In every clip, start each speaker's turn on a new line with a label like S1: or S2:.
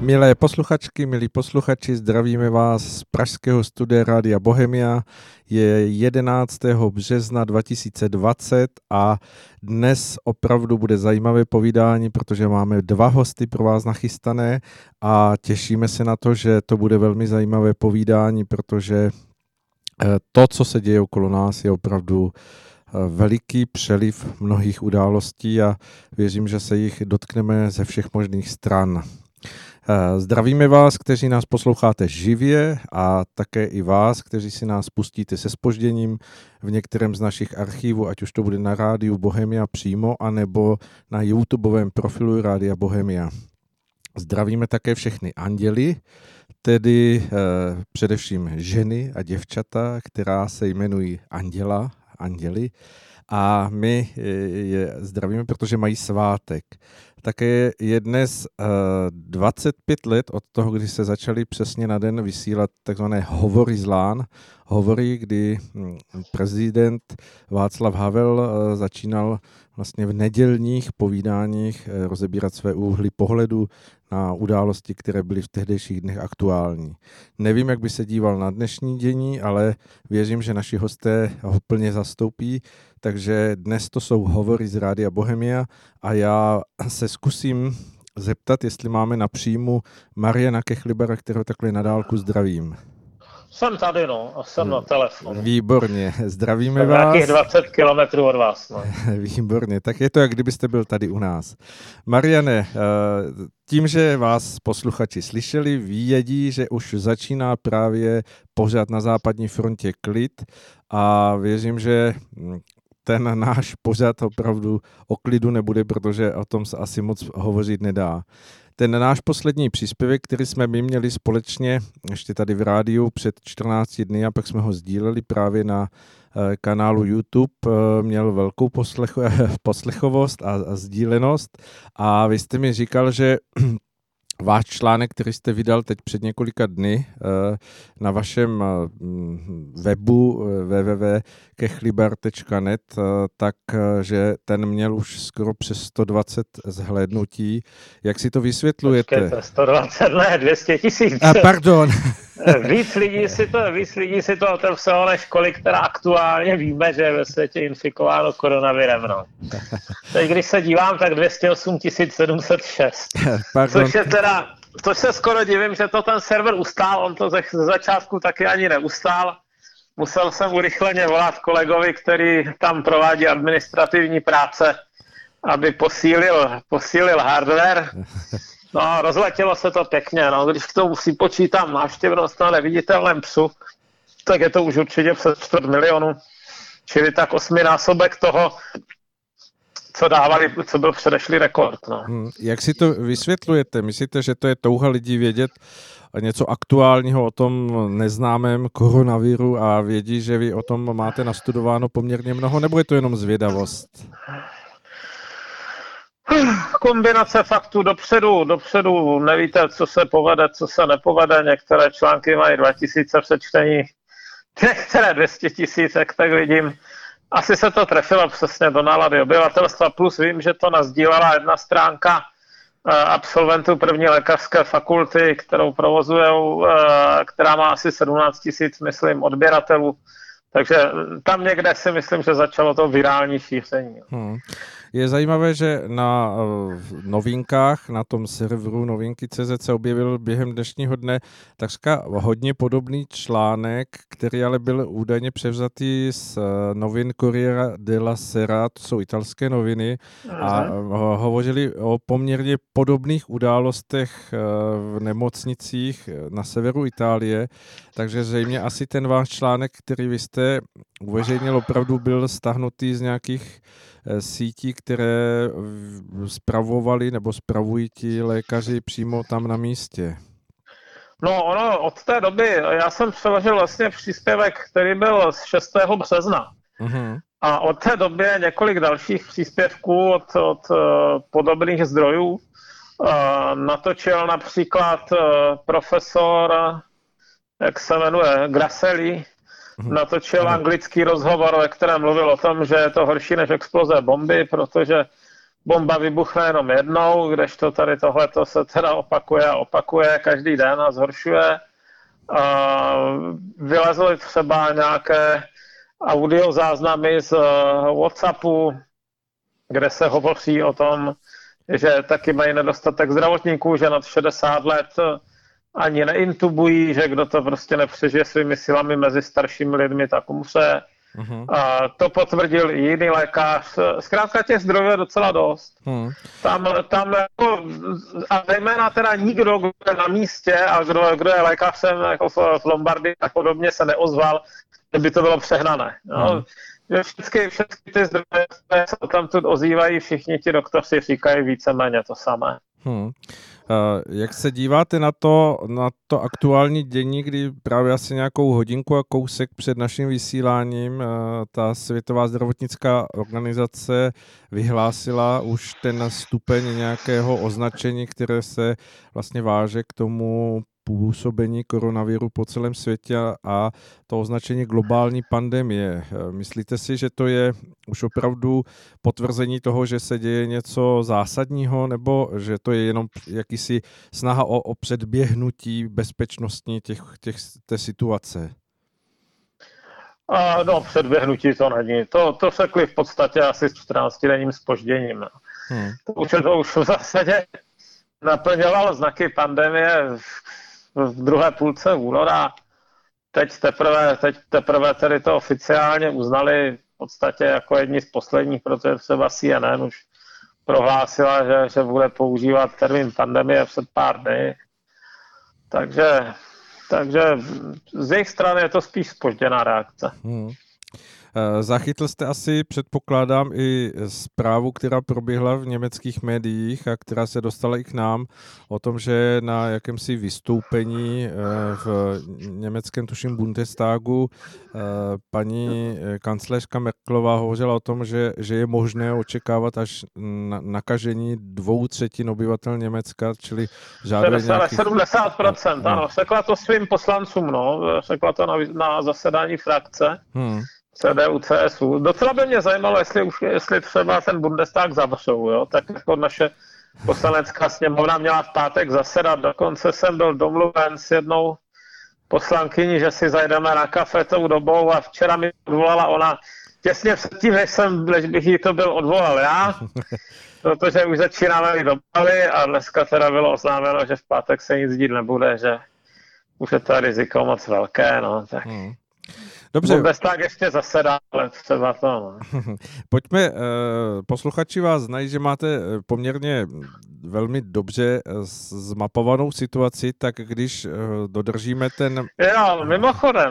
S1: Milé posluchačky, milí posluchači, zdravíme vás z pražského studia Rádia Bohemia. Je 11. března 2020 a dnes opravdu bude zajímavé povídání, protože máme 2 hosty pro vás nachystané a těšíme se na to, že to bude velmi zajímavé povídání, protože to, co se děje okolo nás, je opravdu veliký přeliv mnohých událostí a věřím, že se jich dotkneme ze všech možných stran. Zdravíme vás, kteří nás posloucháte živě a také i vás, kteří si nás pustíte se zpožděním v některém z našich archívů, ať už to bude na rádiu Bohemia přímo, anebo na YouTubeovém profilu Rádia Bohemia. Zdravíme také všechny anděly, tedy především ženy a děvčata, která se jmenují anděli. A my je zdravíme, protože mají svátek. Také je dnes 25 let od toho, kdy se začaly přesně na den vysílat takzvané hovory z LAN. Hovory, kdy prezident Václav Havel začínal vlastně v nedělních povídáních rozebírat své úhly pohledu na události, které byly v tehdejších dnech aktuální. Nevím, jak by se díval na dnešní dění, ale věřím, že naši hosté ho plně zastoupí, takže dnes to jsou hovory z Rádia Bohemia a já se zkusím zeptat, jestli máme na příjmu Mariana Kechlibera, kterého takhle na dálku zdravím.
S2: Jsem tady, a jsem na telefonu.
S1: Výborně, zdravíme
S2: jsem
S1: vás.
S2: Nějakých 20 kilometrů od vás.
S1: Výborně, tak je to, jak kdybyste byl tady u nás. Mariane, tím, že vás posluchači slyšeli, vědí, že už začíná právě pořád na západní frontě klid a věřím, že ten náš pořad opravdu o klidu nebude, protože o tom se asi moc hovořit nedá. Ten náš poslední příspěvek, který jsme my měli společně ještě tady v rádiu před 14 dny a pak jsme ho sdíleli právě na kanálu YouTube, měl velkou poslechovost a sdílenost a vy jste mi říkal, že váš článek, který jste vydal teď před několika dny na vašem webu www.kechlibar.net, takže ten měl už skoro přes 120 zhlédnutí. Jak si to vysvětlujete?
S2: Počkejte, 120 ne, 200 000.
S1: Pardon.
S2: Víc lidí si to otevřelo, než kolik teda aktuálně víme, že je ve světě infikováno koronavirem. Teď, když se dívám, tak 208 706. Což se skoro divím, že to ten server ustál, on to ze začátku taky ani neustál. Musel jsem urychleně volat kolegovi, který tam provádí administrativní práce, aby posílil hardware. No, rozletělo se to pěkně, když k tomu si počítám návštěvnost na neviditelném psu, tak je to už určitě přes 4 milionu, čili tak 8násobek toho, co byl předešlý rekord.
S1: Jak si to vysvětlujete? Myslíte, že to je touha lidí vědět něco aktuálního o tom neznámém koronaviru a vědí, že vy o tom máte nastudováno poměrně mnoho, nebo je to jenom zvědavost?
S2: Kombinace faktů dopředu nevíte, co se povede, co se nepovede. Některé články mají 2000 přečtení, některé 200 000, tak vidím. Asi se to trefilo přesně do nálady obyvatelstva, plus vím, že to nasdílela jedna stránka absolventů první lékařské fakulty, kterou provozujou, která má asi 17 000, myslím, odběratelů. Takže tam někde si myslím, že začalo to virální šíření.
S1: Je zajímavé, že na novinkách, na tom serveru novinky.cz se objevil během dnešního dne takřka hodně podobný článek, který ale byl údajně převzatý z novin Corriere della Sera, to jsou italské noviny, a hovořili o poměrně podobných událostech v nemocnicích na severu Itálie, takže zřejmě asi ten váš článek, který vy jste uveřejnil, opravdu byl stáhnutý z nějakých sítí, které spravovali nebo spravují ti lékaři přímo tam na místě.
S2: No, od té doby, já jsem přeložil vlastně příspěvek, který byl z 6. března. A od té doby několik dalších příspěvků od podobných zdrojů. Natočil například profesor, jak se jmenuje, Grasselli, natočil anglický rozhovor, ve kterém mluvil o tom, že je to horší než exploze bomby, protože bomba vybuchne jenom jednou, kdežto tady tohleto se teda opakuje každý den a zhoršuje. Vylezly třeba nějaké audiozáznamy z WhatsAppu, kde se hovoří o tom, že taky mají nedostatek zdravotníků, že nad 60 let ani neintubují, že kdo to prostě nepřežije svými silami mezi staršími lidmi, tak umře. To potvrdil i jiný lékař. Zkrátka těch zdrojů je docela dost. Tam jako, a zejména teda nikdo, kdo je na místě a kdo je lékařem jako v Lombardii a podobně se neozval, kdyby to bylo přehnané. No. Všechny ty zdroje se tam tu ozývají, všichni ti doktoři říkají víceméně to samé.
S1: Jak se díváte na to aktuální dění, kdy právě asi nějakou hodinku a kousek před naším vysíláním ta Světová zdravotnická organizace vyhlásila už ten stupeň nějakého označení, které se vlastně váže k tomu působení koronaviru po celém světě a to označení globální pandemie. Myslíte si, že to je už opravdu potvrzení toho, že se děje něco zásadního, nebo že to je jenom jakýsi snaha o předběhnutí bezpečnostní té situace?
S2: No, předběhnutí to není. To řekli v podstatě asi s 14denním zpožděním. To už v zásadě naplňovalo znaky pandemie v druhé půlce února. Teď teprve tedy to oficiálně uznali v podstatě jako jedni z posledních, protože třeba CNN už prohlásila, že bude používat termín pandemie před pár dny. Takže z jejich strany je to spíš zpožděná reakce.
S1: Zachytl jste asi, předpokládám, i zprávu, která proběhla v německých médiích a která se dostala i k nám o tom, že na jakémsi vystoupení v německém, tuším, Bundestagu paní kancléřka Merkelová hovořila o tom, že je možné očekávat až nakažení 2/3 obyvatel Německa, čili žádné nějakých...
S2: 70%, ano. Řekla to svým poslancům, řekla to na zasedání frakce. CDU, CSU. Docela by mě zajímalo, jestli třeba ten Bundestag zavřou, jo? Tak jako naše poslanecká sněmovna měla v pátek zasedat, dokonce jsem byl domluven s jednou poslankyní, že si zajdeme na kafe tou dobou a včera mi odvolala ona těsně předtím, než bych jí to byl odvolal já, protože už začínáme do Bali a dneska teda bylo oznámeno, že v pátek se nic dít nebude, že už je to riziko moc velké, tak...
S1: Dobře.
S2: Bundestag ještě zasedá, ale třeba to.
S1: Pojďme, posluchači vás znají, že máte poměrně velmi dobře zmapovanou situaci, tak když dodržíme ten...
S2: Jo, mimochodem,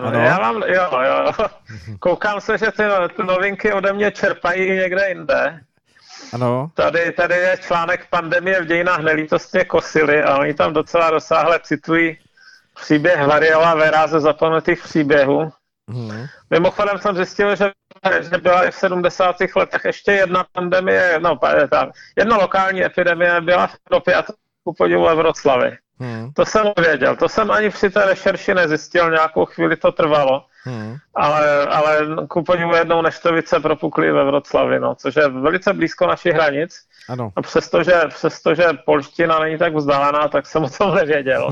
S2: koukám se, že ty novinky ode mě čerpají někde jinde.
S1: Ano.
S2: Tady je článek Pandemie v dějinách nelítostně kosily a oni tam docela rozsáhle citují příběh Variela Vera ze zapomenutých příběhů. Mimochodem jsem zjistil, že byla i v 70. letech ještě jedna pandemie, jedna lokální epidemie byla v Evropě a to ku podivu ve Vroclavi. To jsem věděl, to jsem ani při té rešerši nezjistil, nějakou chvíli to trvalo, ale ku podivu jednou neštovice propukly ve Vroclavi, což je velice blízko našich hranic.
S1: Ano.
S2: A přestože polština není tak vzdálená, tak jsem o tom nevěděl.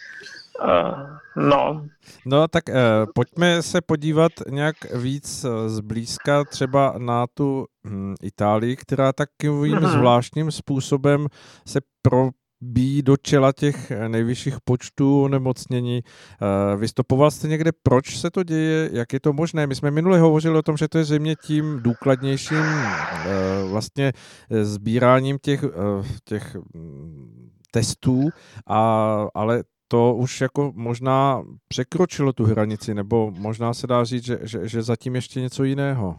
S1: No tak pojďme se podívat nějak víc zblízka třeba na tu Itálii, která takovým zvláštním způsobem se probíjí do čela těch nejvyšších počtů onemocnění. Vystupoval jste někde, proč se to děje, jak je to možné? My jsme minule hovořili o tom, že to je zřejmě tím důkladnějším vlastně sbíráním těch testů, ale to už jako možná překročilo tu hranici, nebo možná se dá říct, že zatím ještě něco jiného.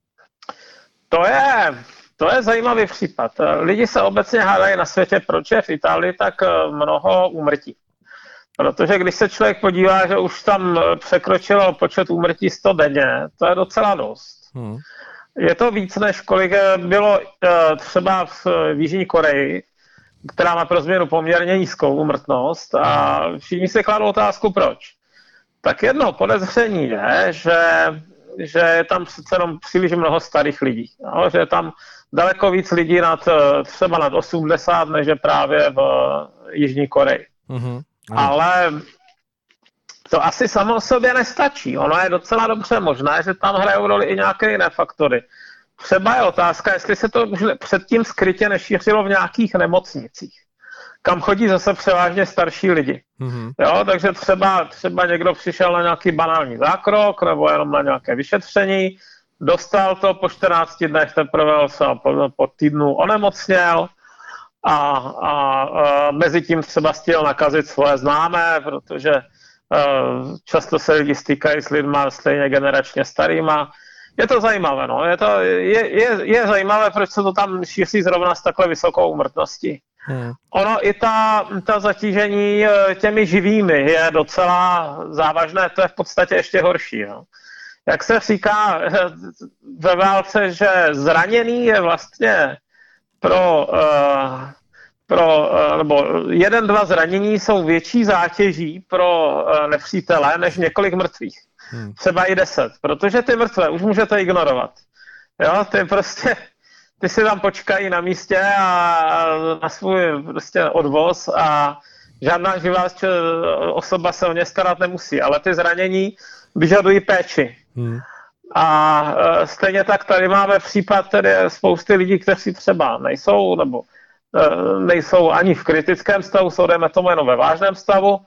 S2: To je zajímavý případ. Lidi se obecně hádají na světě, proč je v Itálii tak mnoho úmrtí. Protože když se člověk podívá, že už tam překročilo počet úmrtí 100 denně, to je docela dost. Je to víc, než kolik bylo třeba v Jižní Koreji, která má pro změnu poměrně nízkou úmrtnost a všichni si kladou otázku proč. Tak jedno podezření je, že je tam přece jenom příliš mnoho starých lidí. Jo? Že je tam daleko víc lidí třeba nad 80, než je právě v Jižní Koreji. Mm-hmm. Ale to asi samo o sobě nestačí. Ono je docela dobře možné, že tam hrajou roli i nějaké jiné faktory. Třeba je otázka, jestli se to už předtím skrytě nešířilo v nějakých nemocnicích, kam chodí zase převážně starší lidi. Mm-hmm. Jo, takže třeba někdo přišel na nějaký banální zákrok nebo jenom na nějaké vyšetření, dostal to po 14 dnech, teprve se po týdnu onemocněl a mezi tím třeba stihl nakazit svoje známé, protože často se lidi stýkají s lidma stejně generačně starýma. Je to zajímavé, no. Je zajímavé, proč se to tam šíří zrovna s takhle vysokou úmrtností. Ono i ta zatížení těmi živými je docela závažné, to je v podstatě ještě horší. No. Jak se říká ve válce, že zraněný je vlastně nebo 1-2 zranění jsou větší zátěží pro nepřítele než několik mrtvých. Třeba i 10, protože ty mrtvé už můžete ignorovat. Jo, ty si tam počkají na místě a na svůj prostě odvoz a žádná živá osoba se o ně starat nemusí, ale ty zranění vyžadují péči. A stejně tak tady máme případ tedy spousty lidí, kteří třeba nejsou ani v kritickém stavu, jsou dejme tomu jenom ve vážném stavu,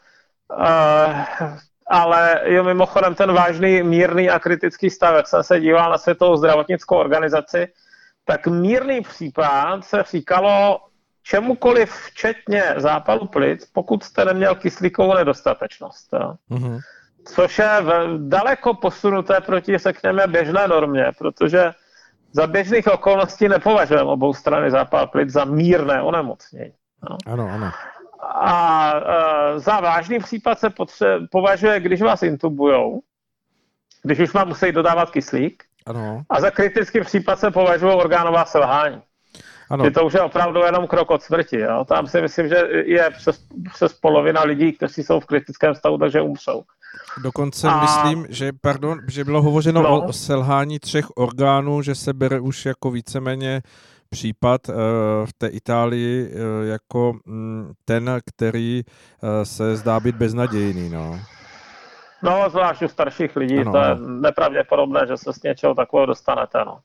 S2: ale je mimochodem ten vážný, mírný a kritický stav, jak jsem se díval na Světovou zdravotnickou organizaci, tak mírný případ se říkalo čemukoliv, včetně zápalu plic, pokud jste neměl kyslíkovou nedostatečnost. Mm-hmm. Což je daleko posunuté proti, řekněme, běžné normě, protože za běžných okolností nepovažujeme obou strany zápal plic za mírné onemocnění. No.
S1: Ano.
S2: A za vážný případ se považuje, když vás intubujou, když už vám musí dodávat kyslík,
S1: ano.
S2: A za kritický případ se považují orgánová selhání. Ano. To už je opravdu jenom krok od smrti. Jo? Tam si myslím, že je přes polovina lidí, kteří jsou v kritickém stavu, takže umřou.
S1: Dokonce myslím, že bylo hovořeno o selhání 3 orgánů, že se bere už jako víceméně případ v té Itálii jako ten, který se zdá být beznadějný.
S2: No, zvlášť u starších lidí, to je nepravděpodobné, že se z něčeho takového dostanete. No.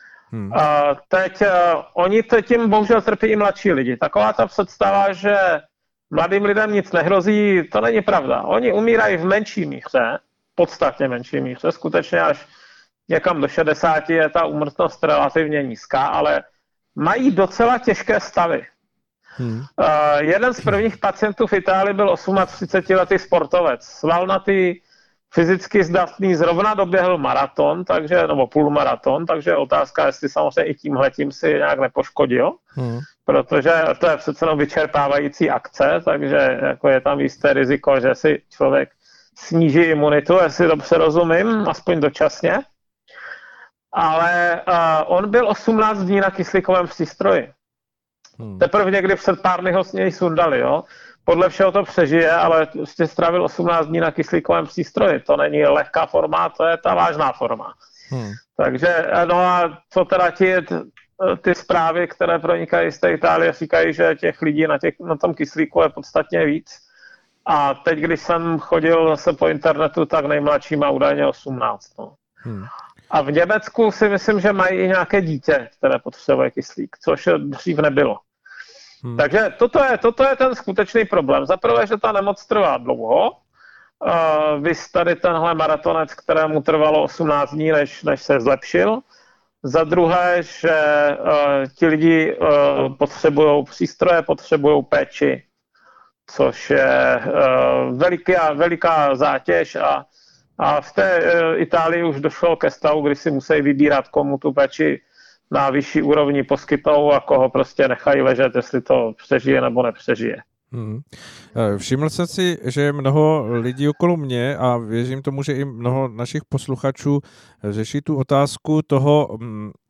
S2: Oni tím bohužel trpí i mladší lidi. Taková ta představa, že mladým lidem nic nehrozí, to není pravda. Oni umírají v menší míře, podstatně menší míře, skutečně až někam do 60 je ta úmrtnost relativně nízká, ale mají docela těžké stavy. Jeden z prvních pacientů v Itálii byl 38letý sportovec, svalnatý, fyzicky zdatný, zrovna doběhl maraton, nebo půlmaraton, takže otázka, jestli samozřejmě i tímhletím si nějak nepoškodil, protože to je přece jenom vyčerpávající akce, takže jako je tam jisté riziko, že si člověk sníží imunitu, jestli dobře rozumím, aspoň dočasně. Ale on byl 18 dní na kyslíkovém přístroji. Teprve někdy před pár dny ho s něj sundali, jo. Podle všeho to přežije, ale prostě strávil 18 dní na kyslíkovém přístroji. To není lehká forma, to je ta vážná forma. Takže, no a co teda ty zprávy, které pronikají z té Itálie, říkají, že těch lidí na tom kyslíku je podstatně víc. A teď, když jsem chodil zase po internetu, tak nejmladší má údajně 18. No. A v Německu si myslím, že mají i nějaké dítě, které potřebuje kyslík, což dřív nebylo. Takže toto je ten skutečný problém. Za prvé, že ta nemoc trvá dlouho. Vys tady tenhle maratonec, kterému trvalo 18 dní, než se zlepšil. Za druhé, že ti lidi potřebují přístroje, potřebují péči, což je veliká zátěž a v té Itálii už došlo ke stavu, kdy si musí vybírat, komu tu péči na vyšší úrovni poskytnou a koho prostě nechají ležet, jestli to přežije nebo nepřežije.
S1: Všiml jsem si, že mnoho lidí okolo mě a věřím tomu, že i mnoho našich posluchačů řeší tu otázku toho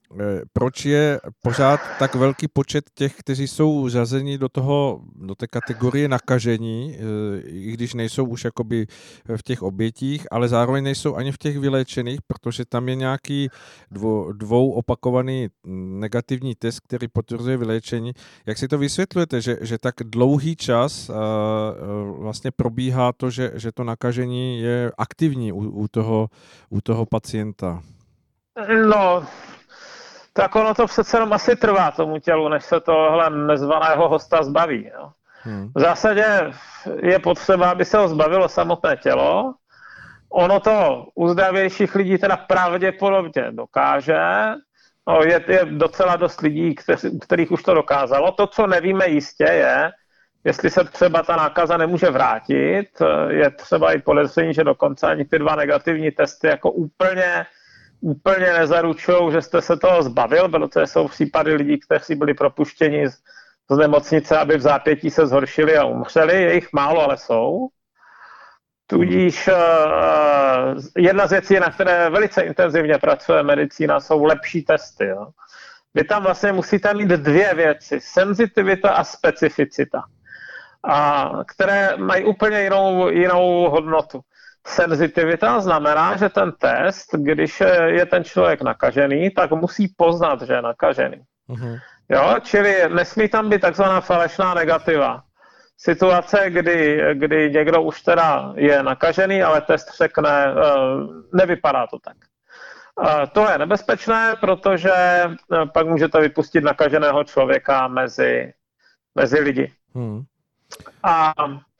S1: Proč je pořád tak velký počet těch, kteří jsou řazeni do té kategorie nakažení, i když nejsou už jakoby v těch obětích, ale zároveň nejsou ani v těch vyléčených, protože tam je nějaký dvou opakovaný negativní test, který potvrzuje vyléčení. Jak si to vysvětlujete, že tak dlouhý čas vlastně probíhá to, že to nakažení je aktivní u toho pacienta?
S2: No, tak ono to přece jenom asi trvá tomu tělu, než se tohle nezvaného hosta zbaví. Jo. V zásadě je potřeba, aby se ho zbavilo samotné tělo. Ono to u zdravějších lidí teda pravděpodobně dokáže. No, je docela dost lidí, kterých už to dokázalo. To, co nevíme jistě, je, jestli se třeba ta nákaza nemůže vrátit. Je třeba i podezření, že dokonce ani ty 2 negativní testy jako úplně nezaručují, že jste se toho zbavil, protože jsou případy lidí, kteří byli propuštěni z nemocnice, aby v zápětí se zhoršili a umřeli. Je jich málo, ale jsou. Tudíž jedna z věcí, na které velice intenzivně pracuje medicína, jsou lepší testy. Jo. Vy tam vlastně musíte mít 2 věci. Senzitivita a specificita. Které mají úplně jinou hodnotu. Senzitivita znamená, že ten test, když je ten člověk nakažený, tak musí poznat, že je nakažený. Jo, čili nesmí tam být takzvaná falešná negativa. Situace, kdy někdo už teda je nakažený, ale test řekne, nevypadá to tak. To je nebezpečné, protože pak můžete vypustit nakaženého člověka mezi lidi. A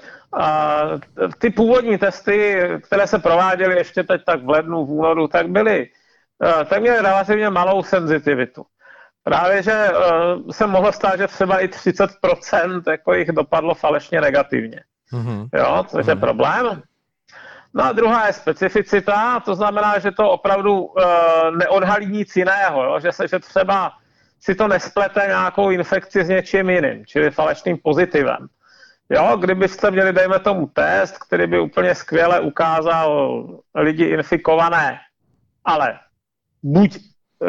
S2: ty původní testy, které se prováděly ještě teď tak v lednu, v únoru, tak měly relativně malou senzitivitu. Právě, že se mohlo stát, že třeba i 30% jako jich dopadlo falešně negativně. Jo, což je problém. No a druhá je specificita, to znamená, že to opravdu neodhalí nic jiného, jo? Že třeba si to nesplete nějakou infekci s něčím jiným, čili falešným pozitivem. Jo, kdybyste měli, dejme tomu, test, který by úplně skvěle ukázal lidi infikované, ale buď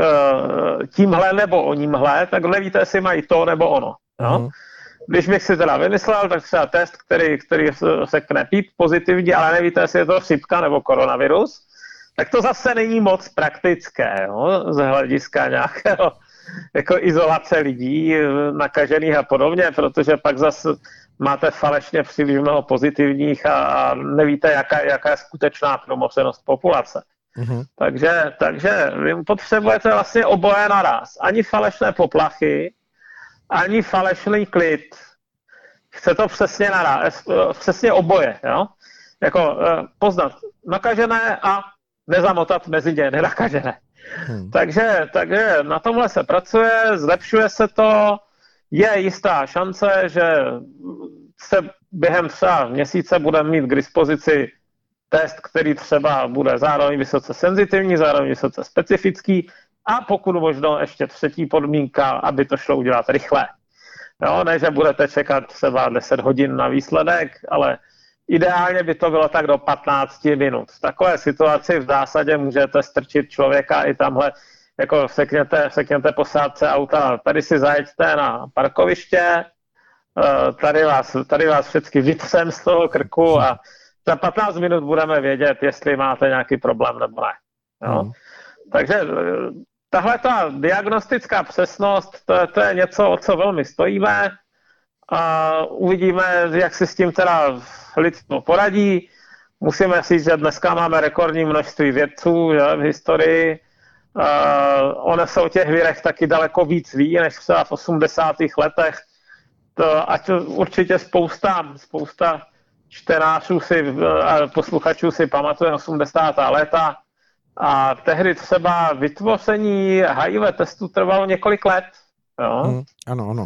S2: tímhle nebo onímhle, tak nevíte, jestli mají to nebo ono. Jo? Když bych si teda vymyslel, tak třeba test, který řekne píp pozitivní, ale nevíte, jestli je to chřipka nebo koronavirus, tak to zase není moc praktické, jo? Z hlediska nějakého jako izolace lidí nakažených a podobně, protože pak zase máte falešně příliš mnoho pozitivních a nevíte, jaká je skutečná promocenost populace. Takže vy potřebujete vlastně oboje naraz. Ani falešné poplachy, ani falešný klid. Chce to přesně oboje. Jo? Jako poznat nakažené a nezamotat mezi ně nenakažené. Takže na tomhle se pracuje, zlepšuje se to, je jistá šance, že se během třeba měsíce budeme mít k dispozici test, který třeba bude zároveň vysoce senzitivní, zároveň vysoce specifický a pokud možno ještě třetí podmínka, aby to šlo udělat rychle. Jo, ne, že budete čekat třeba 10 hodin na výsledek, ale ideálně by to bylo tak do 15 minut. V takové situaci v zásadě můžete strčit člověka i tamhle, jako sekněte posádce auta, tady si zajeďte na parkoviště, tady vás všechny vytřem z toho krku a za 15 minut budeme vědět, jestli máte nějaký problém nebo ne. Jo? Takže tahle ta diagnostická přesnost, to je něco, o co velmi stojíme a uvidíme, jak si s tím teda lidstvo poradí. Musíme říct, že dneska máme rekordní množství vědců, že, v historii. Ono se o těch virech taky daleko víc ví, než třeba v 80. letech. Ať určitě spousta čtenářů a posluchačů si pamatuje 80. léta a tehdy třeba vytvoření HIV testu trvalo několik let. Jo?
S1: Ano.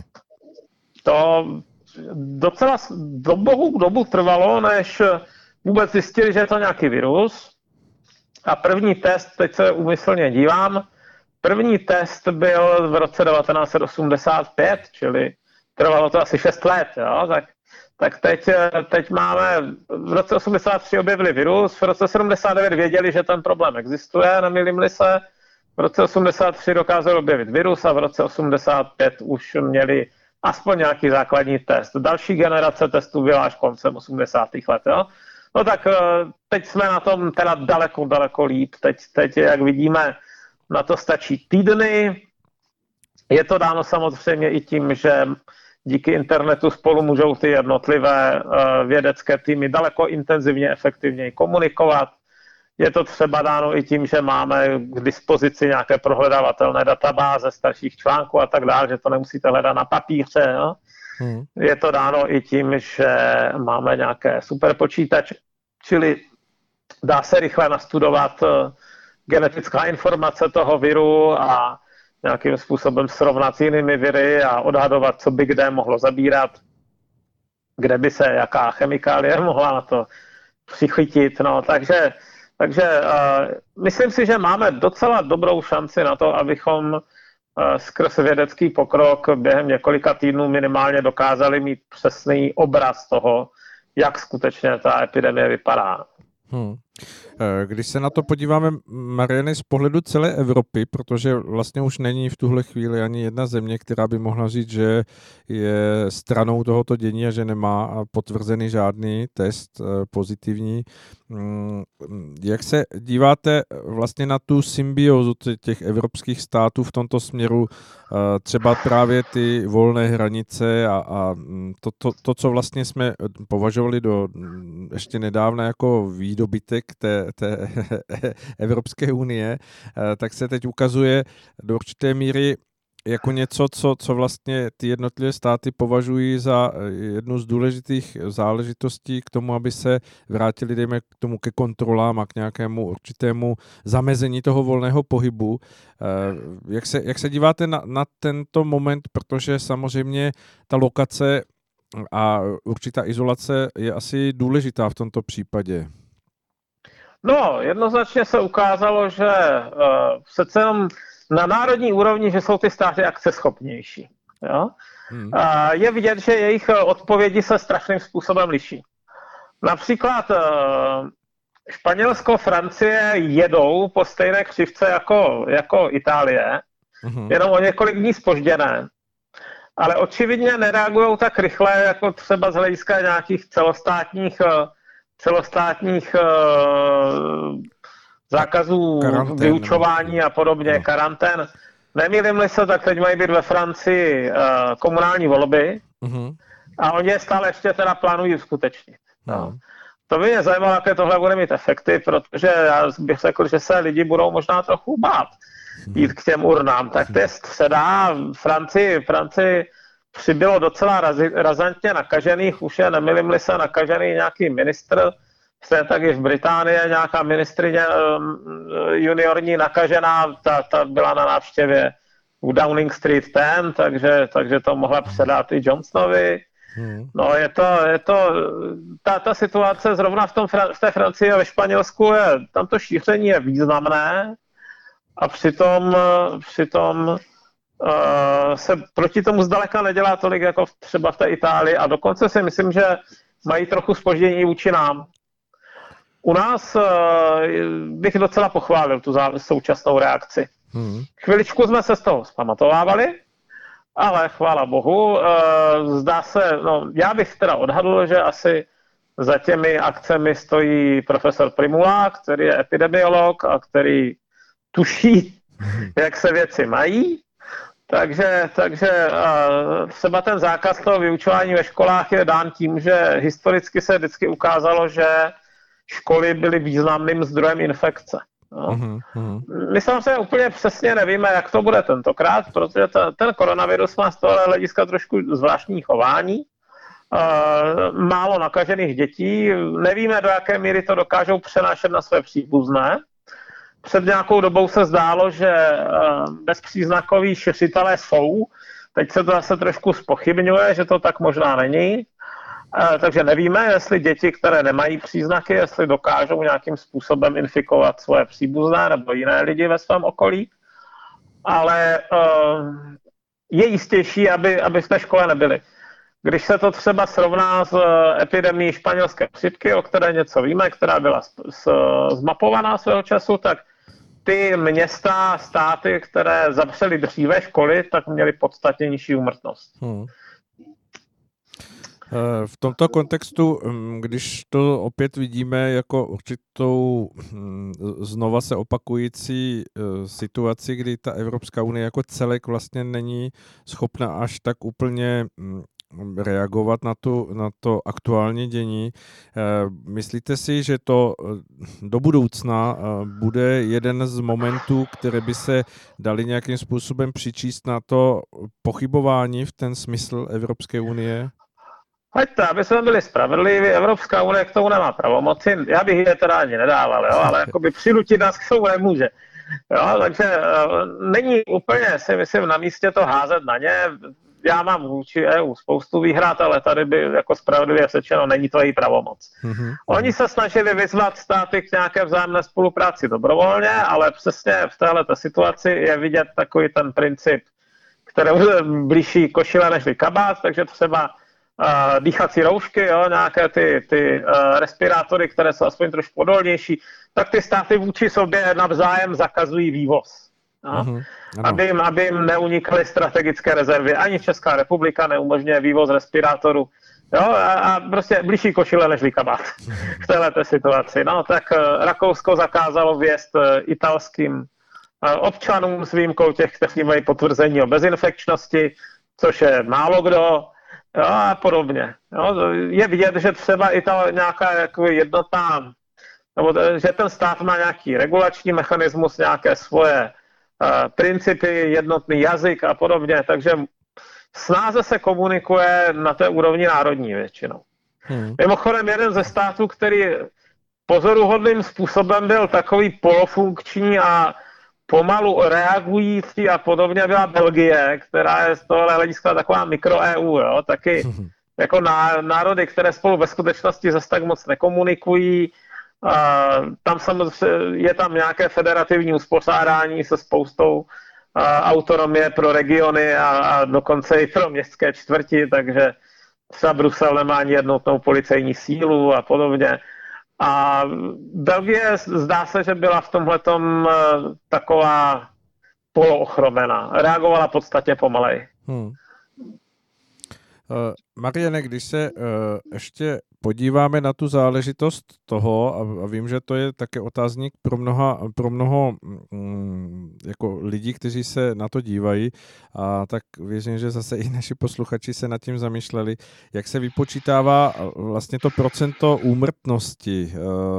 S2: To docela dobu trvalo, než vůbec zjistili, že je to nějaký virus. A první test, teď se úmyslně dívám, první test byl v roce 1985, čili trvalo to asi 6 let, jo? Tak teď máme, v roce 83 objevili virus, v roce 79 věděli, že ten problém existuje, nemýlím-li se, v roce 83 dokázali objevit virus a v roce 85 už měli aspoň nějaký základní test. Další generace testů byla až koncem 80. let. Jo? No tak teď jsme na tom teda daleko líp. Teď, jak vidíme, na to stačí týdny. Je to dáno samozřejmě i tím, že díky internetu spolu můžou ty jednotlivé vědecké týmy daleko intenzivně, efektivněji komunikovat. Je to třeba dáno i tím, že máme k dispozici nějaké prohledavatelné databáze starších článků a tak dále, že to nemusíte hledat na papíře. No? Je to dáno i tím, že máme nějaké superpočítače, čili dá se rychle nastudovat genetická informace toho viru a nějakým způsobem srovnat s jinými viry a odhadovat, co by kde mohlo zabírat, kde by se jaká chemikálie mohla na to přichytit. No, takže myslím si, že máme docela dobrou šanci na to, abychom skrz vědecký pokrok během několika týdnů minimálně dokázali mít přesný obraz toho, jak skutečně ta epidemie vypadá.
S1: Když se na to podíváme, Mariane, z pohledu celé Evropy, protože vlastně už není v tuhle chvíli ani jedna země, která by mohla říct, že je stranou tohoto dění a že nemá potvrzený žádný test pozitivní. Jak se díváte vlastně na tu symbiózu těch evropských států v tomto směru, třeba právě ty volné hranice a to, co vlastně jsme považovali do ještě nedávna jako výdobytek té Evropské unie, tak se teď ukazuje do určité míry jako něco, co vlastně ty jednotlivé státy považují za jednu z důležitých záležitostí k tomu, aby se vrátili, dejme k tomu, ke kontrolám a k nějakému určitému zamezení toho volného pohybu. Jak se díváte na tento moment, protože samozřejmě ta lokace a určitá izolace je asi důležitá v tomto případě?
S2: No, jednoznačně se ukázalo, že přece jenom na národní úrovni, že jsou ty státy akceschopnější. Jo? Je vidět, že jejich odpovědi se strašným způsobem liší. Například Španělsko, Francie jedou po stejné křivce jako Itálie, jenom o několik dní zpožděné. Ale očividně nereagují tak rychle, jako třeba z hlediska nějakých celostátních zákazů vyučování a podobně, karantén. Nemýlím-li se, tak teď mají být ve Francii komunální volby a oni je stále ještě teda plánují uskutečnit. No. To by mě zajímalo, jaké tohle bude mít efekty, protože já bych řekl, že se lidi budou možná trochu bát jít k těm urnám. Tak to je středa. Francii přibylo docela razantně nakažených, už je, nemýlím-li se, nakažený nějaký ministr, se tak i v Británii nějaká ministryně juniorní nakažená, ta byla na návštěvě u Downing Street 10, takže to mohla předat i Johnsonovi. No ta situace zrovna v té Francii a ve Španělsku tam to šíření je významné a přitom se proti tomu zdaleka nedělá tolik jako třeba v té Itálii a dokonce si myslím, že mají trochu zpoždění i vůči nám. U nás bych docela pochválil tu současnou reakci. Chviličku jsme se z toho zpamatovávali, ale chvála bohu, zdá se, já bych teda odhadl, že asi za těmi akcemi stojí profesor Primula, který je epidemiolog a který tuší, jak se věci mají. Takže třeba ten zákaz toho vyučování ve školách je dán tím, že historicky se vždycky ukázalo, že školy byly významným zdrojem infekce. No. My samozřejmě úplně přesně nevíme, jak to bude tentokrát, protože ten koronavirus má z tohohle hlediska trošku zvláštní chování. Málo nakažených dětí, nevíme, do jaké míry to dokážou přenášet na své příbuzné. Před nějakou dobou se zdálo, že bezpříznakoví šiřitelé jsou. Teď se to zase trošku zpochybňuje, že to tak možná není. Takže nevíme, jestli děti, které nemají příznaky, jestli dokážou nějakým způsobem infikovat svoje příbuzné nebo jiné lidi ve svém okolí. Ale je jistější, aby v té škole nebyli. Když se to třeba srovná s epidemií španělské chřipky, o které něco víme, která byla zmapovaná svého času, tak ty města, státy, které zavřely dříve školy, tak měly podstatně nižší úmrtnost.
S1: V tomto kontextu, když to opět vidíme jako určitou znova se opakující situaci, kdy ta Evropská unie jako celek vlastně není schopna až tak úplně reagovat na to aktuální dění. Myslíte si, že to do budoucna bude jeden z momentů, které by se dali nějakým způsobem přičíst na to pochybování v ten smysl Evropské unie?
S2: Hejte, aby jsme byli spravedliví, Evropská unie k tomu nemá pravomoci, já bych je teda ani nedával, jo, ale jakoby přinutit nás k tomu nemůže. Jo, takže není úplně, si myslím, na místě to házet na ně. Já mám vůči EU spoustu výhrad, ale tady by jako spravedlivě řečeno, není to její pravomoc. Oni se snažili vyzvat státy k nějaké vzájemné spolupráci dobrovolně, ale přesně v této situaci je vidět takový ten princip, kterému blíží košile nežli kabát, takže třeba dýchací roušky, jo, nějaké ty respirátory, které jsou aspoň trošku odolnější, tak ty státy vůči sobě navzájem zakazují vývoz. Aby jim neunikaly strategické rezervy. Ani Česká republika neumožňuje vývoz respirátorů. Jo, a prostě blížší košile než kabát v této situaci. No, tak Rakousko zakázalo vjezd italským občanům s výjimkou těch, kteří mají potvrzení o bezinfekčnosti, což je málo kdo. Jo, a podobně. Jo, je vidět, že třeba i ta nějaká jako jednotná, nebo že ten stát má nějaký regulační mechanismus, nějaké svoje principy, jednotný jazyk a podobně, takže snáze se komunikuje na té úrovni národní většinou. Mimochodem jeden ze států, který pozoruhodným způsobem byl takový polofunkční a pomalu reagující a podobně, byla Belgie, která je z tohohle hlediska taková mikro-EU, jo, taky jako národy, které spolu ve skutečnosti zase tak moc nekomunikují. Tam samozřejmě je tam nějaké federativní uspořádání se spoustou autonomie pro regiony a dokonce i pro městské čtvrti, takže třeba Brusel nemá ani jednotnou policejní sílu a podobně. A Belgie zdá se, že byla v tomhletom taková poloochromená. Reagovala podstatně pomalej.
S1: Mariane, když se ještě podíváme na tu záležitost toho, a vím, že to je také otázník pro mnoho jako lidí, kteří se na to dívají, a tak věřím, že zase i naši posluchači se nad tím zamýšleli, jak se vypočítává vlastně to procento úmrtnosti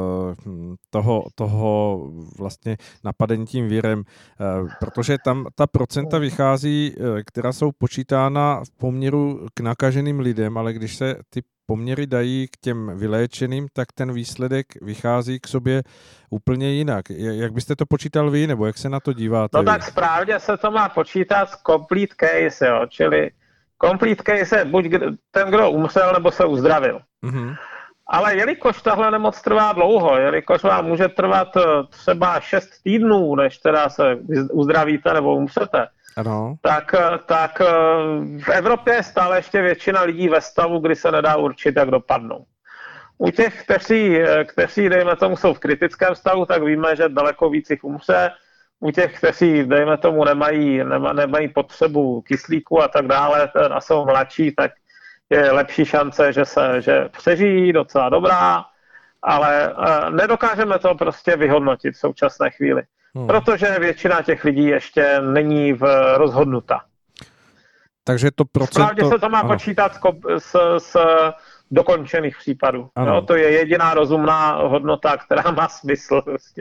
S1: toho vlastně napadení tím virem, protože tam ta procenta vychází, která jsou počítána v poměru k nakaženým lidem, ale když se ty poměry dají k těm vyléčeným, tak ten výsledek vychází k sobě úplně jinak. Jak byste to počítal vy, nebo jak se na to díváte?
S2: No tak správně se to má počítat z complete case, jo, čili complete case je buď ten, kdo umřel, nebo se uzdravil. Ale jelikož tahle nemoc trvá dlouho, jelikož vám může trvat třeba 6 týdnů, než teda se uzdravíte nebo umřete,
S1: ano.
S2: Tak v Evropě je stále ještě většina lidí ve stavu, kdy se nedá určit, jak dopadnou. U těch, kteří dejme tomu, jsou v kritickém stavu, tak víme, že daleko víc jich umře. U těch, kteří, dejme tomu, nemají potřebu kyslíku a tak dále a jsou mladší, tak je lepší šance, že přežijí, docela dobrá, ale nedokážeme to prostě vyhodnotit v současné chvíli. Protože většina těch lidí ještě není rozhodnuta.
S1: Takže to procento...
S2: Správně se to má počítat z dokončených případů. No, to je jediná rozumná hodnota, která má smysl. Prostě.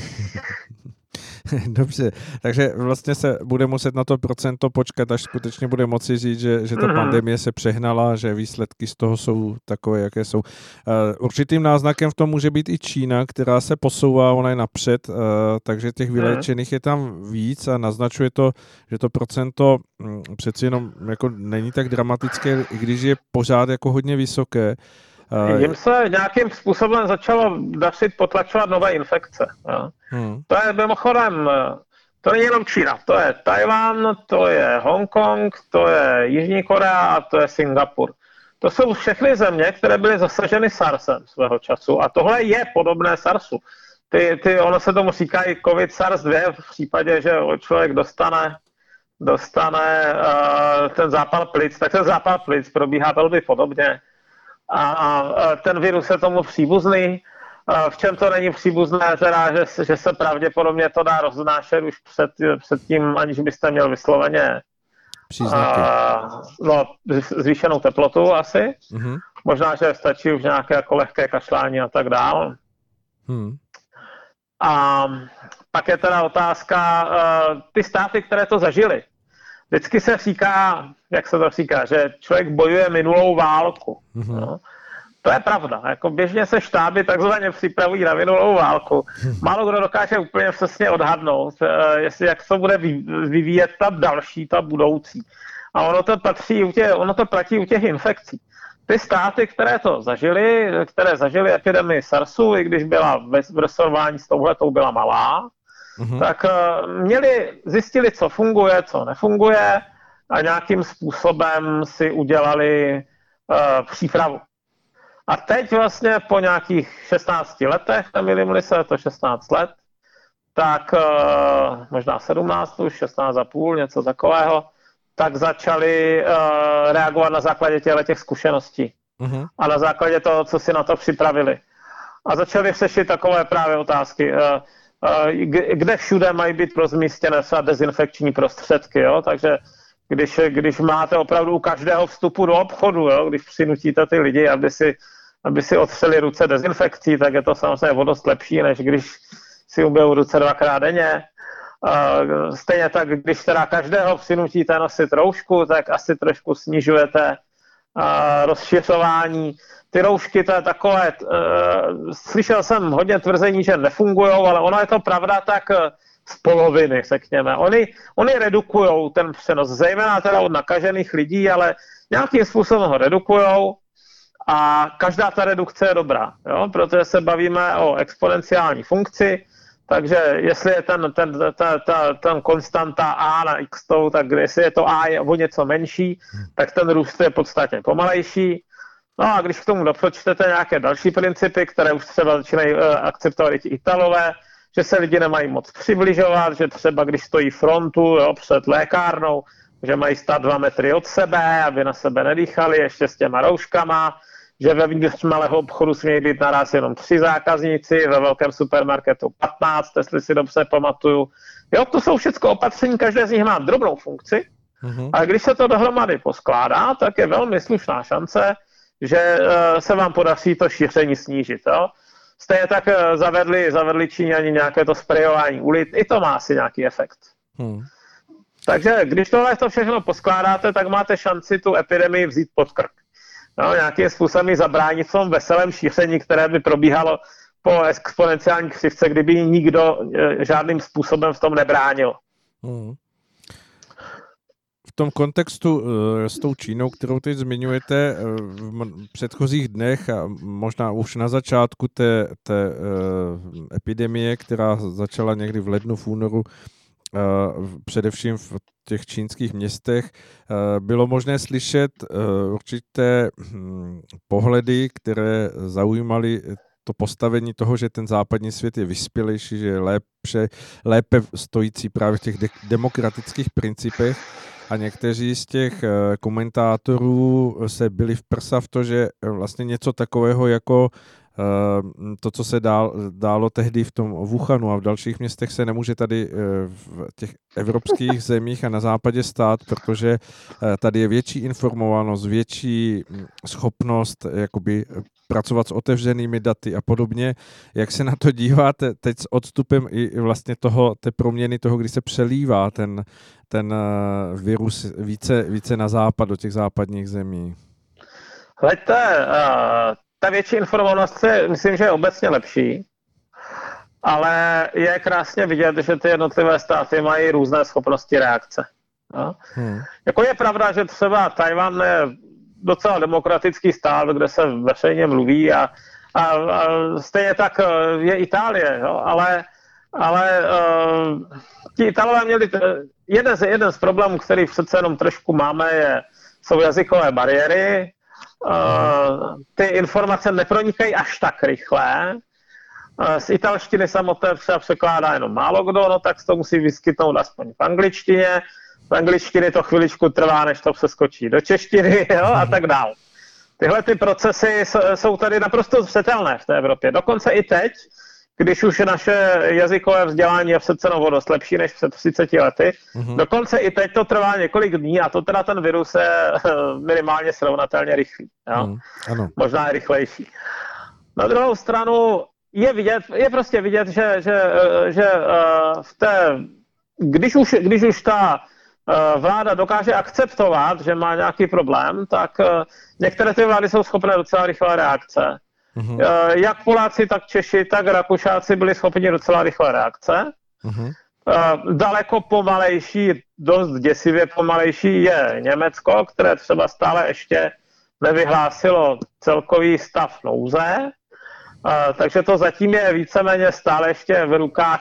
S1: Dobře, takže vlastně se bude muset na to procento počkat, až skutečně bude moci říct, že ta pandemie se přehnala, že výsledky z toho jsou takové, jaké jsou. Určitým náznakem v tom může být i Čína, která se posouvá, ona je napřed, takže těch vyléčených je tam víc a naznačuje to, že to procento přeci jenom jako není tak dramatické, i když je pořád jako hodně vysoké.
S2: Jim se nějakým způsobem začalo dařit potlačovat nové infekce. Jo. To je mimochodem, to není jenom Čína, to je Tajvan, to je Hongkong, to je Jižní Korea a to je Singapur. To jsou všechny země, které byly zasaženy SARSem svého času a tohle je podobné SARSu. ono se tomu říká i COVID SARS-2 v případě, že člověk dostane ten zápal plic, tak ten zápal plic probíhá velmi podobně. A ten virus je tomu příbuzný. V čem to není příbuzné, teda, že se pravděpodobně to dá roznášet už před tím, aniž byste měl vysloveně zvýšenou teplotu asi. Mm-hmm. Možná, že stačí už nějaké jako lehké kašlání a tak dále. A pak je teda otázka, ty státy, které to zažily. Vždycky se říká, jak se to říká, že člověk bojuje minulou válku. Mm-hmm. No. To je pravda. Jako běžně se štáby takzvaně připravují na minulou válku. Málo kdo dokáže úplně přesně odhadnout, jak se bude vyvíjet ta další, ta budoucí. A ono to platí u těch infekcí. Ty státy, které zažily epidemii SARSu, i když byla ve srovnání s touhletou byla malá, tak zjistili, co funguje, co nefunguje a nějakým způsobem si udělali přípravu. A teď vlastně po nějakých 16 letech, nemýlím-li se, to 16 let, tak možná 17 už, 16,5, něco takového, tak začali reagovat na základě těch zkušeností. A na základě toho, co si na to připravili. A začali řešit takové právě otázky, kde všude mají být rozmístěné třeba dezinfekční prostředky, jo? Takže když máte opravdu u každého vstupu do obchodu, jo? Když přinutíte ty lidi, aby si otřeli ruce dezinfekcí, tak je to samozřejmě o dost lepší, než když si umyjou ruce 2krát denně. Stejně tak, když teda každého přinutíte nosit roušku, tak asi trošku snižujete rozšiřování. Ty roušky, to je takové, slyšel jsem hodně tvrzení, že nefungujou, ale ono je to pravda tak z poloviny, řekněme. Oni redukujou ten přenos, zejména teda od nakažených lidí, ale nějakým způsobem ho redukujou a každá ta redukce je dobrá, jo? Protože se bavíme o exponenciální funkci, takže jestli je ten konstanta A na x, tak jestli je to A je o něco menší, tak ten růst je podstatně pomalejší. No a když k tomu dopočtete nějaké další principy, které už třeba začínají akceptovat i ti Italové, že se lidi nemají moc přibližovat, že třeba když stojí frontu před lékárnou, že mají stát 2 metry od sebe, aby na sebe nedýchali ještě s těma rouškama, že vevnitř malého obchodu smějí být naraz jenom 3 zákazníci, ve velkém supermarketu 15, jestli si dobře pamatuju. Jo, to jsou všechno opatření, každé z nich má drobnou funkci, ale když se to dohromady poskládá, tak je velmi slušná šance, že se vám podaří to šíření snížit. Jo? Stejně tak zavedli Číňani nějaké to sprejování ulic, i to má asi nějaký efekt. Takže když tohle to všechno poskládáte, tak máte šanci tu epidemii vzít pod krk. No, nějakým způsobem zabránit v tom veselém šíření, které by probíhalo po exponenciální křivce, kdyby nikdo žádným způsobem v tom nebránil.
S1: V tom kontextu s tou Čínou, kterou teď zmiňujete, v předchozích dnech a možná už na začátku té epidemie, která začala někdy v lednu, v únoru, především v těch čínských městech, bylo možné slyšet určité pohledy, které zaujímaly to postavení toho, že ten západní svět je vyspělejší, že je lépe stojící právě v těch demokratických principech. A někteří z těch komentátorů se byli v prsa v to, že vlastně něco takového jako to, co se dálo tehdy v tom Wuhanu a v dalších městech, se nemůže tady v těch evropských zemích a na západě stát, protože tady je větší informovanost, větší schopnost jakoby pracovat s otevřenými daty a podobně. Jak se na to díváte teď s odstupem i vlastně té proměny toho, kdy se přelívá ten virus více na západ, do těch západních zemí?
S2: Hleďte, ta větší informovanost myslím, že je obecně lepší, ale je krásně vidět, že ty jednotlivé státy mají různé schopnosti reakce. No? Jako je pravda, že třeba Tajvan je docela demokratický stát, kde se veřejně mluví a stejně tak je Itálie, jo? Ale ti Italové měli jeden z problémů, který přece jenom trošku máme, jsou jazykové bariéry. Ty informace nepronikají až tak rychle z italštiny samotné třeba překládá jenom málo kdo, no tak to musí vyskytnout aspoň v angličtině. V angličtině to chviličku trvá, než to přeskočí do češtiny, jo, a tak dál. Tyhle ty procesy jsou tady naprosto zřetelné v té Evropě. Dokonce i teď, když už naše jazykové vzdělání je přece o dost lepší než před 30 lety, dokonce i teď to trvá několik dní a to teda ten virus je minimálně srovnatelně rychlý. Jo?
S1: Ano.
S2: Možná i rychlejší. Na druhou stranu je prostě vidět, že když už ta vláda dokáže akceptovat, že má nějaký problém, tak některé ty vlády jsou schopné docela rychlé reakce. Jak Poláci, tak Češi, tak Rakušáci byli schopni docela rychlé reakce. Daleko pomalejší, dost děsivě pomalejší je Německo, které třeba stále ještě nevyhlásilo celkový stav nouze. Takže to zatím je víceméně stále ještě v rukách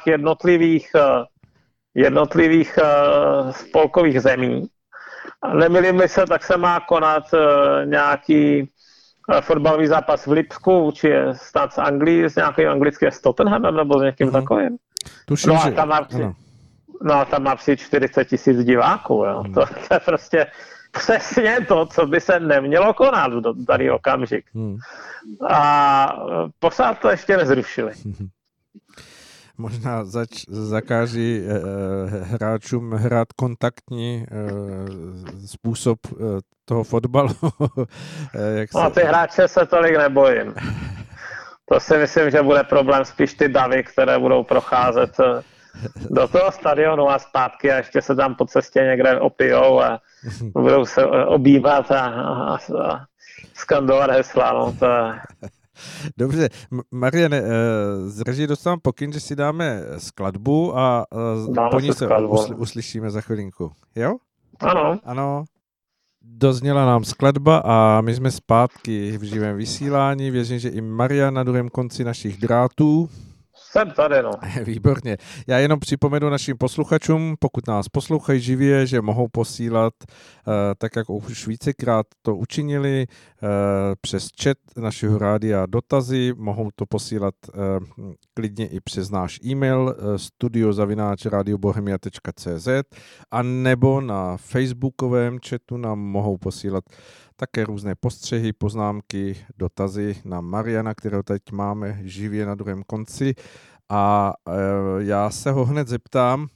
S2: jednotlivých spolkových zemí. Nemýlím se, tak se má konat nějaký fotbalový zápas v Lipsku, či snad z Anglii, s nějakým anglickým Tottenhamem nebo s někým takovým.
S1: Tuším,
S2: no a tam má přijít 40 000 diváků. Jo. To je prostě přesně to, co by se nemělo konat v daný okamžik. A pořád to ještě nezrušili.
S1: Možná zakáží hráčům hrát kontaktní způsob toho fotbalu.
S2: No, ty hráče se tolik nebojím. To si myslím, že bude problém spíš ty davy, které budou procházet do toho stadionu a zpátky a ještě se tam po cestě někde opijou a budou se objímat a skandovat hesla. No, to je...
S1: Dobře, Mariane, z režie dostávám pokyn, že si dáme skladbu a po ní se uslyšíme za chvilinku. Jo?
S2: Ano.
S1: Ano. Dozněla nám skladba a my jsme zpátky v živém vysílání. Věřím, že i Marian na druhém konci našich drátů.
S2: Jsem tady, no.
S1: Výborně. Já jenom připomenu našim posluchačům, pokud nás poslouchají živě, že mohou posílat, tak jak už vícekrát to učinili, přes chat našeho rádia dotazy, mohou to posílat klidně i přes náš e-mail studio@radiobohemia.cz a nebo na facebookovém chatu nám mohou posílat také různé postřehy, poznámky, dotazy na Mariana, kterého teď máme živě na druhém konci. A já se ho hned zeptám,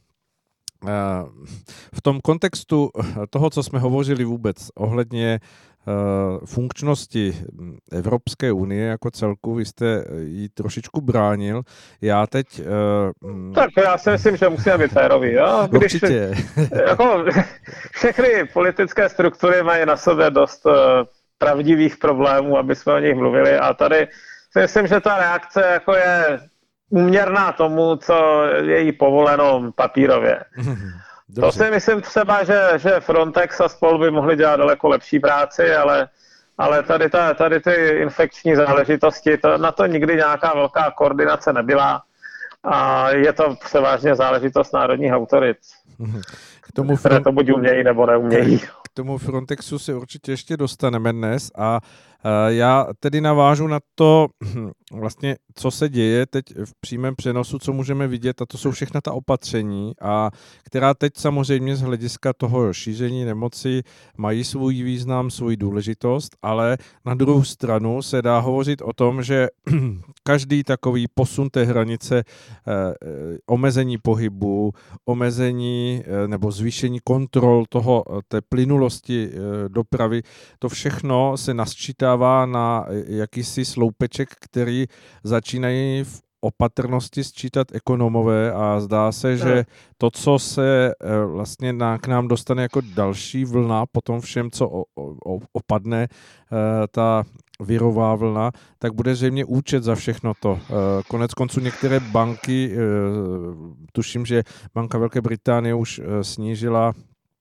S1: v tom kontextu toho, co jsme hovořili vůbec ohledně funkčnosti Evropské unie jako celku, vy jste ji trošičku bránil. Já
S2: si myslím, že musíme být féroví.
S1: Určitě.
S2: Jako, všechny politické struktury mají na sobě dost pravdivých problémů, aby jsme o nich mluvili a tady si myslím, že ta reakce jako je úměrná tomu, co je jí povoleno papírově. Dobře. To si myslím třeba, že Frontex a spol by mohli dělat daleko lepší práci, ale tady ty infekční záležitosti, na to nikdy nějaká velká koordinace nebyla a je to převážně záležitost národních autorit, které to buď umějí nebo neumějí.
S1: K tomu Frontexu se určitě ještě dostaneme dnes a já tedy navážu na to, vlastně, co se děje teď v přímém přenosu, co můžeme vidět, a to jsou všechna ta opatření, a která teď samozřejmě z hlediska toho šíření nemoci mají svůj význam, svou důležitost, ale na druhou stranu se dá hovořit o tom, že každý takový posun té hranice, omezení pohybu, omezení nebo zvýšení kontrol té plynulosti dopravy, to všechno se nasčítává na jakýsi sloupeček, který začínají v opatrnosti sčítat ekonomové a zdá se, že to, co se vlastně k nám dostane jako další vlna po tom všem, co opadne, ta virová vlna, tak bude zřejmě účet za všechno to. Konec konců některé banky, tuším, že Banka Velké Británie už snížila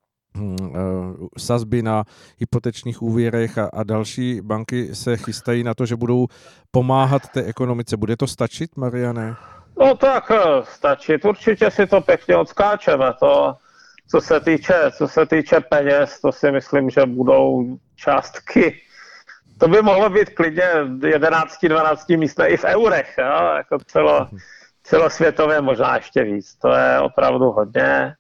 S1: sazby na hypotečních úvěrech a další banky se chystají na to, že budou pomáhat té ekonomice. Bude to stačit, Mariane?
S2: No tak stačit. Určitě si to pěkně odskáčeme. To, co se týče peněz, to si myslím, že budou částky to by mohlo být klidně 11-12 místo i v eurech, jo? Jako celosvětově možná ještě víc. To je opravdu hodně.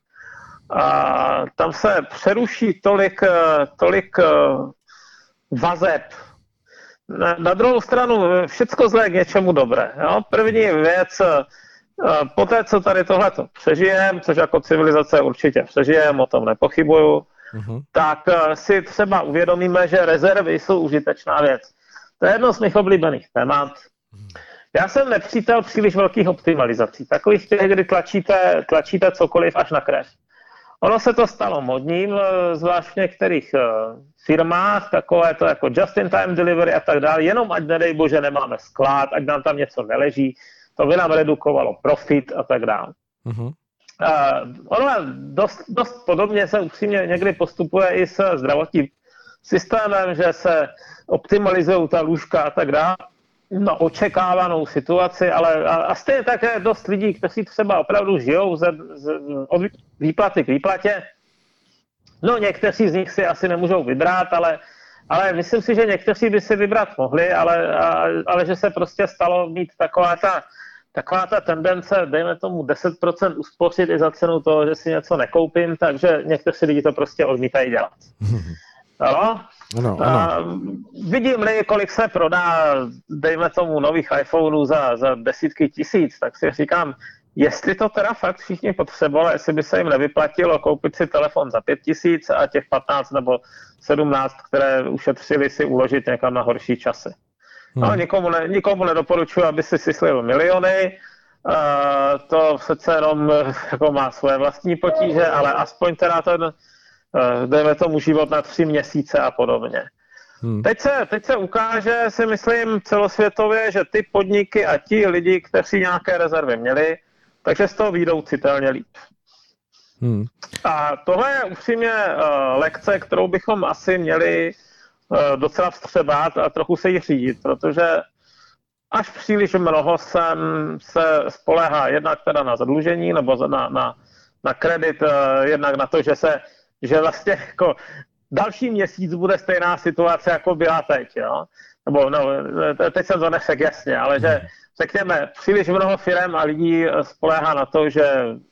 S2: A tam se přeruší tolik vazeb. Na druhou stranu všecko zlé k něčemu dobré. Jo? První věc, poté, co tady tohleto přežijeme, což jako civilizace určitě přežijeme, o tom nepochybuju, tak si třeba uvědomíme, že rezervy jsou užitečná věc. To je jedno z mých oblíbených témat. Já jsem nepřítel příliš velkých optimalizací. Takových těch, kdy tlačíte cokoliv až na crash. Ono se to stalo modním, zvlášť v některých firmách, takové to jako just-in-time delivery a tak dále, jenom ať nedej bože nemáme sklad, ať nám tam něco neleží, to by nám redukovalo profit a tak dále. Ono dost podobně se upřímně někdy postupuje i s zdravotním systémem, že se optimalizují ta lůžka a tak dále na očekávanou situaci, ale a stejně také dost lidí, kteří třeba opravdu žijou od výplaty k výplatě. No někteří z nich si asi nemůžou vybrat, ale myslím si, že někteří by si vybrat mohli, ale že se prostě stalo mít taková ta tendence, dejme tomu 10% uspořit i za cenu toho, že si něco nekoupím, takže někteří lidi to prostě odmítají dělat. Ano?
S1: Ano.
S2: Vidím-li, kolik se prodá, dejme tomu, nových iPhoneů za desítky tisíc, tak si říkám, jestli to teda fakt všichni potřebovali, jestli by se jim nevyplatilo koupit si telefon za 5 tisíc a těch 15 nebo 17, které ušetřili, si uložit někam na horší časy. No, nikomu nedoporučuji, aby si syslil miliony, to přece jenom jako má své vlastní potíže, ale aspoň teda dejme tomu život na 3 měsíce a podobně. Teď se ukáže, si myslím, celosvětově, že ty podniky a ti lidi, kteří nějaké rezervy měli, takže z toho vyjdou citelně líp. A tohle je upřímně lekce, kterou bychom asi měli docela vstřebat a trochu se jí řídit, protože až příliš mnoho se spoléhá jednak teda na zadlužení nebo na kredit, jednak na to, že vlastně jako další měsíc bude stejná situace, jako byla teď, jo? Nebo no, teď jsem to neřekl jasně, ale že řekněme, příliš mnoho firem a lidí spoléhá na to, že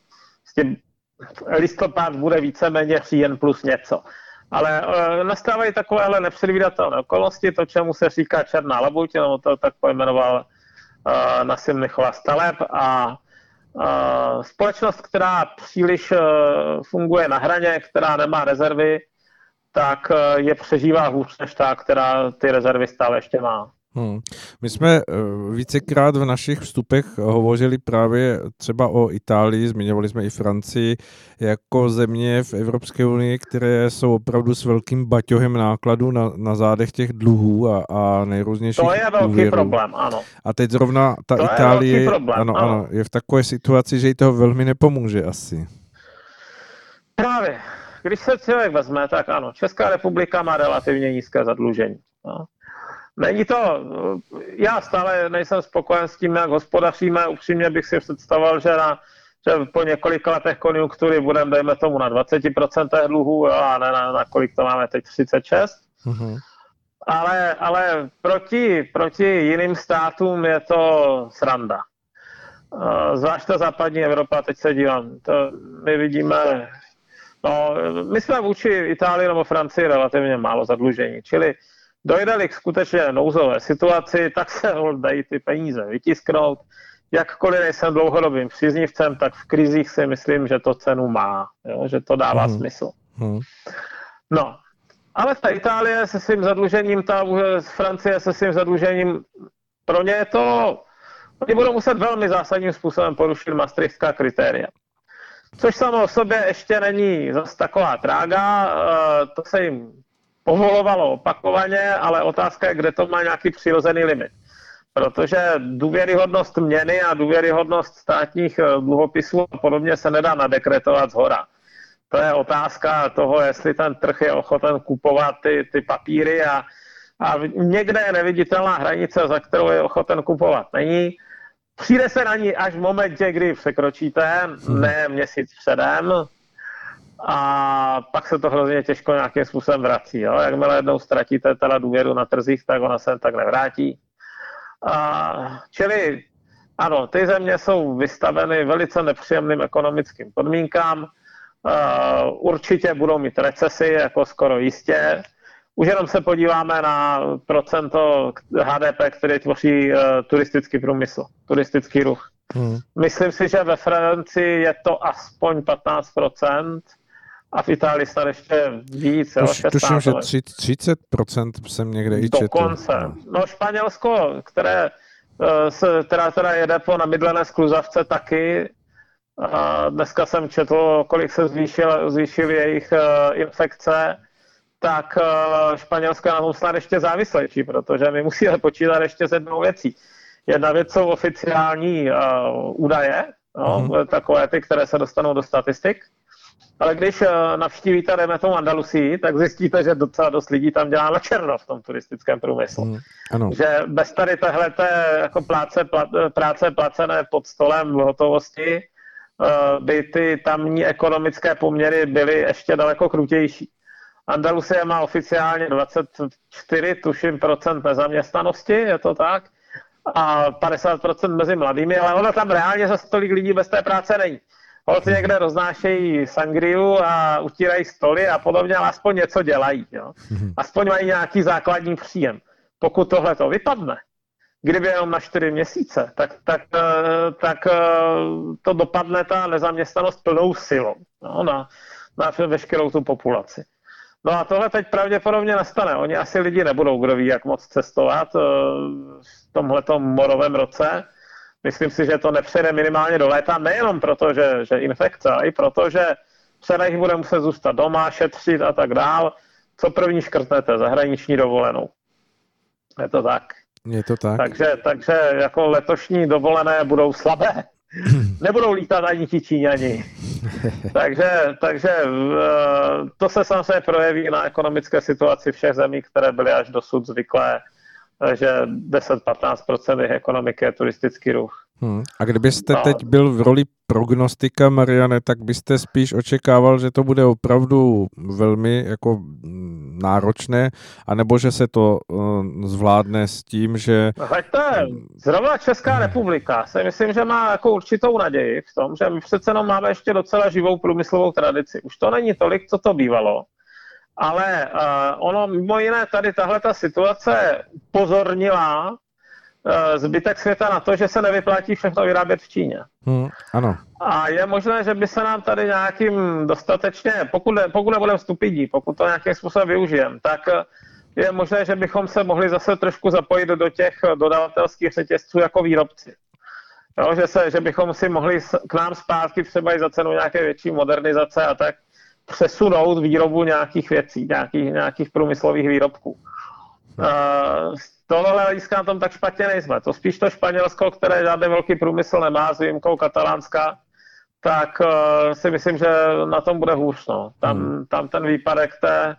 S2: listopad bude víceméně říjen plus něco. Ale nastávají takovéhle nepředvídatelné okolnosti, to, čemu se říká černá labuť, nebo to tak pojmenoval Nassim Nicholas Taleb, a společnost, která příliš funguje na hraně, která nemá rezervy, tak je přežívá hůř než ta, která ty rezervy stále ještě má.
S1: My jsme vícekrát v našich vstupech hovořili právě třeba o Itálii, zmiňovali jsme i Francii, jako země v Evropské unii, které jsou opravdu s velkým baťohem nákladů na zádech těch dluhů a nejrůznějších
S2: úvěrů. To je velký problém, ano.
S1: A teď zrovna ta Itálie ano, je v takové situaci, že jí toho velmi nepomůže asi.
S2: Právě. Když se člověk vezme, tak ano, Česká republika má relativně nízké zadlužení. No. Není to, já stále nejsem spokojen s tím, jak hospodaříme, upřímně bych si představoval, že po několika letech konjunktury budeme, dejme tomu, na 20% dluhů, a ne na kolik to máme teď, 36%. Ale proti jiným státům je to sranda. Zvlášť ta západní Evropa, teď se dívám, my vidíme, my jsme vůči Itálii nebo Francii relativně málo zadlužení, čili dojde-li k skutečně nouzové situaci, tak se dají ty peníze vytisknout. Jakkoliv nejsem dlouhodobým příznivcem, tak v krizích si myslím, že to cenu má, jo? Že to dává smysl. No, ale ta Itálie se svým zadlužením, ta Francie se svým zadlužením, pro ně je to, oni budou muset velmi zásadním způsobem porušit maastrichtská kritéria. Což samo o sobě ještě není zase taková trága, to se jim povolovalo opakovaně, ale otázka je, kde to má nějaký přirozený limit. Protože důvěryhodnost měny a důvěryhodnost státních dluhopisů a podobně se nedá nadekretovat zhora. To je otázka toho, jestli ten trh je ochoten kupovat ty papíry a někde je neviditelná hranice, za kterou je ochoten kupovat. Není. Přijde se na ní až v momentě, kdy překročíte, ne měsíc předem. a pak se to hrozně těžko nějakým způsobem vrací. Jo? Jakmile jednou ztratíte teda důvěru na trzích, tak ona se tak nevrátí. Čili ano, ty země jsou vystaveny velice nepříjemným ekonomickým podmínkám. Určitě budou mít recesi, jako skoro jistě. Už jenom se podíváme na procento HDP, který tvoří turistický průmysl, turistický ruch. Myslím si, že ve Francii je to aspoň 15%. A v Itálii snad ještě víc.
S1: Tuším, že 30% jsem někde i četl.
S2: Dokonce. No Španělsko, které teda jede po namydlené skluzavce taky. Dneska jsem četl, kolik se zvýšil jejich infekce, tak Španělsko je na tom snad ještě závislejší, protože my musíme počítat ještě s jednou věcí. Jedna věc jsou oficiální údaje, takové ty, které se dostanou do statistik. Ale když navštívíte, dejme tomu Andalusii, tak zjistíte, že docela dost lidí tam dělá na černo v tom turistickém průmyslu.
S1: Ano.
S2: Že bez tady téhleté jako práce placené pod stolem v hotovosti by ty tamní ekonomické poměry byly ještě daleko krutější. Andalusie má oficiálně 24, tuším, procent nezaměstnanosti, je to tak? A 50% mezi mladými, ale ono tam reálně za tolik lidí bez té práce není. Holci někde roznášejí sangriu a utírají stoly a podobně, ale aspoň něco dělají. Jo? Aspoň mají nějaký základní příjem. Pokud tohle to vypadne, kdyby jenom na 4 měsíce, tak to dopadne ta nezaměstnanost plnou silou, no, na veškerou tu populaci. No a tohle teď pravděpodobně nastane. Oni asi lidi nebudou, kdo ví, jak moc cestovat v tomhletom morovém roce. Myslím si, že to nepřejde minimálně do léta, nejenom proto, že infekce, ale i proto, že řada jich bude muset zůstat doma, šetřit a tak dál. Co první škrtnete? Zahraniční dovolenou. Je to tak.
S1: Je to tak.
S2: Takže jako letošní dovolené budou slabé. Nebudou lítat ani ti Číňani. takže to se samozřejmě projeví na ekonomické situaci všech zemí, které byly až dosud zvyklé, že 10-15% jejich ekonomiky je turistický ruch.
S1: A kdybyste teď byl v roli prognostika, Mariane, tak byste spíš očekával, že to bude opravdu velmi jako náročné, anebo že se to zvládne s tím, že...
S2: Hleďte, zrovna Česká republika si myslím, že má jako určitou naději v tom, že my přece jenom máme ještě docela živou průmyslovou tradici. Už to není tolik, co to bývalo. Ale ono mimo jiné tady tahleta situace upozornila zbytek světa na to, že se nevyplatí všechno vyrábět v Číně.
S1: Ano.
S2: A je možné, že by se nám tady nějakým dostatečně, pokud nebudeme stupidí, pokud to nějakým způsobem využijeme, tak je možné, že bychom se mohli zase trošku zapojit do těch dodavatelských řetězců jako výrobci. Jo, že bychom si mohli k nám zpátky třeba i za cenu nějaké větší modernizace a tak přesunout výrobu nějakých věcí, nějakých průmyslových výrobků. Z tohohle hlediska na tom tak špatně nejsme. To spíš to Španělsko, které žádný velký průmysl nemá, s výjimkou Katalánska, tak si myslím, že na tom bude hůř. No. Tam ten výpadek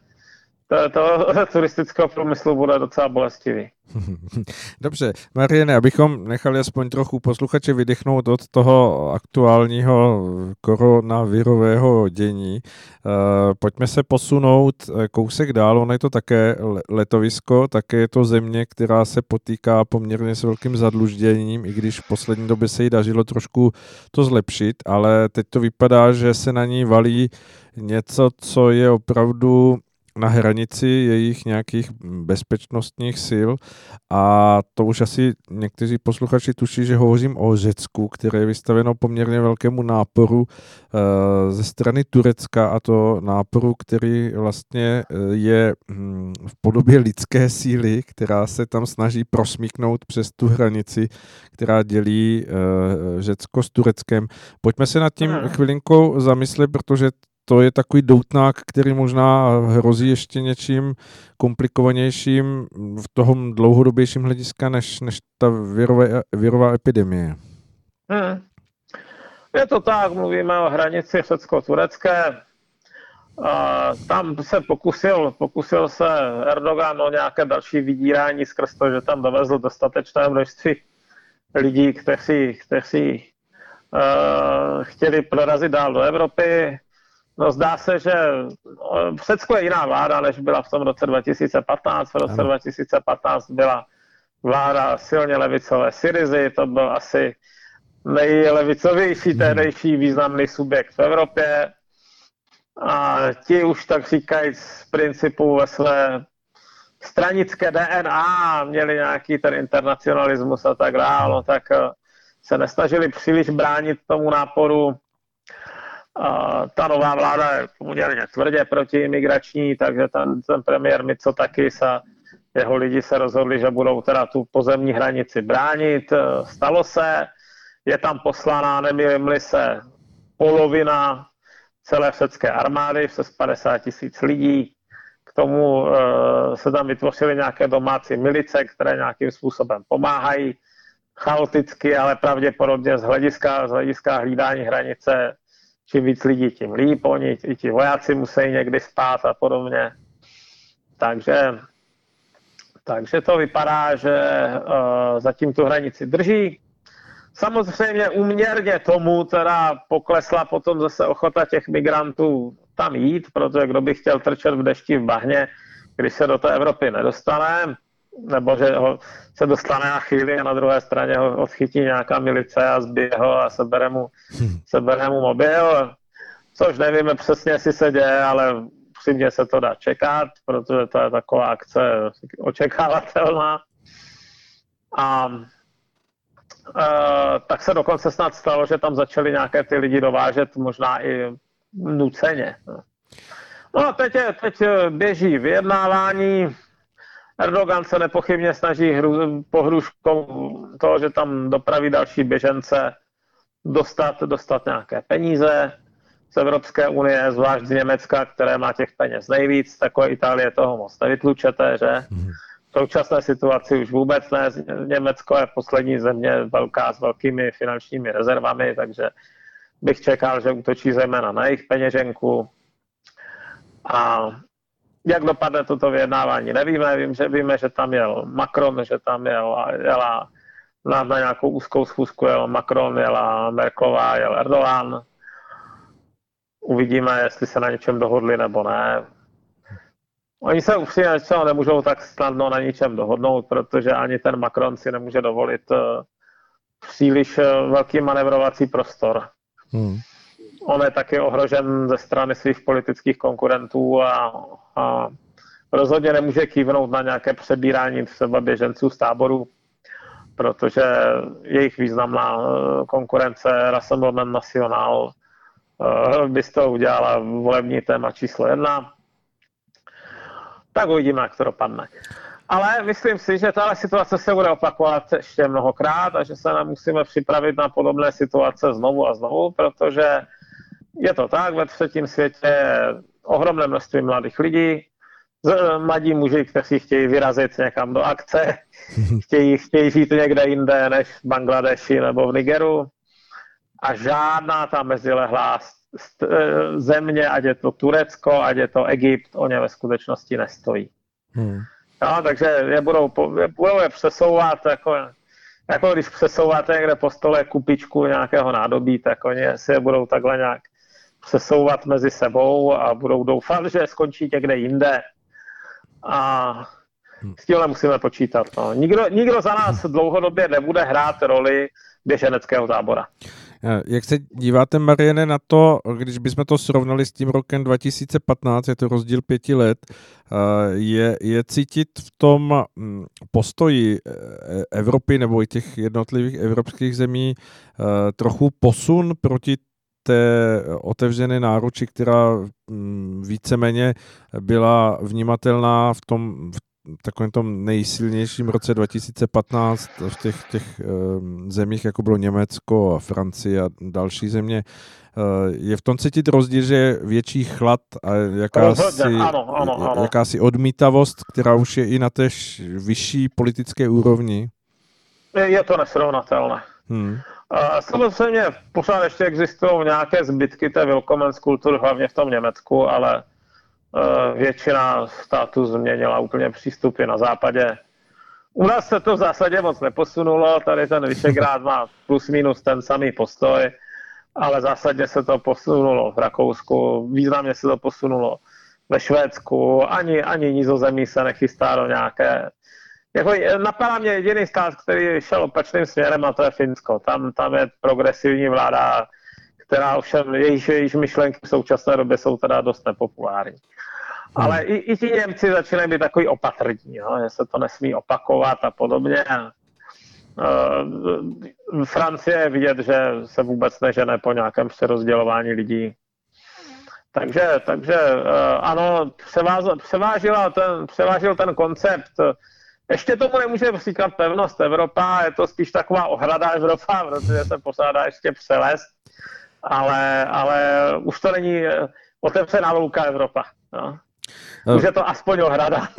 S2: toho turistického průmyslu bude docela bolestivý.
S1: Dobře, Mariane, abychom nechali aspoň trochu posluchače vydechnout od toho aktuálního koronavirového dění, pojďme se posunout kousek dál. Ono je to také letovisko, také je to země, která se potýká poměrně s velkým zadlužděním, i když v poslední době se jí dařilo trošku to zlepšit, ale teď to vypadá, že se na ní valí něco, co je opravdu na hranici jejich nějakých bezpečnostních sil a to už asi někteří posluchači tuší, že hovořím o Řecku, které je vystaveno poměrně velkému náporu ze strany Turecka a to náporu, který vlastně je v podobě lidské síly, která se tam snaží prosmíknout přes tu hranici, která dělí Řecko s Tureckem. Pojďme se nad tím chvilinkou zamyslet, protože to je takový doutnák, který možná hrozí ještě něčím komplikovanějším v tom dlouhodobějším hlediska, než ta virová epidemie.
S2: Je to tak, mluvíme o hranici řecko-turecké. Tam se pokusil se Erdogan o nějaké další vydírání skrz to, že tam dovezl dostatečné množství lidí, kteří chtěli prorazit dál do Evropy. No zdá se, že Řecko je jiná vláda, než byla v tom roce 2015. V roce 2015 byla vláda silně levicové Syrizy, to byl asi nejlevicovější tehdejší významný subjekt v Evropě. A ti už tak říkají z principu ve své stranické DNA měli nějaký ten internacionalismus a tak dále, no, tak se nesnažili příliš bránit tomu náporu. Ta nová vláda je poměrně tvrdě protiimigrační, takže ten premiér Mitsotakis a jeho lidi se rozhodli, že budou teda tu pozemní hranici bránit. Stalo se, je tam poslaná, nemýlím-li se, polovina celé řecké armády, přes 50 000 lidí. K tomu se tam vytvořily nějaké domácí milice, které nějakým způsobem pomáhají. Chaoticky, ale pravděpodobně z hlediska hlídání hranice, čím víc lidí, tím líp. Oni, i ti vojáci musí někdy spát a podobně. Takže to vypadá, že zatím tu hranici drží. Samozřejmě úměrně tomu teda poklesla potom zase ochota těch migrantů tam jít, protože kdo by chtěl trčet v dešti v bahně, když se do té Evropy nedostane, nebo že se dostane na chvíli a na druhé straně ho odchytí nějaká milice a zbije ho a sebere mu mobil, což nevíme přesně, jestli se děje, ale upřímně se to dá čekat, protože to je taková akce očekávatelná. A tak se dokonce snad stalo, že tam začali nějaké ty lidi dovážet možná i nuceně. No a teď běží vyjednávání. Erdogan se nepochybně snaží pohrůžkou toho, že tam dopraví další běžence, dostat nějaké peníze z Evropské unie, zvlášť z Německa, které má těch peněz nejvíc. Takové Itálie toho moc nevytlučete, že? V současné situaci už vůbec ne. Německo je poslední země velká s velkými finančními rezervami, takže bych čekal, že útočí zejména na jejich peněženku. A jak dopadne toto vyjednávání, nevíme. Víme, že tam jel Macron, že tam jela na nějakou úzkou schůzku, jel Macron, jela Merkelová, jel Erdogan. Uvidíme, jestli se na něčem dohodli nebo ne. Oni se upřímně nemůžou tak snadno na ničem dohodnout, protože ani ten Macron si nemůže dovolit příliš velký manevrovací prostor. On je taky ohrožen ze strany svých politických konkurentů a rozhodně nemůže kývnout na nějaké přebírání třeba běženců z táboru, protože jejich významná konkurence Rassemblement National by z toho udělala volební téma číslo 1. Tak uvidíme, jak to dopadne. Ale myslím si, že tahle situace se bude opakovat ještě mnohokrát a že se musíme připravit na podobné situace znovu a znovu, protože je to tak, ve třetím světě je ohromné množství mladých lidí, mladí muži, kteří chtějí vyrazit někam do akce, chtějí žít někde jinde než v Bangladeši nebo v Nigeru a žádná ta mezilehlá země, ať je to Turecko, ať je to Egypt, o ně ve skutečnosti nestojí. No, takže budou je přesouvat, jako když přesouváte někde po stole kupičku nějakého nádobí, tak oni si je budou takhle nějak přesouvat mezi sebou a budou doufat, že skončí někde jinde. A s tímhle musíme počítat. No. Nikdo za nás dlouhodobě nebude hrát roli běženeckého tábora.
S1: Jak se díváte, Mariane, na to, když bychom to srovnali s tím rokem 2015, je to rozdíl 5 let, je cítit v tom postoji Evropy nebo i těch jednotlivých evropských zemí trochu posun proti té otevřené náruči, která víceméně byla vnímatelná v takovém tom nejsilnějším roce 2015 v těch zemích, jako bylo Německo a Francie a další země. Je v tom cítit rozdíl, že je větší chlad a jakási odmítavost, která už je i na té vyšší politické úrovni?
S2: Je to nesrovnatelné. Samozřejmě pořád ještě existují nějaké zbytky té Willkommenskultury, hlavně v tom Německu, ale většina států změnila úplně přístupy na západě. U nás se to v zásadě moc neposunulo, tady ten Vyšegrád má plus minus ten samý postoj ale zásadně se to posunulo v Rakousku, významně se to posunulo ve Švédsku, ani Nizozemí se nechystá do nějaké... Jako napadá mě jediný stát, který šel opačným směrem, a to je Finsko. Tam je progresivní vláda, která ovšem, jejíž myšlenky v současné době jsou teda dost nepopulární. Ale i ti Němci začínají být takový opatrní, no, že se to nesmí opakovat a podobně. Francie je vidět, že se vůbec nežene po nějakém přerozdělování lidí. Takže ano, převážil ten koncept. Ještě tomu nemůže říkat pevnost Evropa, je to spíš taková ohrada Evropa, protože se posádá ještě přeles, ale už to není otevřená louka Evropa. No. Už je to aspoň ohrada.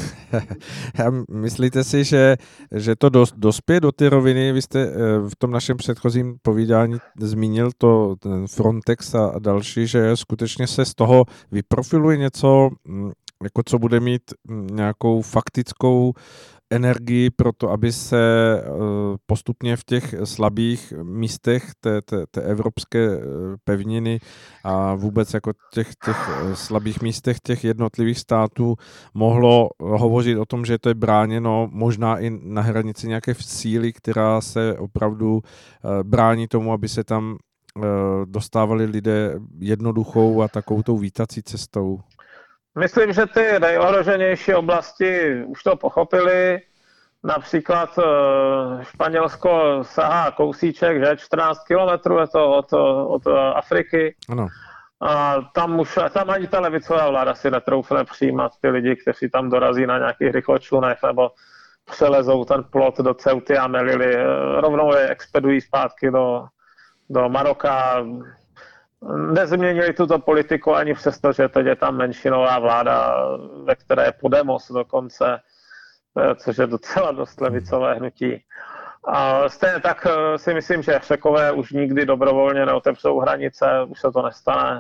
S1: Myslíte si, že to dospěje do té roviny? Vy jste v tom našem předchozím povídání zmínil ten Frontex a další, že skutečně se z toho vyprofiluje něco, jako co bude mít nějakou faktickou energii pro to, aby se postupně v těch slabých místech té evropské pevniny a vůbec jako těch slabých místech těch jednotlivých států mohlo hovořit o tom, že to je bráněno možná i na hranici nějaké síly, která se opravdu brání tomu, aby se tam dostávali lidé jednoduchou a takovou tou vítací cestou.
S2: Myslím, že ty nejohroženější oblasti už to pochopili. Například Španělsko sahá kousíček, že 14 kilometrů je to od Afriky.
S1: Ano.
S2: A tam ani ta levicová vláda si netroufne přijímat ty lidi, kteří tam dorazí na nějakých rychločlunech nebo přelezou ten plot do Ceuty a Melily. Rovnou je expedují zpátky do Maroka. Nezměnili tuto politiku ani přesto, že teď je tam menšinová vláda, ve které je Podemos dokonce, což je docela dost levicové hnutí. A stejně tak si myslím, že Řekové už nikdy dobrovolně neotevřou hranice, už se to nestane.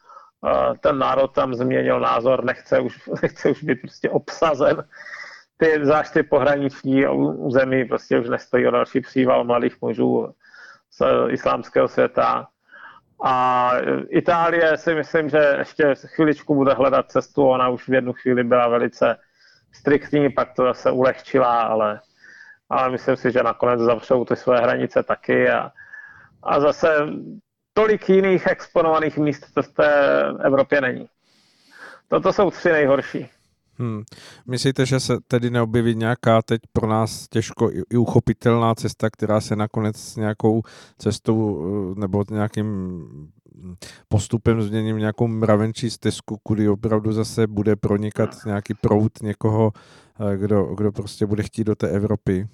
S2: Ten národ tam změnil názor, nechce už být prostě obsazen. Zvlášť ty pohraniční území prostě už nestojí o další příval mladých mužů z islámského světa. A Itálie si myslím, že ještě chviličku bude hledat cestu, ona už v jednu chvíli byla velice striktní, pak to zase ulehčila, ale myslím si, že nakonec zavřou ty své hranice taky a zase tolik jiných exponovaných míst v té Evropě není. Toto jsou 3 nejhorší.
S1: Myslíte, že se tedy neobjeví nějaká teď pro nás těžko i uchopitelná cesta, která se nakonec s nějakou cestou nebo nějakým postupem změní v nějakou mravenčí stezku, kudy opravdu zase bude pronikat nějaký proud někoho, kdo prostě bude chtít do té Evropy?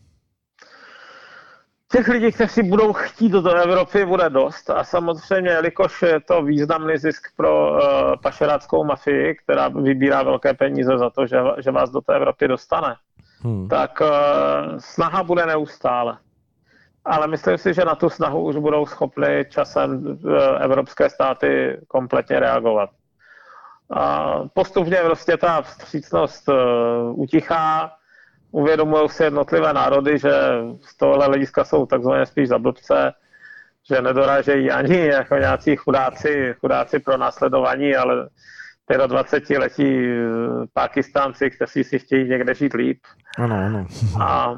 S2: Těch lidí, kteří budou chtít do Evropy, bude dost a samozřejmě, jelikož je to významný zisk pro pašeráckou mafii, která vybírá velké peníze za to, že vás do té Evropy dostane, tak snaha bude neustále. Ale myslím si, že na tu snahu už budou schopny časem evropské státy kompletně reagovat. A postupně prostě ta vstřícnost utichá, uvědomují si jednotlivé národy, že z tohohle hlediska jsou takzvaně spíš za blbce, že nedorážejí ani jako nějací chudáci pro následování, ale 25letí Pákistánci, kteří si chtějí někde žít líp.
S1: Ano.
S2: A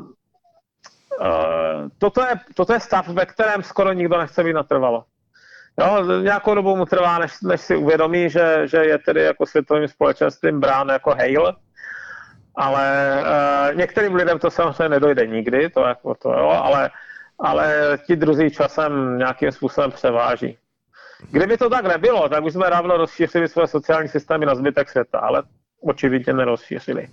S2: toto je stav, ve kterém skoro nikdo nechce být natrvalo. Jo, nějakou dobu mu trvá, než si uvědomí, že je tedy jako světovým společenstvím brán jako hejl, ale některým lidem to samozřejmě nedojde nikdy, ale ti druzí časem nějakým způsobem převáží. Kdyby to tak nebylo, tak už jsme dávno rozšířili své sociální systémy na zbytek světa, ale očividně nerozšířili.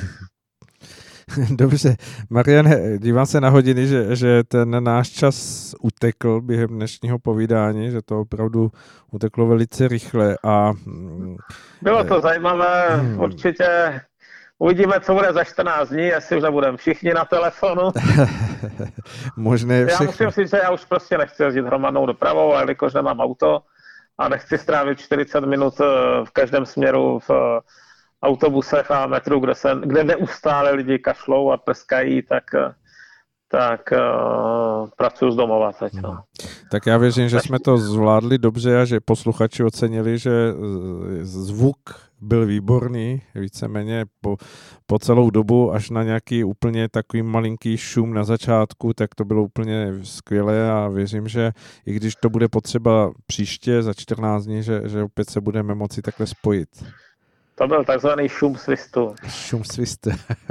S1: Dobře. Mariane, dívám se na hodiny, že ten náš čas utekl během dnešního povídání, že to opravdu uteklo velice rychle.
S2: Bylo to zajímavé, určitě. Uvidíme, co bude za 14 dní, jestli už nebudeme všichni na telefonu.
S1: Možné všechno.
S2: Já musím říct, že já už prostě nechci jezdit hromadnou dopravou, ale jelikož nemám auto a nechci strávit 40 minut v každém směru v autobusech a metru, kde neustále lidi kašlou a pleskají, tak pracuji z domova teď. No.
S1: Tak já věřím, že jsme to zvládli dobře a že posluchači ocenili, že zvuk byl výborný, víceméně po celou dobu, až na nějaký úplně takový malinký šum na začátku, tak to bylo úplně skvělé a věřím, že i když to bude potřeba příště za 14 dní, že opět se budeme moci takhle spojit.
S2: To byl takzvaný šum svistu.
S1: Šum svistu.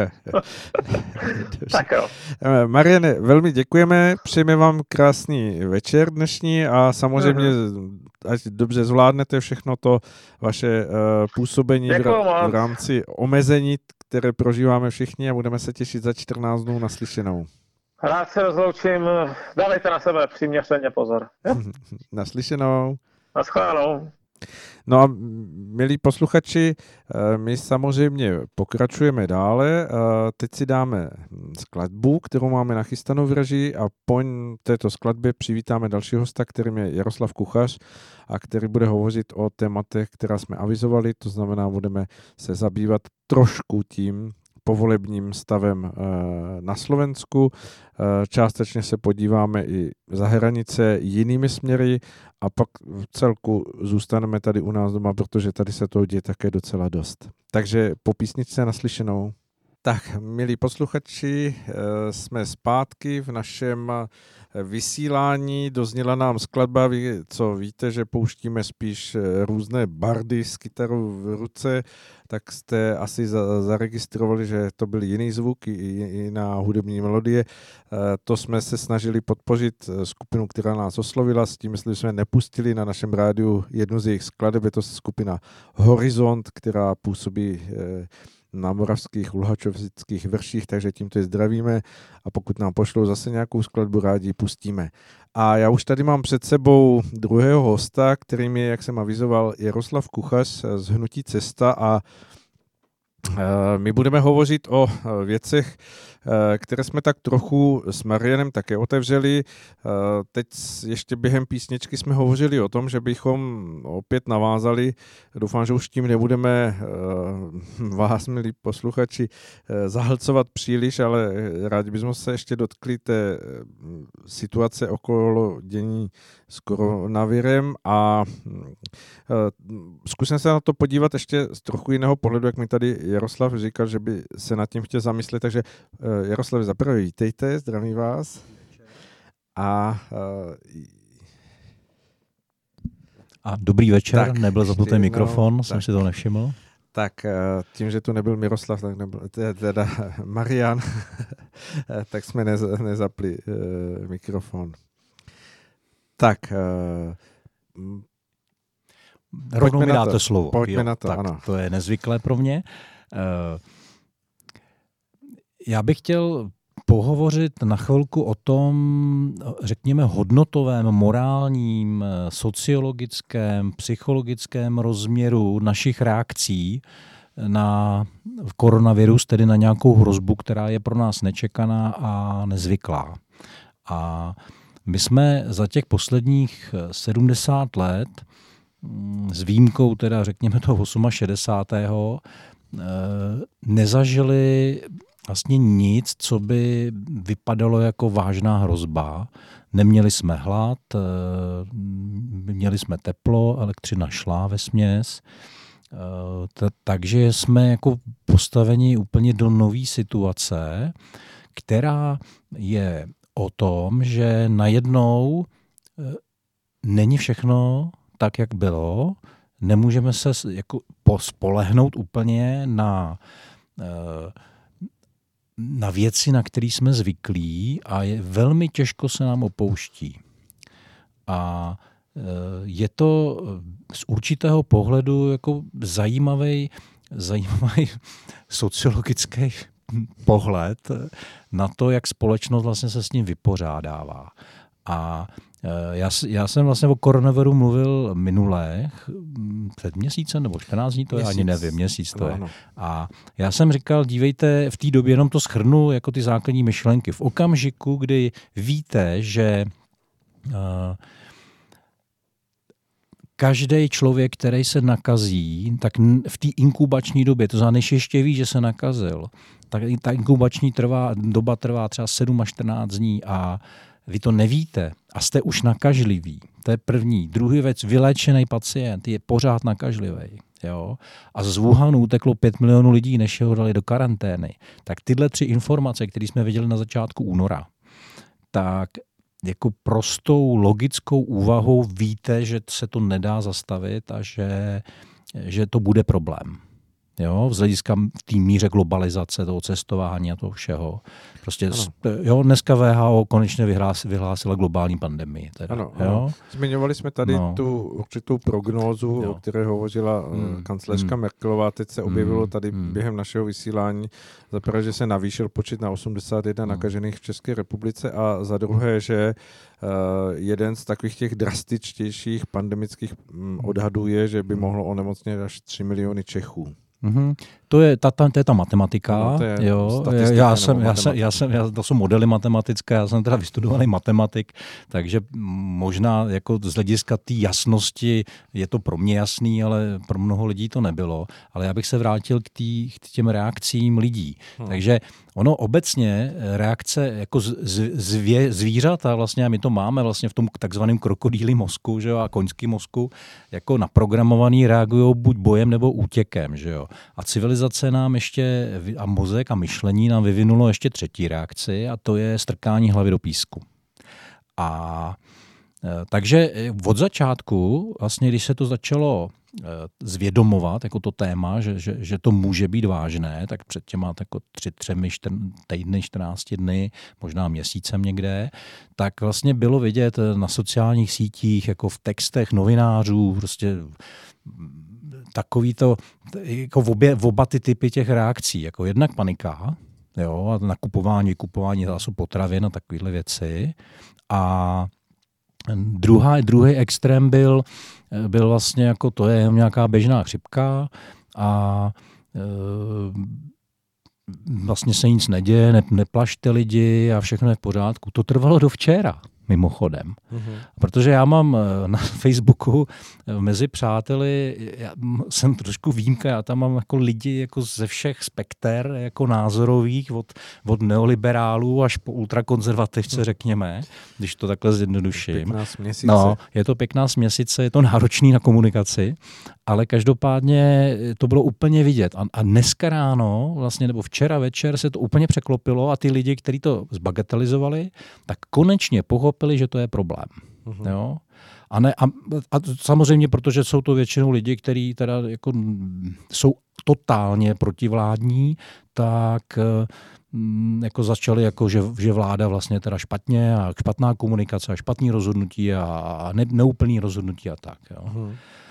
S2: Tak jo.
S1: Mariane, velmi děkujeme, přejeme vám krásný večer dnešní a samozřejmě, ať dobře zvládnete všechno to vaše působení v rámci omezení, které prožíváme všichni a budeme se těšit za 14 dnů naslyšenou.
S2: Rád se rozloučím, dávejte na sebe přiměřeně pozor.
S1: Naslyšenou.
S2: Naschledanou.
S1: No a milí posluchači, my samozřejmě pokračujeme dále. Teď si dáme skladbu, kterou máme nachystanou v režii a po této skladbě přivítáme dalšího hosta, kterým je Jaroslav Kuchař a který bude hovořit o tématech, která jsme avizovali, to znamená, budeme se zabývat trošku tím povolebním stavem na Slovensku. Částečně se podíváme i za hranice jinými směry a pak v celku zůstaneme tady u nás doma, protože tady se toho děje také docela dost. Takže po písničce naslyšenou. Tak, milí posluchači, jsme zpátky v našem vysílání. Dozněla nám skladba, co víte, že pouštíme spíš různé bardy s kytarou v ruce, tak jste asi zaregistrovali, že to byl jiný zvuk, jiná hudební melodie. To jsme se snažili podpořit skupinu, která nás oslovila, s tím, jestli jsme nepustili na našem rádiu jednu z jejich skladeb, je to skupina Horizont, která působí na moravských luhačovických vrších, takže tímto je zdravíme a pokud nám pošlou zase nějakou skladbu, rádi pustíme. A já už tady mám před sebou druhého hosta, kterým je, jak jsem avizoval, Jaroslav Kuchař z hnutí Cesta a my budeme hovořit o věcech, které jsme tak trochu s Marianem také otevřeli. Teď ještě během písničky jsme hovořili o tom, že bychom opět navázali. Doufám, že už tím nebudeme vás, milí posluchači, zahlcovat příliš, ale rádi bychom se ještě dotkli té situace okolo dění s koronavirem a zkusím se na to podívat ještě z trochu jiného pohledu, jak mi tady Jaroslav říkal, že by se nad tím chtěl zamyslet, takže Jaroslav, zaprvé vítejte, zdravím vás. A
S3: dobrý večer, tak, nebyl zapnutý mikrofon, jsem si to nevšiml.
S1: Tak tím, že tu nebyl Miroslav, tak nebyl teda Marian, tak jsme nezapli mikrofon. Tak
S3: rovnou mi dáte slovo.
S1: Pojďme na to,
S3: tak
S1: ano.
S3: To je nezvyklé pro mě. Já bych chtěl pohovořit na chvilku o tom, řekněme, hodnotovém, morálním, sociologickém, psychologickém rozměru našich reakcí na koronavirus, tedy na nějakou hrozbu, která je pro nás nečekaná a nezvyklá. A my jsme za těch posledních 70 let, s výjimkou teda řekněme toho 68. nezažili vlastně nic, co by vypadalo jako vážná hrozba. Neměli jsme hlad, měli jsme teplo, elektřina šla vesměs, takže jsme jako postaveni úplně do nové situace, která je o tom, že najednou není všechno tak, jak bylo, nemůžeme se jako spolehnout úplně na věci, na které jsme zvyklí a velmi těžko se nám opouští. A je to z určitého pohledu jako zajímavý sociologický pohled na to, jak společnost vlastně se s ním vypořádává. A já jsem vlastně o koronaviru mluvil minule, před měsícem nebo 14 dní, to je, ani nevím, měsíc to je. A já jsem říkal, dívejte, v té době jenom to shrnu jako ty základní myšlenky. V okamžiku, kdy víte, že každý člověk, který se nakazí, tak v té inkubační době, to znamená, než ještě ví, že se nakazil, tak ta inkubační doba trvá třeba 7 až 14 dní a vy to nevíte a jste už nakažliví. To je první. Druhý věc, vyléčený pacient je pořád nakažlivý. Jo? A z Wuhanu uteklo 5 milionů lidí, než ho dali do karantény. Tak tyhle 3 informace, které jsme viděli na začátku února, tak jako prostou logickou úvahou víte, že se to nedá zastavit a že to bude problém. Jo, z hlediska v té míře globalizace, toho cestování a toho všeho. Prostě jo, dneska WHO konečně vyhlásila globální pandemii. Teda,
S1: ano,
S3: jo?
S1: ano. Zmiňovali jsme tady tu určitou prognózu, o které hovořila kancléřka Merkelová. Teď se objevilo tady během našeho vysílání za prvé, že se navýšil počet na 81 nakažených v České republice a za druhé, že jeden z takových těch drastičtějších pandemických odhadů je, že by mohlo onemocnit až 3 miliony Čechů.
S3: Mm-hmm. To je ta matematika.
S1: No, to je
S3: jo. To jsou modely matematické, já jsem teda vystudovaný matematik, takže možná jako z hlediska té jasnosti je to pro mě jasný, ale pro mnoho lidí to nebylo. Ale já bych se vrátil k těm reakcím lidí. Takže ono obecně reakce jako zvířata, vlastně, a my to máme vlastně v tom takzvaném krokodýlí mozku, že jo, a koňský mozku, jako naprogramovaný reagují buď bojem nebo útěkem. Že jo. A civilizace nám ještě, a mozek a myšlení nám vyvinulo ještě třetí reakci a to je strkání hlavy do písku. A takže od začátku, vlastně, když se to začalo zvědomovat jako to téma, že to může být vážné, tak před těma jako 3 týdny, 14 dny, možná měsícem někde, tak vlastně bylo vidět na sociálních sítích, jako v textech novinářů, prostě takový to, jako oba ty typy těch reakcí, jako jednak panika, jo, a kupování zásob potravin a takovéhle věci. A druhý extrém byl vlastně jako to je nějaká běžná chřipka a vlastně se nic neděje, neplašte lidi a všechno je v pořádku. To trvalo do včera. Mimochodem. Protože já mám na Facebooku mezi přáteli, já jsem trošku výjimka, já tam mám jako lidi jako ze všech spekter jako názorových, od neoliberálů až po ultrakonzervativce, řekněme, když to takhle zjednoduším.
S1: Pěkná směsice.
S3: No, je to pěkná směsice, je to náročný na komunikaci, ale každopádně to bylo úplně vidět. A dneska ráno, vlastně, nebo včera večer se to úplně překlopilo a ty lidi, kteří to zbagatelizovali, tak konečně pochopili, že to je problém. Jo? A samozřejmě, protože jsou to většinou lidi, kteří teda jako jsou totálně protivládní, tak jako začali, jako, že vláda vlastně teda špatně a špatná komunikace a špatný rozhodnutí a neúplný rozhodnutí a tak. Jo.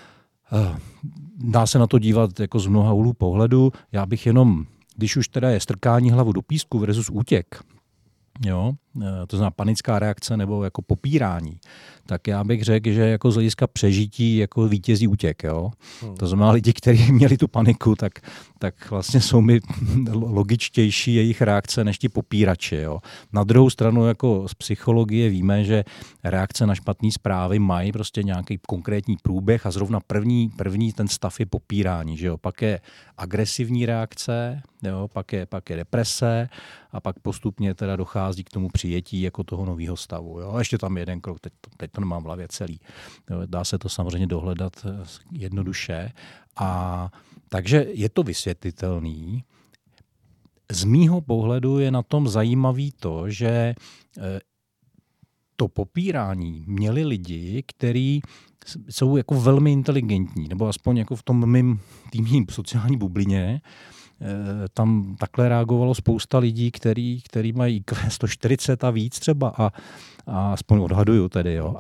S3: Dá se na to dívat jako z mnoha úhlů pohledu. Já bych jenom, když už teda je strkání hlavu do písku versus útěk, jo, to znamená panická reakce nebo jako popírání, tak já bych řekl, že jako z hlediska přežití jako vítězí útěk. Jo. To znamená lidi, kteří měli tu paniku, tak vlastně jsou mi logičtější jejich reakce než ti popírači. Jo. Na druhou stranu jako z psychologie víme, že reakce na špatné zprávy mají prostě nějaký konkrétní průběh a zrovna první ten stav je popírání. Že jo. Pak je agresivní reakce, jo, pak je deprese a pak postupně teda dochází k tomu přijetí jako toho nového stavu. Jo. A ještě tam jeden krok, teď to nemám v hlavě celý. Jo, dá se to samozřejmě dohledat jednoduše. A takže je to vysvětlitelný. Z mýho pohledu je na tom zajímavý to, že to popírání měli lidi, kteří jsou jako velmi inteligentní, nebo aspoň jako v tom mým sociální bublině, tam takhle reagovalo spousta lidí, který mají IQ 140 a víc třeba a aspoň odhaduju tedy. Jo.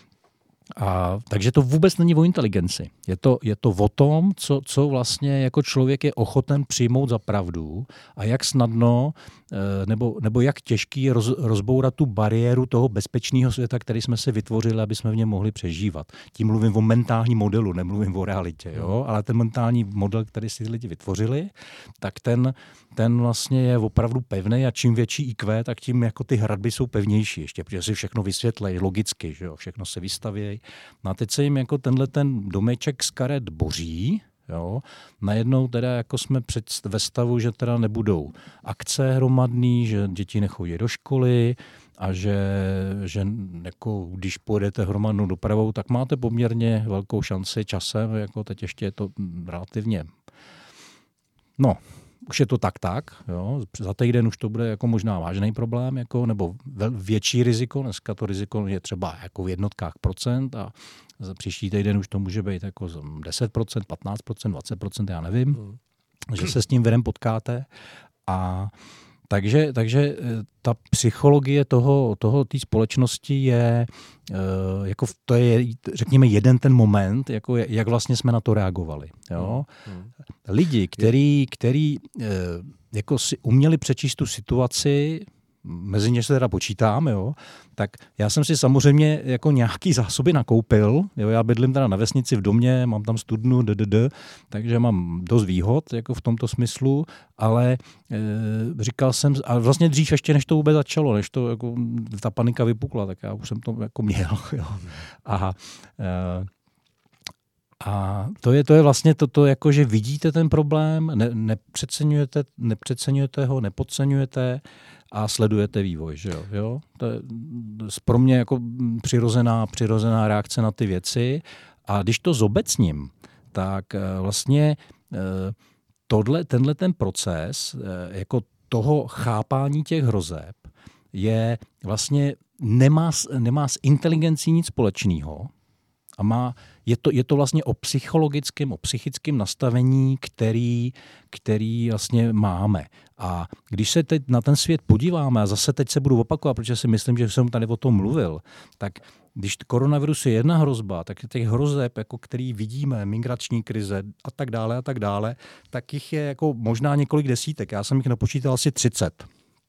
S3: A takže to vůbec není o inteligenci. Je to o tom, co vlastně jako člověk je ochoten přijmout za pravdu a jak snadno nebo jak těžký je rozbourat tu bariéru toho bezpečného světa, který jsme si vytvořili, aby jsme v něm mohli přežívat. Tím mluvím o mentálním modelu, nemluvím o realitě. Jo? Ale ten mentální model, který si lidi vytvořili, tak ten vlastně je opravdu pevný a čím větší IQ, tak tím jako ty hradby jsou pevnější ještě, protože si všechno vysvětlejí logicky, že jo? Všechno se vystavějí No a teď se jim jako tenhle ten domeček z karet boří, jo. Najednou teda jako jsme ve stavu, že teda nebudou akce hromadný, že děti nechodí do školy a že jako když pojedete hromadnou dopravou, tak máte poměrně velkou šanci časem, jako teď ještě je to relativně, no, už je to tak, jo. Za týden už to bude jako možná vážný problém, jako, nebo větší riziko. Dneska to riziko je třeba jako v jednotkách procent a za příští týden už to může být jako 10%, 15%, 20%, já nevím, že se s tím virem potkáte. A takže ta psychologie té společnosti je, jako to je, řekněme, jeden ten moment, jako jak vlastně jsme na to reagovali. Jo? Lidi, který jako si uměli přečíst tu situaci, mezi ně se teda počítám, jo, tak já jsem si samozřejmě jako nějaký zásoby nakoupil, jo, já bydlím teda na vesnici v domě, mám tam studnu, takže mám dost výhod jako v tomto smyslu, ale říkal jsem, a vlastně dřív ještě než to vůbec začalo, než to jako ta panika vypukla, tak já už jsem to jako měl, jo. A to je vlastně to jako, že vidíte ten problém, nepřeceňujete ho, nepodceňujete a sledujete vývoj. Že jo? To je pro mě jako přirozená reakce na ty věci. A když to zobecním, tak vlastně tenhle ten proces jako toho chápání těch hrozeb je vlastně nemá s inteligencí nic společného. A je to vlastně o psychickém nastavení, který vlastně máme. A když se teď na ten svět podíváme, a zase teď se budu opakovat, protože si myslím, že jsem tady o tom mluvil, tak když koronavirus je jedna hrozba, tak těch hrozeb, jako který vidíme, migrační krize a tak dále, tak jich je jako možná několik desítek. Já jsem jich napočítal asi 30.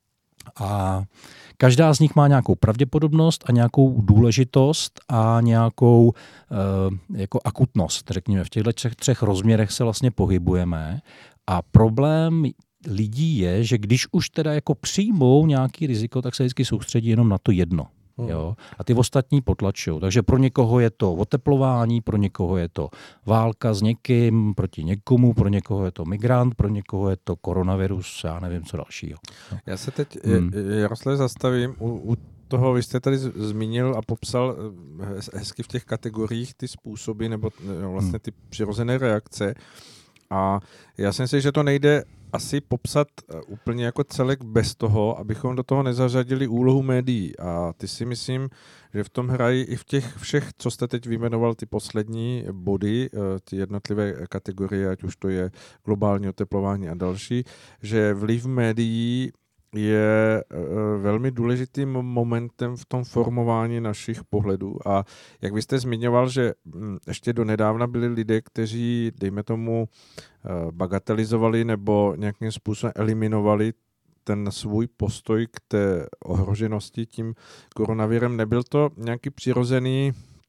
S3: A každá z nich má nějakou pravděpodobnost a nějakou důležitost a nějakou jako akutnost, řekněme. V těchto třech rozměrech se vlastně pohybujeme a problém lidí je, že když už teda jako přijmou nějaký riziko, tak se vždycky soustředí jenom na to jedno. Jo? A ty ostatní potlačují. Takže pro někoho je to oteplování, pro někoho je to válka s někým, proti někomu, pro někoho je to migrant, pro někoho je to koronavirus, já nevím, co dalšího.
S1: Já se teď, Jaroslav, zastavím u toho, vy jste tady zmínil a popsal hezky v těch kategoriích ty způsoby nebo vlastně ty přirozené reakce. A já si myslím, že to nejde asi popsat úplně jako celek bez toho, abychom do toho nezařadili úlohu médií. A ty si myslím, že v tom hrají i v těch všech, co jste teď vyjmenoval, ty poslední body, ty jednotlivé kategorie, ať už to je globální oteplování a další, že vliv médií je velmi důležitým momentem v tom formování našich pohledů. A jak vy jste zmiňoval, že ještě donedávna byli lidé, kteří, dejme tomu, bagatelizovali nebo nějakým způsobem eliminovali ten svůj postoj k té ohroženosti tím koronavirem. Nebyl to nějaký přirozený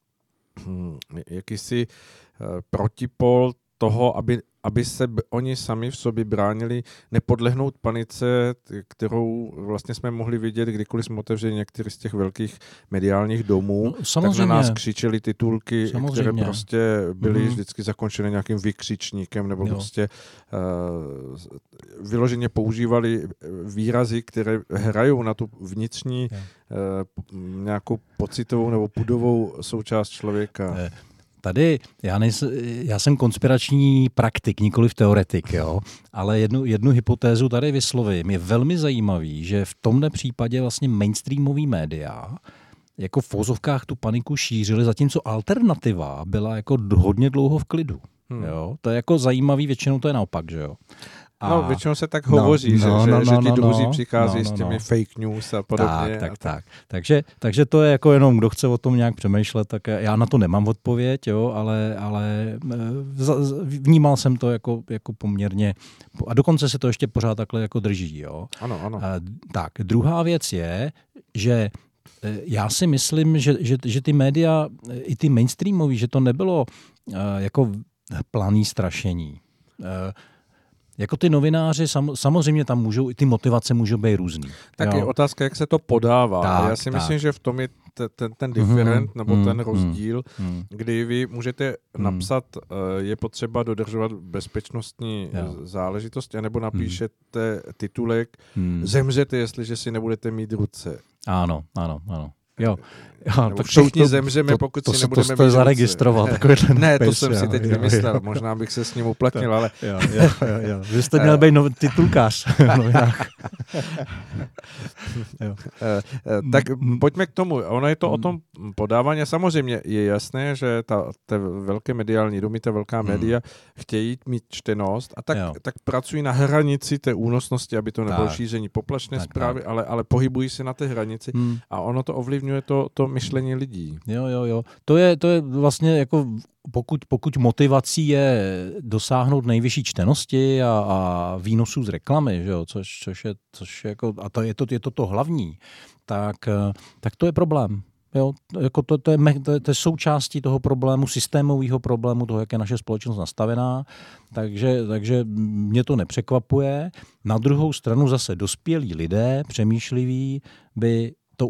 S1: jakýsi protipol toho, aby se oni sami v sobě bránili nepodlehnout panice, kterou vlastně jsme mohli vidět, kdykoliv jsme otevřeli některý z těch velkých mediálních domů, tak na nás křičeli titulky, které prostě byly vždycky zakončené nějakým vykřičníkem, nebo prostě vyloženě používali výrazy, které hrajou na tu vnitřní nějakou pocitovou nebo pudovou součást člověka.
S3: Tady já jsem konspirační praktik, nikoliv teoretik, jo? Ale jednu hypotézu tady vyslovím. Je velmi zajímavý, že v tomhle případě vlastně mainstreamový média jako v vozovkách tu paniku šířili, zatímco alternativa byla jako hodně dlouho v klidu. Jo? To je jako zajímavý, většinou to je naopak, že jo.
S1: No, většinou se tak hovoří, že ti druzí přichází s těmi fake news a podobně.
S3: Takže to je jako jenom, kdo chce o tom nějak přemýšlet, tak já na to nemám odpověď, jo, ale vnímal jsem to jako poměrně, a dokonce se to ještě pořád takhle jako drží. Jo.
S1: Ano.
S3: Tak, druhá věc je, že já si myslím, že ty média, i ty mainstreamový, že to nebylo jako planý strašení. jako ty novináři, samozřejmě tam můžou, ty motivace můžou být různý.
S1: Tak je otázka, jak se to podává. Tak, já si myslím, že v tom je ten diferent nebo ten rozdíl, kdy vy můžete napsat, je potřeba dodržovat bezpečnostní záležitosti, anebo napíšete titulek, zemřete, jestliže si nebudete mít ruce.
S3: Ano. Jo,
S1: tak všichni zemřeme, pokud si nebudeme mít ruce.
S3: To zaregistroval.
S1: Ne, to jsem si teď vymyslel. Možná bych se s ním uplatnil, ale...
S3: Jo. Vy jste měl být titulkář v novinách.
S1: Tak pojďme k tomu. Ono je to o tom podávání. Samozřejmě je jasné, že ty velké mediální domy, ta velká média chtějí mít čtenost a tak pracují na hranici té únosnosti, aby to nebylo šíření poplašné zprávy, ale pohybují se na té hranici a ono to ovlivňuje to myšlení lidí.
S3: Jo. To je vlastně jako pokud motivací je dosáhnout nejvyšší čtenosti a výnosů z reklamy, že jo, což je jako, a to je to hlavní, tak to je problém. Jo, jako to je součástí toho problému, systémového problému, toho, jak je naše společnost nastavená, takže mě to nepřekvapuje. Na druhou stranu zase dospělí lidé, přemýšliví, by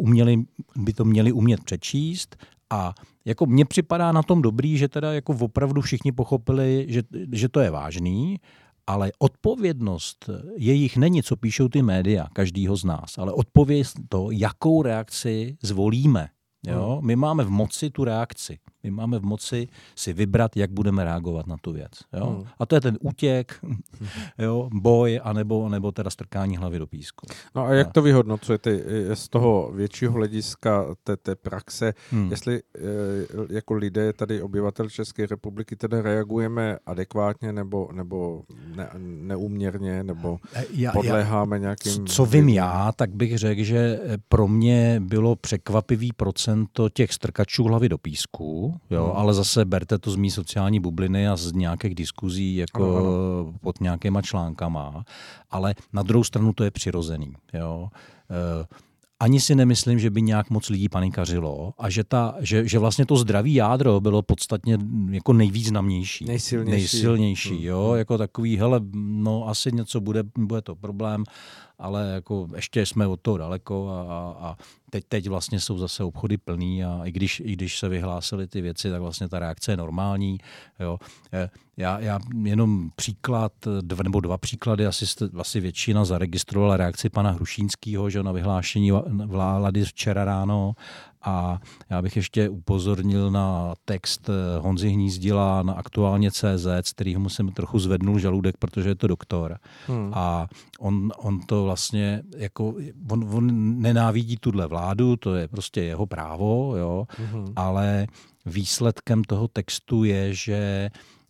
S3: to měli umět přečíst a jako mně připadá na tom dobrý, že teda jako opravdu všichni pochopili, že to je vážný, ale odpovědnost jejich není, co píšou ty média, každýho z nás, ale odpověď to, jakou reakci zvolíme. Jo? My máme v moci tu reakci. My máme v moci si vybrat, jak budeme reagovat na tu věc. Jo? A to je ten útěk, boj, anebo teda strkání hlavy do písku.
S1: No a jak to vyhodnocujete z toho většího hlediska té praxe, jestli jako lidé, tady obyvatel České republiky, tedy reagujeme adekvátně nebo neúměrně, nebo podléháme nějakým...
S3: Co vím já, tak bych řekl, že pro mě bylo překvapivý procento těch strkačů hlavy do písku, jo, ale zase berte to z mý sociální bubliny a z nějakých diskuzí jako pod nějakýma článkama, ale na druhou stranu to je přirozený. Jo. Ani si nemyslím, že by nějak moc lidí panikařilo a že vlastně to zdraví jádro bylo podstatně jako nejvýznamnější. Nejsilnější, jo, jako takový, hele, no asi něco bude to problém, ale jako ještě jsme od toho daleko a teď vlastně jsou zase obchody plný a i když se vyhlásily ty věci, tak vlastně ta reakce je normální. Jo. Já jenom příklad, dva příklady, asi většina zaregistrovala reakci pana Hrušínského, že na vyhlášení vlády včera ráno. A já bych ještě upozornil na text Honzy Hnízdila na Aktuálně.cz, z kterýho jsem trochu zvednul žaludek, protože je to doktor. A on to vlastně, jako, on nenávidí tuhle vládu, to je prostě jeho právo, jo, ale výsledkem toho textu je, že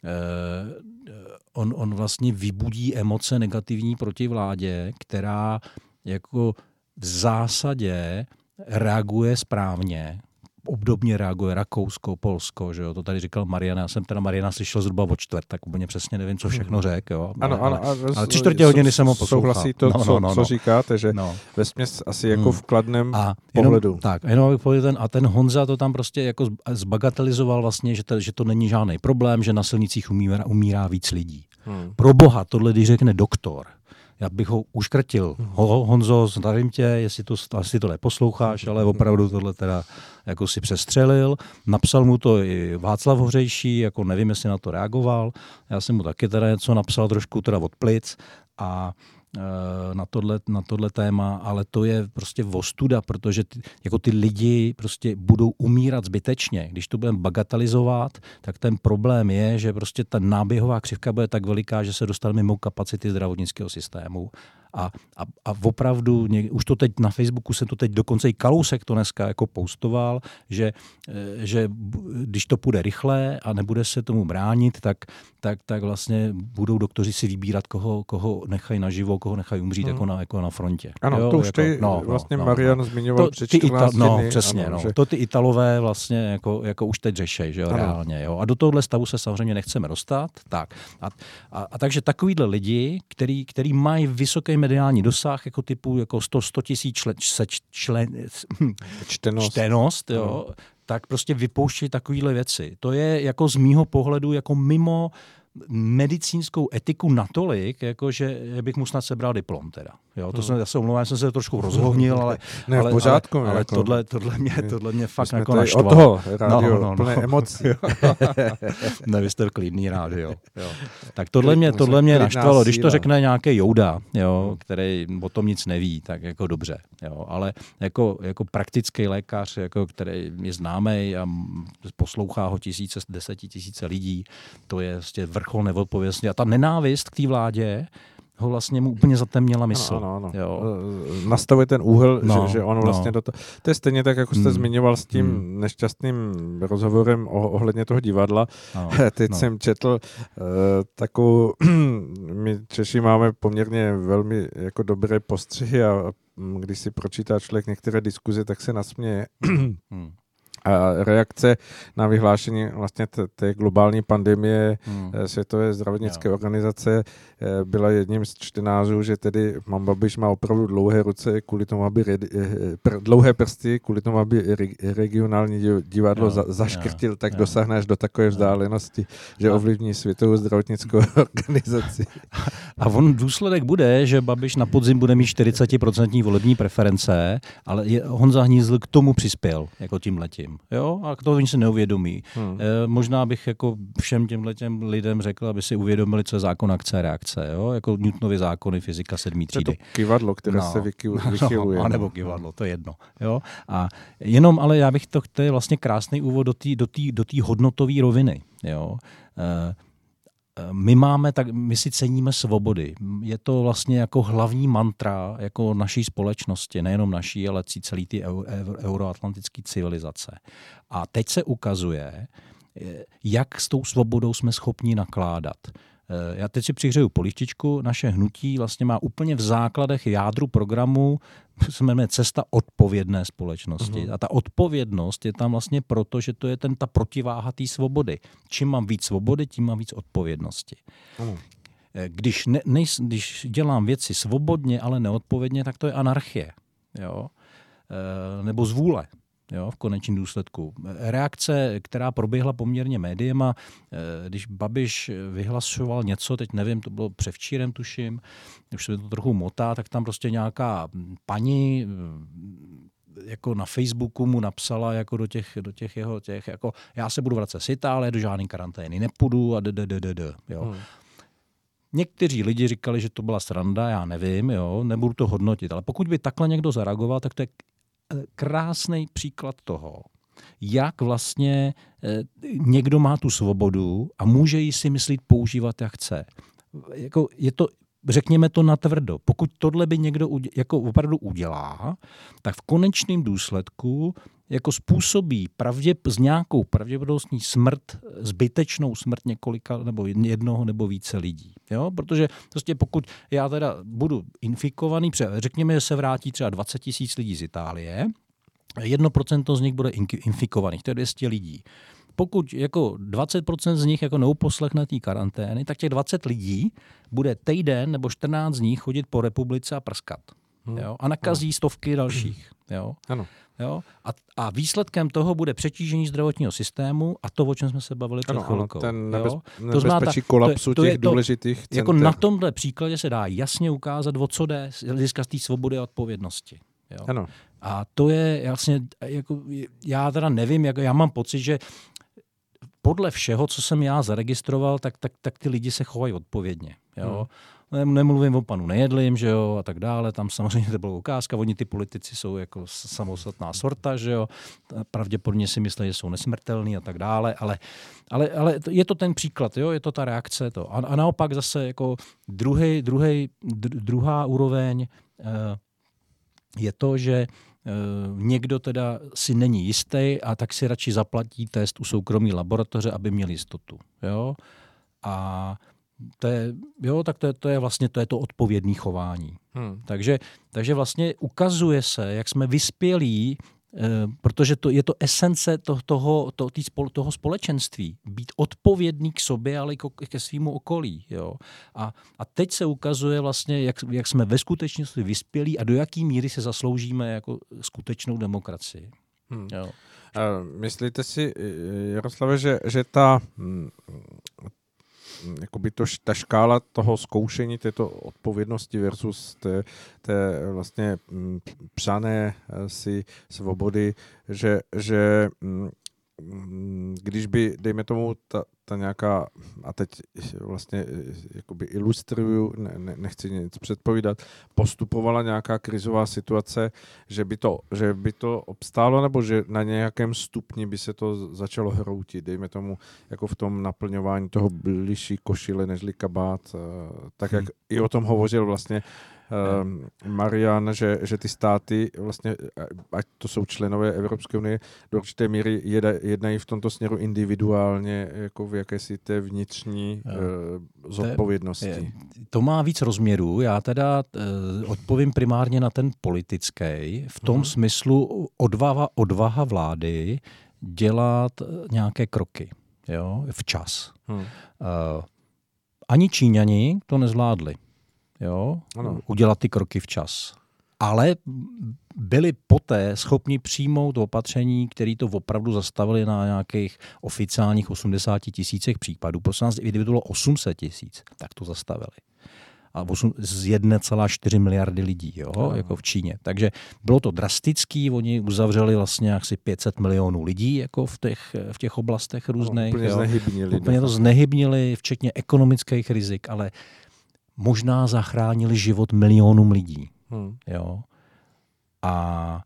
S3: on vlastně vybudí emoce negativní proti vládě, která jako v zásadě reaguje správně, obdobně reaguje Rakousko, Polsko, že jo, to tady říkal Marian, já jsem teda Mariana slyšel zhruba o čtvrt, tak úplně přesně nevím, co všechno řekl, jo.
S1: Ano,
S3: ale 3/4 hodiny jsem ho poslouchal.
S1: Souhlasí to, co říkáte, že vesměs asi jako v kladném pohledu.
S3: A ten Honza to tam prostě jako zbagatelizoval vlastně, že to není žádný problém, že na silnicích umírá víc lidí. Pro boha, tohle když řekne doktor, já bych ho uškrtil. Honzo, zdravím tě, jestli to neposloucháš, ale opravdu tohle teda jako si přestřelil. Napsal mu to i Václav Hořejší, jako nevím, jestli na to reagoval. Já jsem mu taky teda něco napsal, trošku teda od plic a na tohle téma, ale to je prostě ostuda, protože ty lidi prostě budou umírat zbytečně. Když to budeme bagatelizovat, tak ten problém je, že prostě ta náběhová křivka bude tak veliká, že se dostane mimo kapacity zdravotnického systému. A opravdu, už to teď na Facebooku se to teď dokonce i Kalousek to dneska jako postoval, že když to půjde rychle a nebude se tomu bránit, tak vlastně budou doktoři si vybírat, koho nechají naživo, koho nechají umřít jako na frontě.
S1: Ano, jo, to už vlastně Marian zmiňoval před 14 dny.
S3: Přesně, ano, to ty Italové vlastně jako už teď řešejí, že jo, reálně. Jo. A do tohohle stavu se samozřejmě nechceme dostat. Tak. A takže takovýhle lidi, který mají vysoký mediální dosah, jako typu jako 100 000 čtenost, jo, tak prostě vypouštějí takovýhle věci. To je jako z mýho pohledu jako medicínskou etiku natolik, jako že bych mu snad sebral diplom teda. Jo, to jsem se omlouvám, jsem se trošku rozhohnil, ale
S1: ne, v pořádku,
S3: ale
S1: jako,
S3: tohle mě fakt
S1: jsme
S3: jako naštvalo.
S1: Od toho rádio plné emocí.
S3: Ne, vy jste klidný rádio. Jo. Tak tohle mě naštvalo, když to řekne nějaký Jouda, jo, který o tom nic neví, tak jako dobře. Jo. Ale jako praktický lékař, jako, který je známý a poslouchá ho desetitisíce lidí, to je vlastně vrchol neodpovědnosti. A ta nenávist k té vládě ho vlastně mu úplně zatemněla mysl.
S1: Ano.
S3: Jo.
S1: Nastavuje ten úhel, že on vlastně do toho... To je stejně tak, jako jste zmiňoval s tím nešťastným rozhovorem ohledně toho divadla. Teď jsem četl takovou... My Češi máme poměrně velmi jako dobré postřihy a když si pročítá člověk některé diskuze, tak se nasměje. A reakce na vyhlášení vlastně té globální pandemie Světové zdravotnické organizace byla jedním z čtenářů, že tedy pan Babiš má opravdu dlouhé ruce kvůli tomu, aby dlouhé prsty kvůli tomu, aby regionální divadlo zaškrtil, tak dosáhne až do takové vzdálenosti, že ovlivní Světovou zdravotnickou organizaci.
S3: A důsledek bude, že Babiš na podzim bude mít 40% volební preference, ale Honza Hnízl k tomu přispěl, jako tímhletím. Jo? A to oni se neuvědomí. Možná bych jako všem těmhletěm lidem řekl, aby si uvědomili, co je zákon akce a reakce. Jo? Jako Newtonovy zákony fyzika 7. třídy.
S1: To je to kyvadlo, které se vychyluje.
S3: A nebo kyvadlo, to je jedno. Jo? A jenom, ale já bych to je vlastně krásný úvod do té hodnotové roviny. Jo? My si ceníme svobody. Je to vlastně jako hlavní mantra jako naší společnosti, nejenom naší, ale celý ty euroatlantické civilizace. A teď se ukazuje, jak s tou svobodou jsme schopni nakládat. Já teď si přihřeju polištičku, naše hnutí vlastně má úplně v základech jádru programu, se jmenuje Cesta odpovědné společnosti. A ta odpovědnost je tam vlastně proto, že to je ta protiváha té svobody. Čím mám víc svobody, tím mám víc odpovědnosti. Když dělám věci svobodně, ale neodpovědně, tak to je anarchie. Jo? Nebo zvůle. Jo, v konečném důsledku. Reakce, která proběhla poměrně médiema, když Babiš vyhlašoval něco, teď nevím, to bylo převčírem, tuším, už se to trochu motá, tak tam prostě nějaká paní jako na Facebooku mu napsala jako do těch jeho jako já se budu vracet z Itálie, do žádné karantény nepůjdu a jo. Někteří lidi říkali, že to byla sranda, já nevím, jo, nebudu to hodnotit, ale pokud by takhle někdo zareagoval, tak to je krásný příklad toho, jak vlastně někdo má tu svobodu a může ji si myslet používat, jak chce. Jako je to, řekněme to natvrdo. Pokud tohle by někdo jako opravdu udělá, tak v konečném důsledku jako způsobí s nějakou pravděpodobnostní zbytečnou smrt několika nebo jednoho nebo více lidí. Jo? Protože prostě pokud já teda budu infikovaný, řekněme, že se vrátí třeba 20 000 lidí z Itálie, 1% z nich bude infikovaných, to je 200 lidí. Pokud jako 20% z nich jako neuposlechne té karantény, tak těch 20 lidí bude týden nebo 14 dní chodit po republice a prskat. Jo? A nakazí stovky dalších. Jo?
S1: Ano.
S3: Jo? A výsledkem toho bude přetížení zdravotního systému a to, o čem jsme se bavili před chvilkou.
S1: Ten nebezpečí kolapsu těch důležitých center.
S3: Jako na tomhle příkladě se dá jasně ukázat, o co jde z hlediska té svobody a odpovědnosti. Jo?
S1: Ano.
S3: A to je vlastně, jako, já teda nevím, já mám pocit, že podle všeho, co jsem já zaregistroval, tak ty lidi se chovají odpovědně. Jo? Nemluvím o panu Nejedlým, že jo, a tak dále, tam samozřejmě to byla ukázka, oni ty politici jsou jako samostatná sorta, že jo, pravděpodobně si myslí, že jsou nesmrtelní a tak dále, ale je to ten příklad, jo, je to ta reakce to. A naopak zase jako druhá úroveň je to, že někdo teda si není jistý a tak si radši zaplatí test u soukromé laboratoře, aby měl jistotu. Jo? A to je vlastně to odpovědné chování. Takže vlastně ukazuje se, jak jsme vyspělí, protože je to esence toho společenství. Být odpovědný k sobě, ale i ke svýmu okolí. Jo? A teď se ukazuje vlastně, jak jsme ve skutečnosti vyspělí a do jaký míry se zasloužíme jako skutečnou demokracii. Jo.
S1: Myslíte si, Jaroslave, že ta jakoby ta škála toho zkoušení této odpovědnosti versus té vlastně psané si svobody, že když by, dejme tomu, ta nějaká, a teď vlastně jakoby ilustruju, nechci nic předpovídat, postupovala nějaká krizová situace, že by to obstálo, nebo že na nějakém stupni by se to začalo hroutit, dejme tomu, jako v tom naplňování toho bližší košile nežli kabát, tak jak i o tom hovořil vlastně Marian, že ty státy vlastně, ať to jsou členové Evropské unie, do určité míry jednají v tomto směru individuálně, jako v jakési té vnitřní zodpovědnosti.
S3: To má víc rozměrů. Já teda odpovím primárně na ten politický, v tom smyslu odvaha vlády dělat nějaké kroky, jo, včas. Ani Číňani to nezvládli. Jo, udělat ty kroky včas. Ale byli poté schopni přijmout opatření, které to opravdu zastavili na nějakých oficiálních 80 000 případů. Prosím nás, kdyby to bylo 800 000, tak to zastavili. A z 1,4 miliardy lidí, jo, jako v Číně. Takže bylo to drastický, oni uzavřeli vlastně asi 500 milionů lidí jako v těch oblastech různých. Úplně to znehybnili, včetně ekonomických rizik, ale možná zachránili život milionům lidí. Jo. A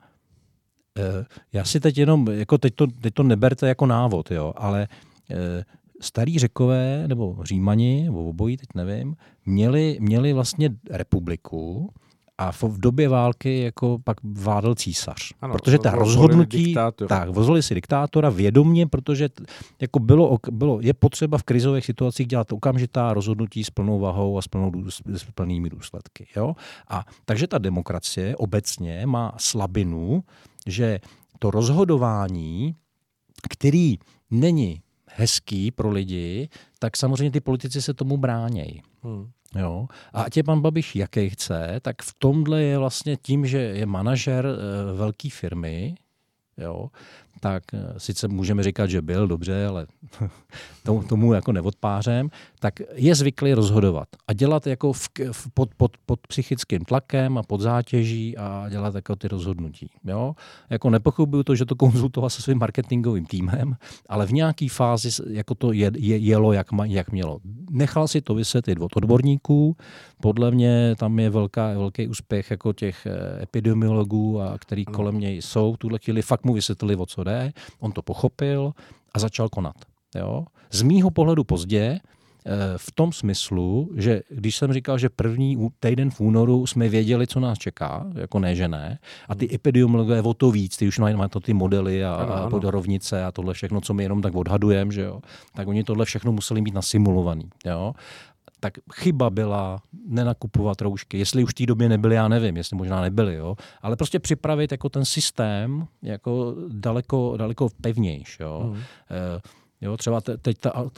S3: já si teď jenom, jako teď to neberte jako návod, jo, ale starí Řekové, nebo Římani, nebo obojí, teď nevím, měli vlastně republiku a v době války jako pak vládl císař. Ano, protože ta rozhodnutí, volili si diktátora vědomě, protože jako je potřeba v krizových situacích dělat okamžitá rozhodnutí s plnou vahou a s plnými důsledky. Jo? A takže ta demokracie obecně má slabinu, že to rozhodování, který není hezký pro lidi, tak samozřejmě ty politici se tomu bránějí. Jo? A ať je pan Babiš jaký chce, tak v tomhle je vlastně tím, že je manažer velké firmy, jo, tak sice můžeme říkat, že byl dobře, ale tomu jako neodpářem, tak je zvyklý rozhodovat a dělat jako pod psychickým tlakem a pod zátěží a dělat jako ty rozhodnutí. Jo? Jako nepochybuju to, že to konzultoval se svým marketingovým týmem, ale v nějaký fázi jako to jelo, jak mělo. Nechal si to vysvětlit od odborníků, podle mě tam je velký úspěch jako těch epidemiologů, a který kolem něj jsou. V tuhle chvíli fakt mu vysvětlili, o co jde, on to pochopil a začal konat. Jo? Z mýho pohledu pozdě, v tom smyslu, že když jsem říkal, že první týden v únoru jsme věděli, co nás čeká, jako ne, že ne, a ty epidemiologové o to víc, ty už mají to ty modely a rovnice a tohle všechno, co my jenom tak odhadujeme, že jo, tak oni tohle všechno museli mít nasimulovaný, jo. Tak chyba byla nenakupovat roušky. Jestli už v té době nebyly, já nevím, jestli možná nebyly, jo. Ale prostě připravit jako ten systém jako daleko pevnější, jo. Jo, třeba teď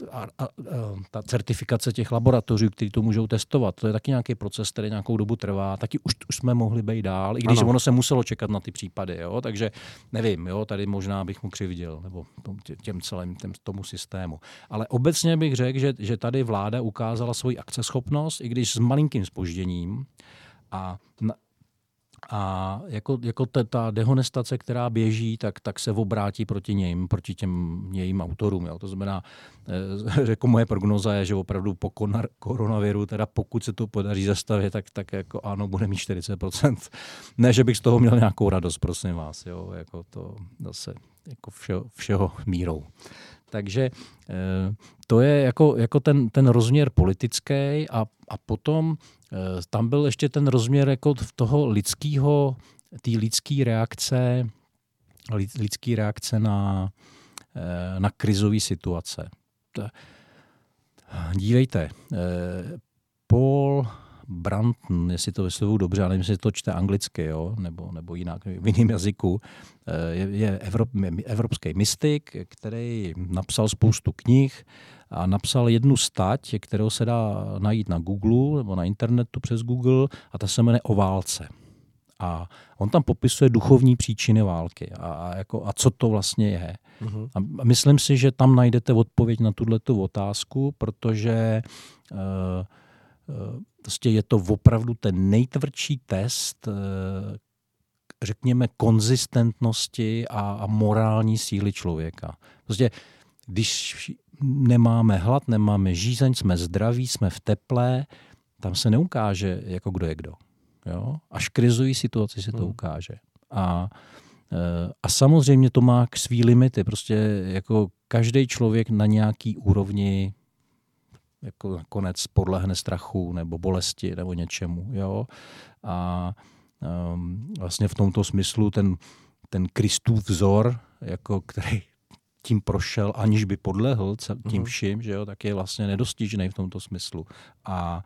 S3: ta certifikace těch laboratoří, kteří to můžou testovat, to je taky nějaký proces, který nějakou dobu trvá, taky už jsme mohli být dál, i když ono se muselo čekat na ty případy, jo, takže nevím, jo, tady možná bych mu křivděl, nebo tomu systému. Ale obecně bych řekl, že tady vláda ukázala svoji akceschopnost, i když s malinkým zpožděním a jako ta dehonestace, která běží, tak se obrátí proti těm jejím autorům. Jo. To znamená, jako moje prognoza je, že opravdu po koronaviru, teda pokud se to podaří zastavit, tak jako ano, bude mít 40%. Ne, že bych z toho měl nějakou radost, prosím vás. Jo. Jako to zase jako všeho mírou. Takže to je jako ten rozměr politický a potom tam byl ještě ten rozměr jako toho lidského, té lidský reakce na krizové situace. Dívejte, Paul Brunton, jestli to vyslovuju dobře, ale nevím, jestli to čte anglicky, jo? Nebo jinak v jiném jazyku, je evropský mystik, který napsal spoustu knih a napsal jednu stať, kterou se dá najít na Google nebo na internetu přes Google, a ta se jmenuje O válce. A on tam popisuje duchovní příčiny války a co to vlastně je. A myslím si, že tam najdete odpověď na tuhletu otázku, protože prostě je to opravdu ten nejtvrdší test, řekněme, konzistentnosti a morální síly člověka. Prostě když nemáme hlad, nemáme žízeň, jsme zdraví, jsme v teple, tam se neukáže, jako kdo je kdo. Jo? Až krizují situaci se to ukáže. A samozřejmě to má svý limity. Prostě jako každý člověk na nějaký úrovni jako nakonec podlehne strachu nebo bolesti nebo něčemu. Jo? A vlastně v tomto smyslu ten Kristův vzor, jako který tím prošel, aniž by podlehl tím vším, že jo, tak je vlastně nedostižný v tomto smyslu. A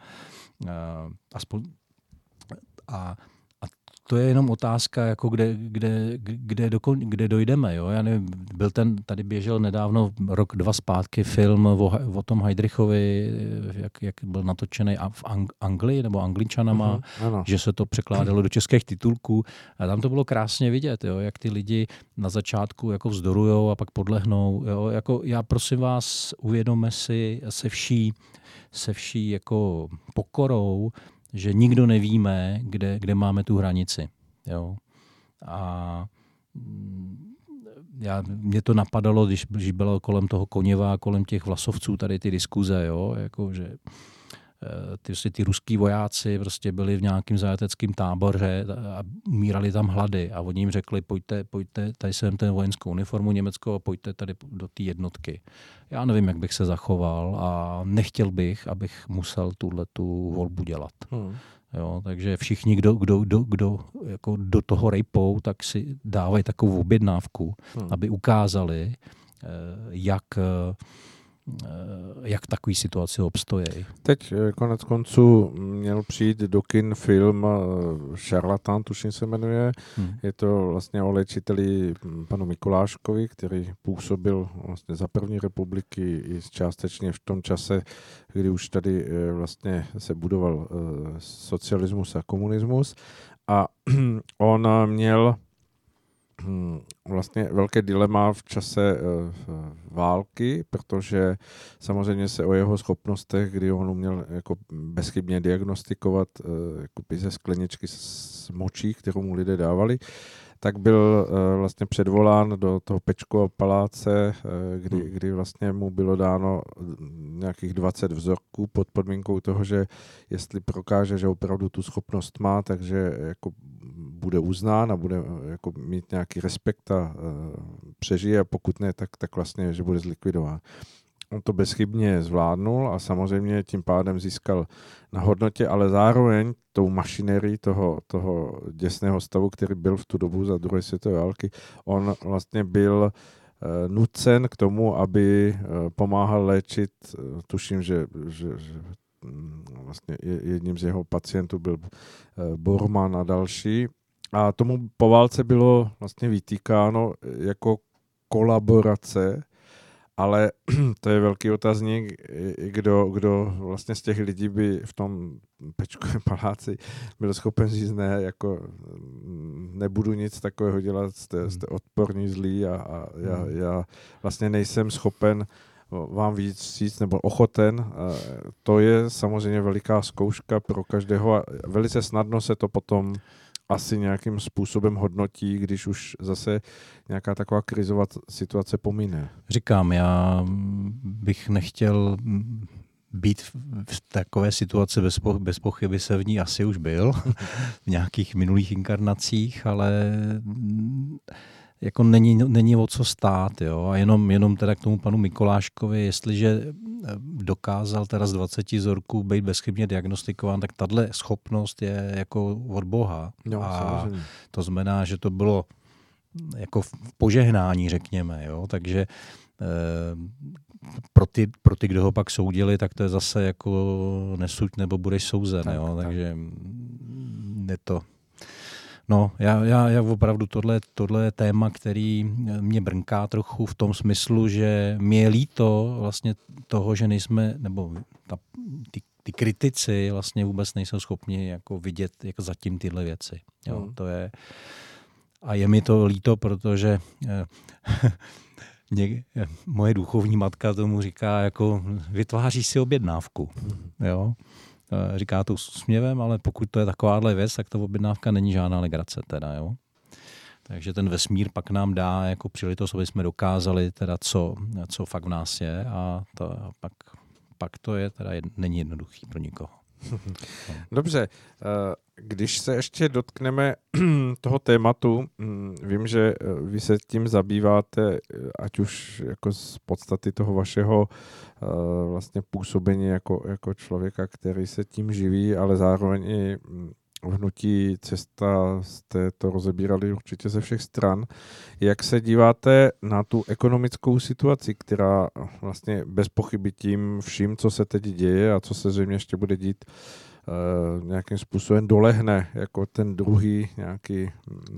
S3: to je jenom otázka, jako kde dojdeme. Jo? Já nevím, tady běžel nedávno, rok, 2 zpátky, film o tom Heydrichovi, jak byl natočený v Anglii, nebo Angličanama, že se to překládalo do českých titulků. A tam to bylo krásně vidět, jo? Jak ty lidi na začátku jako vzdorujou a pak podlehnou. Jo? Jako já prosím vás, uvědomme si se vší jako pokorou, že nikdo nevíme, kde máme tu hranici. Jo? A mě to napadalo, když bylo kolem toho Koněva, kolem těch vlasovců tady ty diskuze, jo? Jako, že ty ruský vojáci prostě byli v nějakém zajateckém táboře a umírali tam hlady a oni jim řekli, pojďte, tady jsem ten vojenskou uniformu německou a pojďte tady do té jednotky. Já nevím, jak bych se zachoval a nechtěl bych, abych musel tu volbu dělat. Jo, takže všichni, kdo jako do toho rejpou, tak si dávají takovou objednávku, aby ukázali, jak takový situaci obstojí.
S1: Teď konec konců měl přijít do kin film Šarlatán, tuším se jmenuje. Je to vlastně o léčiteli panu Mikuláškovi, který působil vlastně za první republiky i částečně v tom čase, kdy už tady vlastně se budoval socialismus a komunismus. A on měl vlastně velké dilema v čase války, protože samozřejmě se o jeho schopnostech, kdy on uměl jako bezchybně diagnostikovat ze skleničky s močí, kterou mu lidé dávali, tak byl vlastně předvolán do toho Pečkova paláce, kdy vlastně mu bylo dáno nějakých 20 vzorků pod podmínkou toho, že jestli prokáže, že opravdu tu schopnost má, takže jako bude uznán a bude jako mít nějaký respekt a přežije, a pokud ne, tak vlastně, že bude zlikvidován. On to bezchybně zvládnul a samozřejmě tím pádem získal na hodnotě, ale zároveň tou mašinerii toho děsného stavu, který byl v tu dobu za druhé světové války, on vlastně byl nucen k tomu, aby pomáhal léčit, tuším, že vlastně jedním z jeho pacientů byl Bormann a další. A tomu po válce bylo vlastně vytýkáno jako kolaborace, ale to je velký otazník, kdo vlastně z těch lidí by v tom Pečkovém paláci byl schopen říct, ne, jako nebudu nic takového dělat, jste odporní, zlí a já vlastně nejsem schopen vám víc říct, nebo ochoten. To je samozřejmě veliká zkouška pro každého a velice snadno se to potom asi nějakým způsobem hodnotí, když už zase nějaká taková krizová situace pomine.
S3: Říkám, já bych nechtěl být v takové situaci, bez pochyby se v ní asi už byl v nějakých minulých inkarnacích, ale jako není o co stát. Jo? A jenom teda k tomu panu Mikuláškovi, jestliže dokázal teda z 20 vzorků být bezchybně diagnostikován, tak tahle schopnost je jako od Boha.
S1: No,
S3: a to znamená, že to bylo jako v požehnání, řekněme. Jo? Takže pro ty, kdo ho pak soudili, tak to je zase jako nesuď nebo budeš souzen. Jo? Takže je to... No, já opravdu tohle je téma, který mě brnká trochu v tom smyslu, že mě je líto vlastně toho, že nejsme, nebo ty kritici vlastně vůbec nejsou schopni jako vidět jako zatím tyhle věci. Jo, to je, a je mi to líto, protože moje duchovní matka tomu říká, jako vytváříš si objednávku. Jo? Říká to s úsměvem, ale pokud to je takováhle věc, tak ta objednávka není žádná legrace. Teda, jo? Takže ten vesmír pak nám dá jako příležitost, aby jsme dokázali, teda, co fakt v nás je, a pak to je teda není jednoduchý pro nikoho.
S1: Dobře, když se ještě dotkneme toho tématu, vím, že vy se tím zabýváte, ať už jako z podstaty toho vašeho vlastně působení jako člověka, který se tím živí, ale zároveň i v hnutí Cesta jste to rozebírali určitě ze všech stran. Jak se díváte na tu ekonomickou situaci, která vlastně bez pochyby tím vším, co se teď děje a co se zřejmě ještě bude dít, nějakým způsobem dolehne jako ten druhý nějaký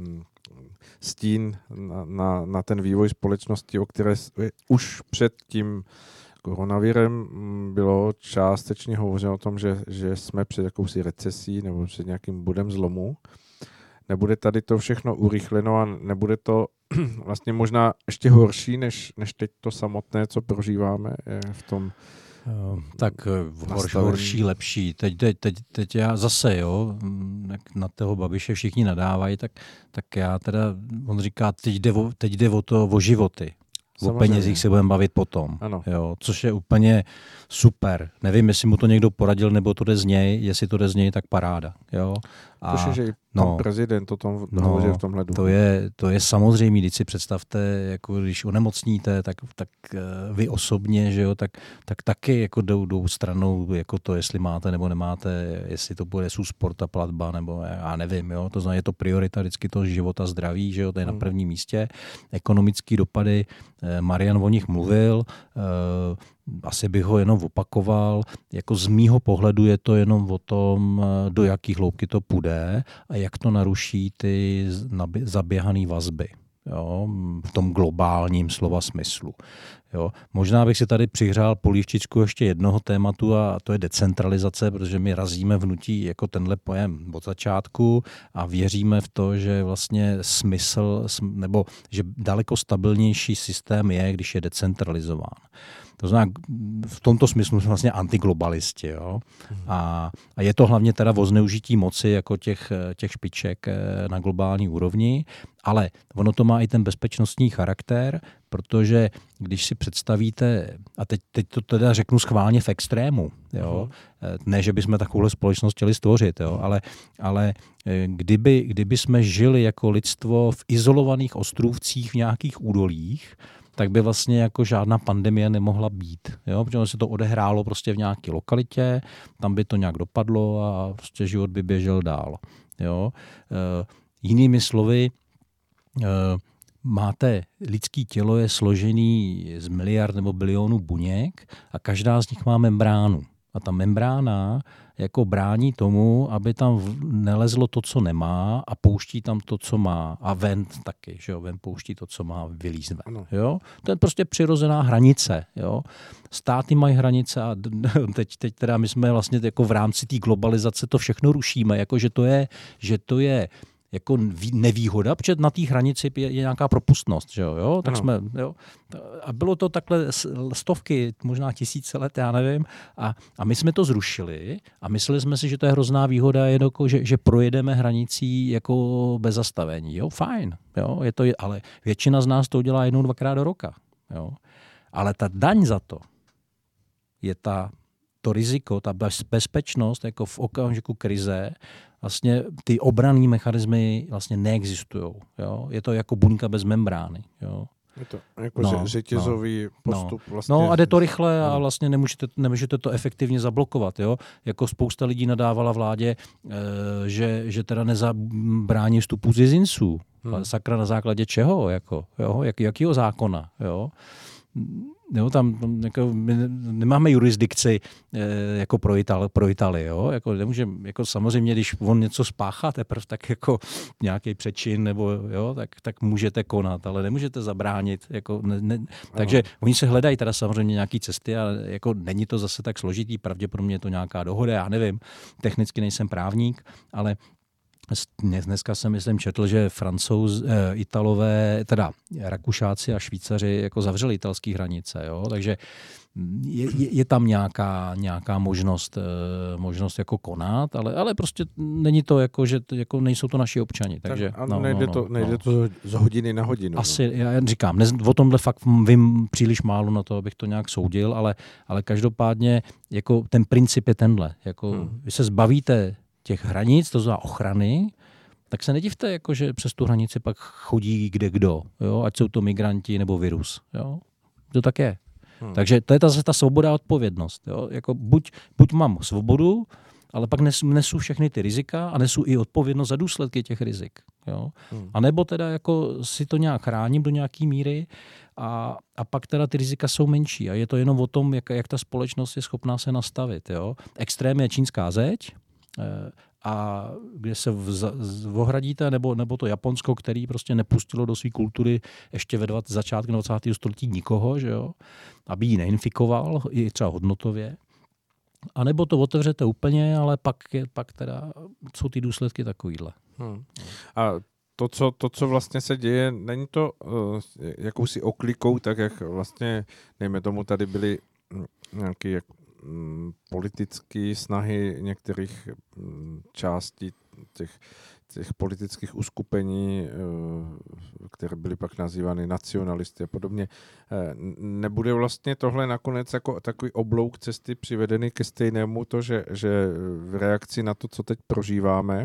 S1: stín na ten vývoj společnosti, o které už před tím koronavirem bylo částečně hovořeno o tom, že jsme před jakousi recesí nebo před nějakým bodem zlomu. Nebude tady to všechno urychleno a nebude to vlastně možná ještě horší, než teď to samotné, co prožíváme v tom
S3: tak horší, lepší. Teď já zase, jo, na toho Babiše všichni nadávají, tak já teda, on říká, teď jde o životy. O penězích se budeme bavit potom. Jo, což je úplně super. Nevím, jestli mu to někdo poradil, nebo to jde z něj. Jestli to jde z něj, tak paráda. Jo?
S1: Což je, že i pan prezident o tom hovoří v tomhle duchu.
S3: To je samozřejmé. Když si představte, jako když onemocníte, tak vy osobně, že jo, tak taky jako jdou stranou jako to, jestli máte nebo nemáte, jestli to bude sport a platba, nebo já nevím. Jo? To znamená, je to priorita vždycky toho života, zdraví, že jo, to je na prvním místě. Ekonomické dopady, Marian o nich mluvil, asi bych ho jenom opakoval. Jako z mýho pohledu je to jenom o tom, do jaký hloubky to půjde a jak to naruší ty zaběhané vazby. Jo, v tom globálním slova smyslu. Jo. Možná bych si tady přihřál polívčičku ještě jednoho tématu, a to je decentralizace, protože my razíme v hnutí jako tenhle pojem od začátku a věříme v to, že vlastně smysl, nebo že daleko stabilnější systém je, když je decentralizován. To znamená, v tomto smyslu jsme vlastně antiglobalisti. Jo? A je to hlavně teda o zneužití moci jako těch špiček na globální úrovni, ale ono to má i ten bezpečnostní charakter, protože když si představíte, a teď to teda řeknu schválně v extrému, jo? Ne, že bychom takovou společnost chtěli stvořit, jo? Ale kdyby jsme žili jako lidstvo v izolovaných ostrůvcích v nějakých údolích, tak by vlastně jako žádná pandemie nemohla být. Jo? Protože se to odehrálo prostě v nějaké lokalitě, tam by to nějak dopadlo a prostě život by běžel dál. Jo? Jinými slovy, máte lidský tělo je složený z miliard nebo bilionů buněk a každá z nich má membránu. A ta membrána jako brání tomu, aby tam nelezlo to, co nemá, a pouští tam to, co má. A ven taky, že jo, ven pouští to, co má, vylíz ven. Jo? To je prostě přirozená hranice. Jo? Státy mají hranice a teď teda my jsme vlastně jako v rámci té globalizace to všechno rušíme, jako že to je jako nevýhoda, protože na té hranici je nějaká propustnost, že jo? Tak jsme, jo? A bylo to takhle stovky, možná tisíce let, já nevím, a my jsme to zrušili a mysleli jsme si, že to je hrozná výhoda, jako, že projedeme hranicí jako bez zastavení. Jo, fajn, jo? Ale většina z nás to udělá 1-2krát do roka. Jo? Ale ta daň za to je to riziko, ta bezpečnost jako v okamžiku krize, vlastně ty obranné mechanismy vlastně neexistují. Je to jako buňka bez membrány. Jo.
S1: Je to jako řetězový postup. Vlastně.
S3: No a jde to rychle a vlastně nemůžete to efektivně zablokovat. Jo. Jako spousta lidí nadávala vládě, že teda nezabrání vstupu cizinců. Sakra, na základě čeho? Jakýho zákona? Jo. Jo, tam jako, my nemáme jurisdikci jako pro Itálii, jo? Jako, nemůžeme, jako samozřejmě, když on něco spáchá teprve, tak jako nějaký přečin, nebo jo, tak můžete konat, ale nemůžete zabránit. Jako, takže oni se hledají teda samozřejmě nějaký cesty, ale jako není to zase tak složitý, pravděpodobně je to nějaká dohoda, já nevím, technicky nejsem právník, ale dneska jsem, myslím, četl, že Italové, teda Rakušáci a Švýcaři jako zavřeli italské hranice, jo? Takže je tam nějaká možnost jako konat, ale prostě není to jako, že jako nejsou to naši občani. Takže,
S1: nejde to z hodiny na hodinu.
S3: Asi, já říkám, o tomhle fakt vím příliš málo na to, abych to nějak soudil, ale každopádně jako ten princip je tenhle. Jako, vy se zbavíte těch hranic, to znamená ochrany, tak se nedivte, jako, že přes tu hranici pak chodí kde kdo, jo? Ať jsou to migranti nebo virus. Jo? To tak je. Takže to je ta svoboda a odpovědnost. Jo? Jako buď mám svobodu, ale pak nesu všechny ty rizika a nesu i odpovědnost za důsledky těch rizik. Jo? A nebo teda jako si to nějak chráním do nějaký míry a pak teda ty rizika jsou menší. A je to jenom o tom, jak ta společnost je schopná se nastavit. Jo? Extrém je čínská zeď, a kde se ohradíte, nebo to Japonsko, který prostě nepustilo do své kultury ještě ve začátku 20. století nikoho, že jo, aby ji neinfikoval, i třeba hodnotově. A nebo to otevřete úplně, ale pak teda jsou ty důsledky takovýhle.
S1: A to, co vlastně se děje, není to jakousi oklikou, tak jak vlastně, dejme tomu, tady byly nějaké politické snahy některých částí těch politických uskupení, které byly pak nazývány nacionalisty a podobně. Nebude vlastně tohle nakonec jako takový oblouk cesty přivedený ke stejnému to, že v reakci na to, co teď prožíváme,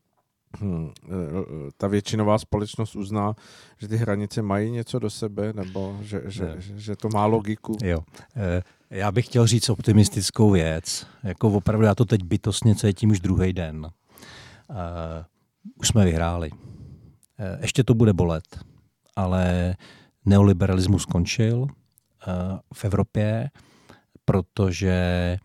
S1: ta většinová společnost uzná, že ty hranice mají něco do sebe, nebo že to má logiku?
S3: Jo. Já bych chtěl říct optimistickou věc. Jako opravdu já to teď bytostně cítím už druhý den. Už jsme vyhráli. Ještě to bude bolet, ale neoliberalismus skončil v Evropě, protože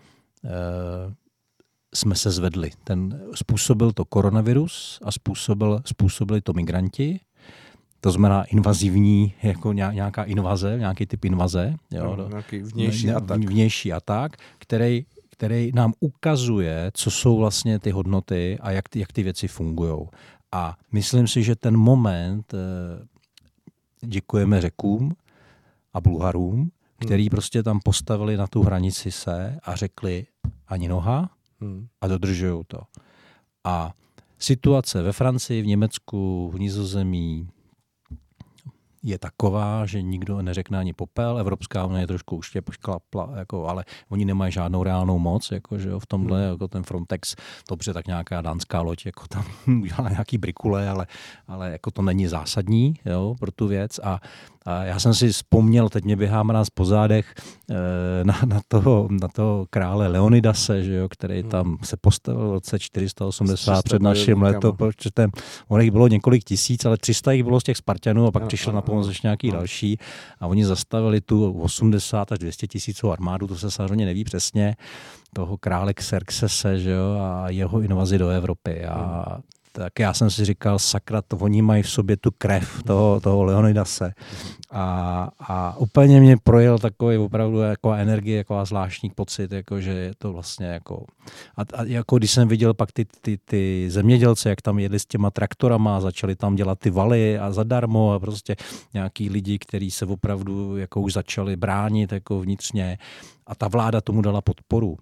S3: jsme se zvedli. Způsobil to koronavirus a způsobili to migranti. To znamená invazivní, jako nějaká invaze, nějaký typ invaze. Jo,
S1: nějaký vnější
S3: atak, který nám ukazuje, co jsou vlastně ty hodnoty a jak ty věci fungují. A myslím si, že ten moment děkujeme Řekům a Bulharům, který prostě tam postavili na tu hranici se a řekli ani noha a dodržují to. A situace ve Francii, v Německu, v Nizozemí je taková, že nikdo neřekne ani popel. Evropská unie trošku uštěpla, jako, ale oni nemají žádnou reálnou moc, jako, že jo, v tomhle, jako ten Frontex, dobře, tak nějaká dánská loď, jako tam udělá nějaký brikule, ale jako to není zásadní, jo, pro tu věc. A já jsem si vzpomněl, teď mě běhá mráz po zádech, na toho krále Leonidase, že jo, který tam se postavil v roce 480 před naším letopočtem. On jich bylo několik tisíc, ale 300 jich bylo z těch Spartanů a pak přišel na pomoc ještě nějaký další. A oni zastavili tu 80 až 200 tisícovou armádu, to se samozřejmě neví přesně, toho krále Xerxese, že jo, a jeho invazi do Evropy. A tak já jsem si říkal, sakra, oni mají v sobě tu krev toho Leonidase. A úplně mě projel takový opravdu jako energie, jako zvláštní pocit, jako, že je to vlastně jako... A jako když jsem viděl pak ty zemědělce, jak tam jedli s těma traktorama, začali tam dělat ty valy a zadarmo a prostě nějaký lidi, kteří se opravdu jako už začali bránit jako vnitřně a ta vláda tomu dala podporu.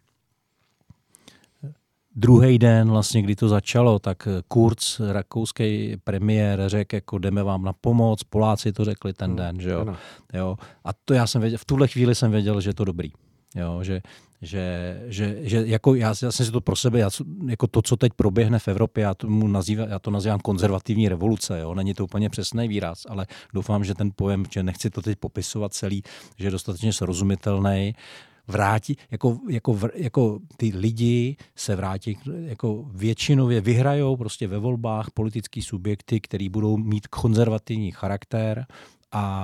S3: Druhý den, vlastně, kdy to začalo, tak Kurz, rakouský premiér, řekl, jako jdeme vám na pomoc, Poláci to řekli ten den, že jo. Jo. A to já jsem věděl, v tuhle chvíli jsem věděl, že je to dobrý. Jo, že jako já jsem si to pro sebe, jako to, co teď proběhne v Evropě, já to nazývám konzervativní revoluce, jo. Není to úplně přesný výraz, ale doufám, že ten pojem, že nechci to teď popisovat celý, že je dostatečně srozumitelný, vrátí, jako ty lidi se vrátí, jako většinově vyhrajou prostě ve volbách politický subjekty, který budou mít konzervativní charakter a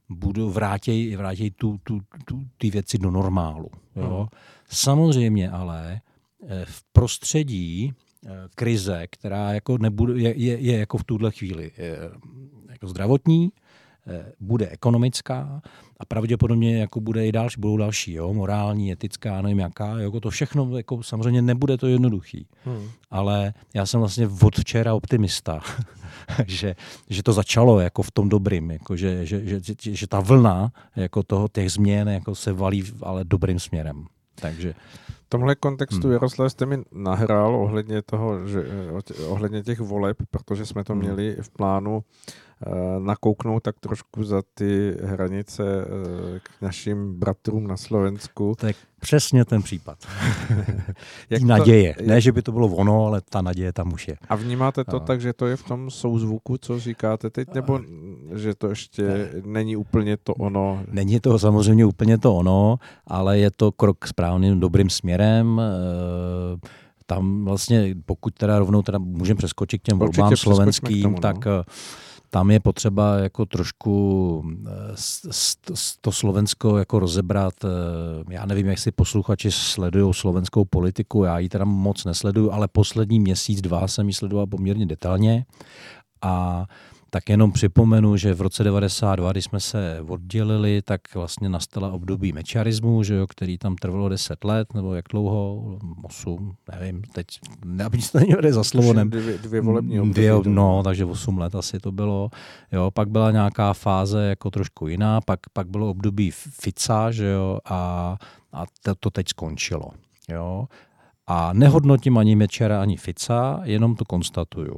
S3: vrátějí ty věci do normálu. Jo. Samozřejmě ale v prostředí krize, která jako je jako v tuhle chvíli jako zdravotní, bude ekonomická a pravděpodobně jako bude i další, budou další, jo, morální, etická, nevím jaká, jako to všechno, jako samozřejmě nebude to jednoduchý. Ale já jsem vlastně od včera optimista, že to začalo jako v tom dobrým, jako že ta vlna jako těch změn jako se valí ale dobrým směrem. Takže
S1: v tomhle kontextu, Jaroslav, jste mi nahrál ohledně těch voleb, protože jsme to měli v plánu nakouknout tak trošku za ty hranice k našim bratrům na Slovensku.
S3: To je přesně ten případ. Naděje. Ne, že by to bylo ono, ale ta naděje tam už je.
S1: A vnímáte to tak, že to je v tom souzvuku, co říkáte teď, nebo že to ještě není úplně to ono?
S3: Není to samozřejmě úplně to ono, ale je to krok správným dobrým směrem. Tam vlastně, pokud teda rovnou můžeme přeskočit k těm volbám slovenským, tak tam je potřeba jako trošku to Slovensko jako rozebrat. Já nevím, jak si posluchači sledují slovenskou politiku, já ji teda moc nesleduju, ale poslední měsíc, 2 jsem ji sledoval poměrně detailně. A tak jenom připomenu, že v roce 92, když jsme se oddělili, tak vlastně nastala období mečiarismu, že jo, který tam trvalo 10 let, nebo jak dlouho? 8, nevím, teď to není za slovo.
S1: Dvě volební období.
S3: Takže 8 let asi to bylo. Jo, pak byla nějaká fáze jako trošku jiná, pak bylo období Fica, že jo, a to teď skončilo. Jo. A nehodnotím ani Mečiara, ani Fica, jenom to konstatuju.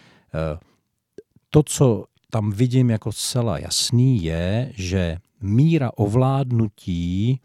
S3: To, co tam vidím jako zcela jasný, je, že míra ovládnutí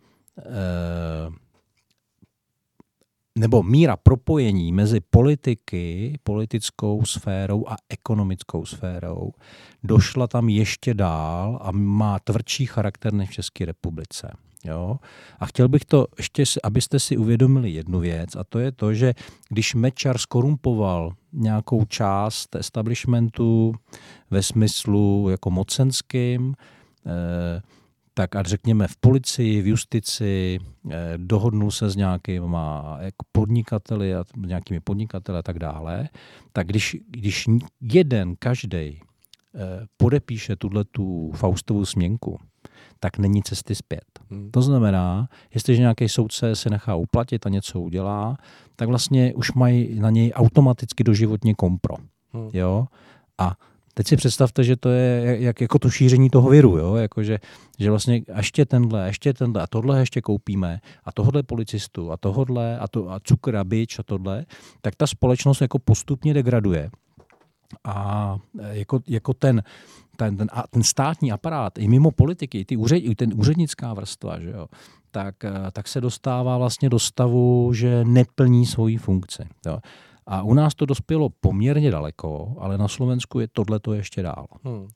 S3: nebo míra propojení mezi politickou sférou a ekonomickou sférou došla tam ještě dál a má tvrdší charakter než v České republice. Jo? A chtěl bych to ještě, abyste si uvědomili jednu věc, a to je to, že když Mečiar skorumpoval nějakou část establishmentu ve smyslu jako mocenským, tak a řekněme v policii, v justici, dohodnul se s nějakýma jako nějakými podnikateli a tak dále, tak když každý podepíše tuhletu Faustovu směnku, tak není cesty zpět. To znamená, jestliže nějaký soudce se nechá uplatit a něco udělá, tak vlastně už mají na něj automaticky doživotně kompro. Jo? A teď si představte, že to je jako to šíření toho viru, jo? Jako, že vlastně ještě tenhle a tohle ještě koupíme a tohle policistu a tohle a cukr a bič a tohle, tak ta společnost jako postupně degraduje. A jako ten státní aparát i mimo politiky, ten úřednická vrstva, že jo, tak se dostává vlastně do stavu, že neplní svoji funkci. Jo. A u nás to dospělo poměrně daleko, ale na Slovensku je tohleto ještě dál.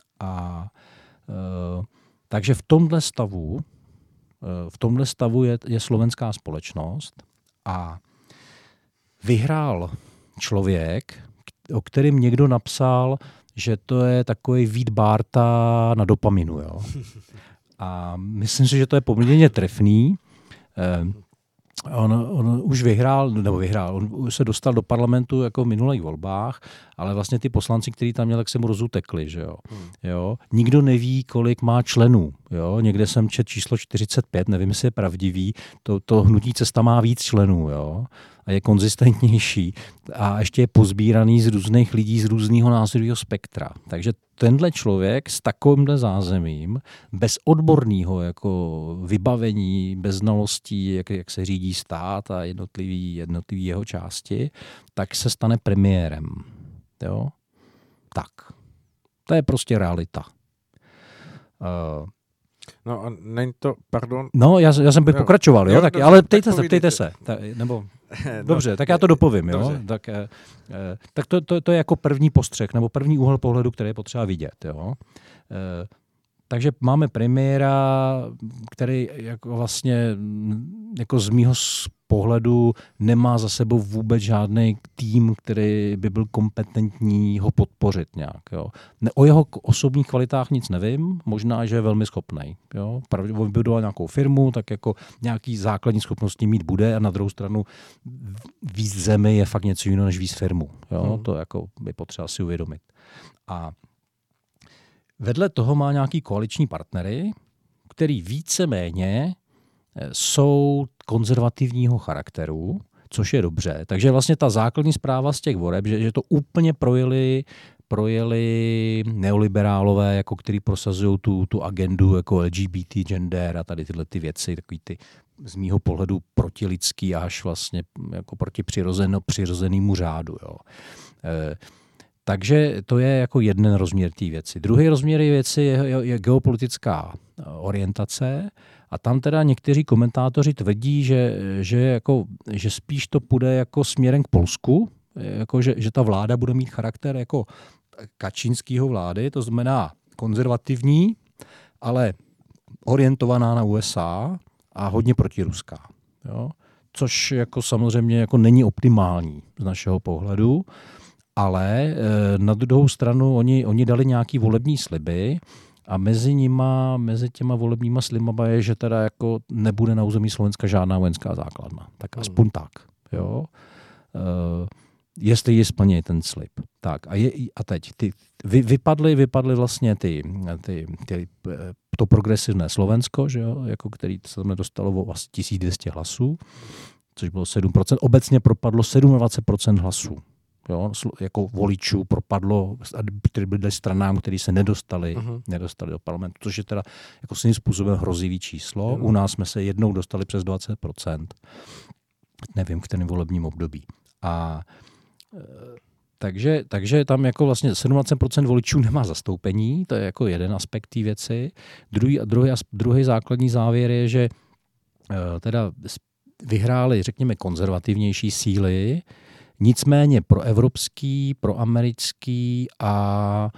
S3: Takže v tomhle stavu je slovenská společnost a vyhrál člověk, o kterém někdo napsal, že to je takový Vít Bárta na dopaminu. Jo? A myslím si, že to je poměrně trefný. On už vyhrál, on se dostal do parlamentu jako v minulých volbách, ale vlastně ty poslanci, kteří tam měli, tak se mu rozutekli. Že jo? Jo? Nikdo neví, kolik má členů. Jo? Někde jsem četl číslo 45, nevím, jestli je pravdivý. To hnutí Cesta má víc členů. Jo? A je konzistentnější a ještě je pozbíraný z různých lidí z různého názorového spektra. Takže tenhle člověk s takovýmhle zázemím, bez odborného jako vybavení, bez znalostí, jak se řídí stát a jednotlivý jeho části, tak se stane premiérem. Jo? Tak. To je prostě realita.
S1: No a není to, pardon.
S3: No, já jsem bych pokračoval, jo? Tak, ale ptejte se. Nebo, dobře, tak já to dopovím, jo? Tak to je jako první postřeh, nebo první úhel pohledu, který je potřeba vidět, jo? Takže máme premiéra, který jako vlastně jako z mýho pohledu nemá za sebou vůbec žádný tým, který by byl kompetentní ho podpořit nějak. Jo. O jeho osobních kvalitách nic nevím, možná, že je velmi schopný. Vybudoval nějakou firmu, tak jako nějaký základní schopnosti mít bude a na druhou stranu víc zemi je fakt něco jiného, než víc firmu. Jo. To jako by potřeba si uvědomit. A vedle toho má nějaký koaliční partnery, který víceméně jsou konzervativního charakteru, což je dobře. Takže vlastně ta základní zpráva z těch voleb, že to úplně projeli neoliberálové, jako který prosazují tu agendu jako LGBT, gender a tady tyhle ty věci, takový ty z mýho pohledu protilidský až vlastně jako proti přirozenému řádu. Jo. Takže to je jako jeden rozměr té věci. Druhý rozměr věci je geopolitická orientace a tam teda někteří komentátoři tvrdí, že spíš to půjde jako směrem k Polsku, jako že ta vláda bude mít charakter jako Kačínského vlády, to znamená konzervativní, ale orientovaná na USA a hodně protiruská. Jo? Což jako samozřejmě jako není optimální z našeho pohledu. Ale na druhou stranu oni dali nějaký volební sliby a mezi těma volebníma slibama je, že teda jako nebude na území Slovenska žádná vojenská základna. Tak aspoň tak. Jo? Jestli ji splní ten slib. Tak a teď vypadly vlastně to progresivné Slovensko, že jo? Jako který se tam dostalo o asi 1200 hlasů, což bylo 7%. Obecně propadlo 27% hlasů. Jo, jako voličů propadlo, které byly stranám, které se nedostali do parlamentu, což je teda jako svým způsobem hrozivý číslo. U nás jsme se jednou dostali přes 20%. Nevím, v kterém volebním období. A takže tam jako vlastně 17% voličů nemá zastoupení, to je jako jeden aspekt té věci. Druhý základní závěr je, že teda vyhrály, řekněme, konzervativnější síly, nicméně pro evropský, pro americký a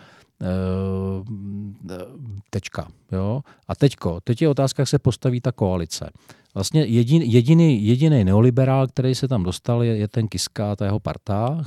S3: tečka. Jo? A teď je otázka, jak se postaví ta koalice. Vlastně jediný neoliberál, který se tam dostal, je ten Kiska a ta jeho parta,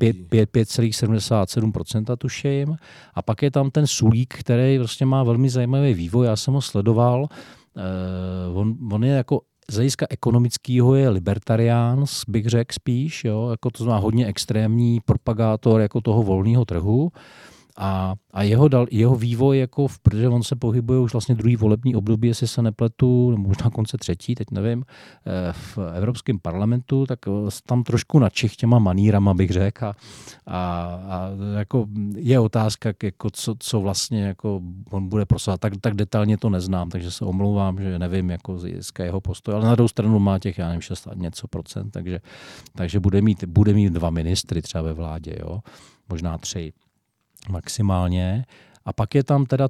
S3: 5,77% tuším. A pak je tam ten Sulík, který vlastně má velmi zajímavý vývoj. Já jsem ho sledoval. On je jako z hlediska ekonomického je libertarián, bych řekl spíš, jo? Jako to znamená hodně extrémní propagátor jako toho volného trhu. A jeho vývoj, jako protože on se pohybuje už vlastně druhý volební období, jestli se nepletu, možná konce třetí, teď nevím, v Evropském parlamentu, tak tam trošku načich těma manírama, bych řekl. A jako je otázka, jako co vlastně jako on bude prosazovat. Tak detailně to neznám, takže se omlouvám, že nevím, jako získá jeho postoj. Ale na druhou stranu má těch, já nevím, 6 něco procent, takže bude mít 2 ministry třeba ve vládě, jo? Možná 3. Maximálně. A pak je tam teda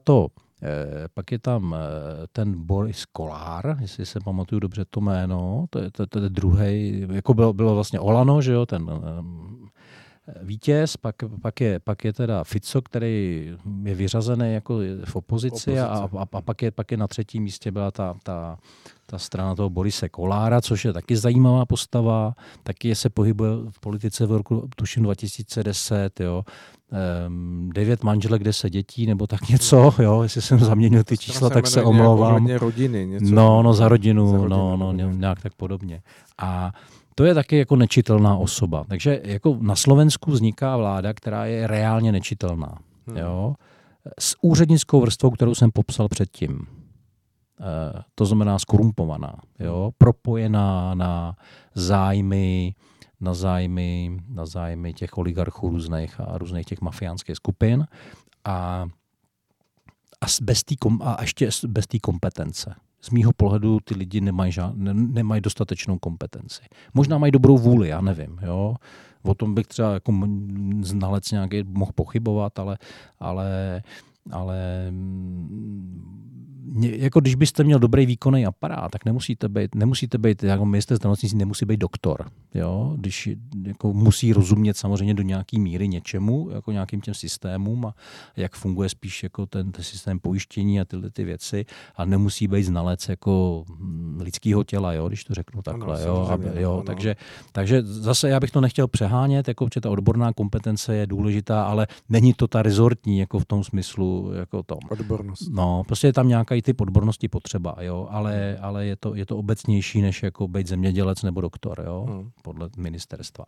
S3: ten Boris Kolár, jestli se pamatuju dobře to jméno, to je druhý, jako bylo vlastně Olano, že jo, ten vítěz, pak je teda Fico, který je vyřazený jako v opozici. A pak je na třetím místě byla ta strana toho Borise Kolára, což je taky zajímavá postava, taky se pohybuje v politice v roku tuším 2010, jo. 9 manželek, 10 dětí, nebo tak něco, jo, jestli jsem zaměnil ty čísla, tak se omlouvám.
S1: Rodiny, něco.
S3: No, za rodinu, nějak tak podobně. A to je taky jako nečitelná osoba. Takže jako na Slovensku vzniká vláda, která je reálně nečitelná. Jo? S úřednickou vrstvou, kterou jsem popsal předtím. To znamená skorumpovaná. Jo? Propojená na zájmy těch oligarchů různých těch mafiánských skupin a ještě bez té kompetence. Z mýho pohledu ty lidi nemají dostatečnou kompetenci. Možná mají dobrou vůli, já nevím. Jo? O tom bych třeba jako znalec nějaký mohl pochybovat, ale jako když byste měl dobrý výkonný aparát, tak nemusíte být jako ministr zdravotnictví nemusí být doktor. Jo? Když jako musí rozumět samozřejmě do nějaký míry něčemu, jako nějakým těm systémům a jak funguje spíš jako ten systém pojištění a tyhle ty věci a nemusí být znalec jako lidského těla, jo? Když to řeknu takhle. Takže zase já bych to nechtěl přehánět, jako ta odborná kompetence je důležitá, ale není to ta rezortní jako v tom smyslu jako tom.
S1: Odbornost.
S3: No, prostě je tam nějaký typ odbornosti potřeba, jo, ale je to obecnější, než jako být zemědělec nebo doktor, jo, podle ministerstva.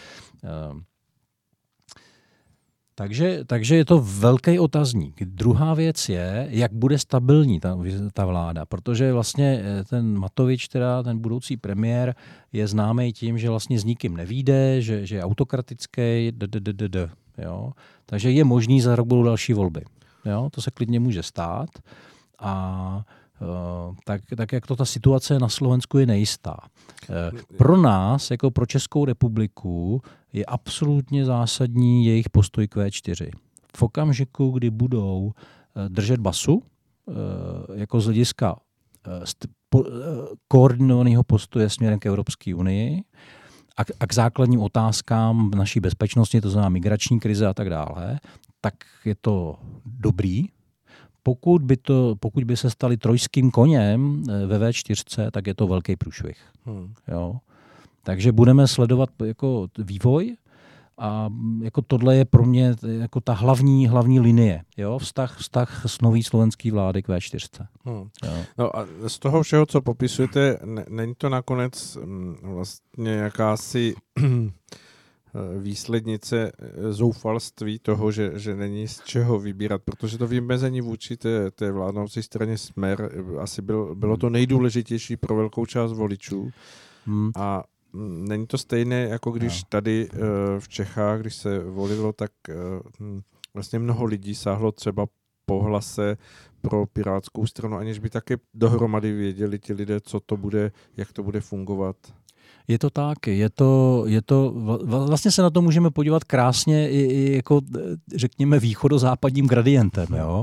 S3: Takže je to velký otazník. Druhá věc je, jak bude stabilní ta vláda, protože vlastně ten Matovič, teda ten budoucí premiér, je známý tím, že vlastně s nikým nevíde, že je autokratický, jo. Takže je možný za rok budou další volby. Jo, to se klidně může stát a tak jak to ta situace na Slovensku je nejistá. Pro nás, jako pro Českou republiku, je absolutně zásadní jejich postoj k V4. V okamžiku, kdy budou držet basu, jako z hlediska koordinovaného postoje směrem k Evropské unii a k základním otázkám naší bezpečnosti, to znamená migrační krize a tak dále, tak je to dobrý. Pokud by se stali trojským koněm ve V4, tak je to velký průšvih. Jo. Takže budeme sledovat jako vývoj a jako tohle je pro mě jako ta hlavní linie. Jo. Vztah s nový slovenský vlády k V4.
S1: No a z toho všeho, co popisujete, není to nakonec vlastně jakási výslednice zoufalství toho, že není z čeho vybírat, protože to vymezení vůči té vládnoucí straně Smer asi bylo to nejdůležitější pro velkou část voličů. A není to stejné, jako když tady v Čechách, když se volilo, tak vlastně mnoho lidí sáhlo třeba po hlase pro Pirátskou stranu, aniž by také dohromady věděli ti lidé, co to bude, jak to bude fungovat.
S3: Je to tak, vlastně se na to můžeme podívat krásně i jako, řekněme, východozápadním gradientem, jo.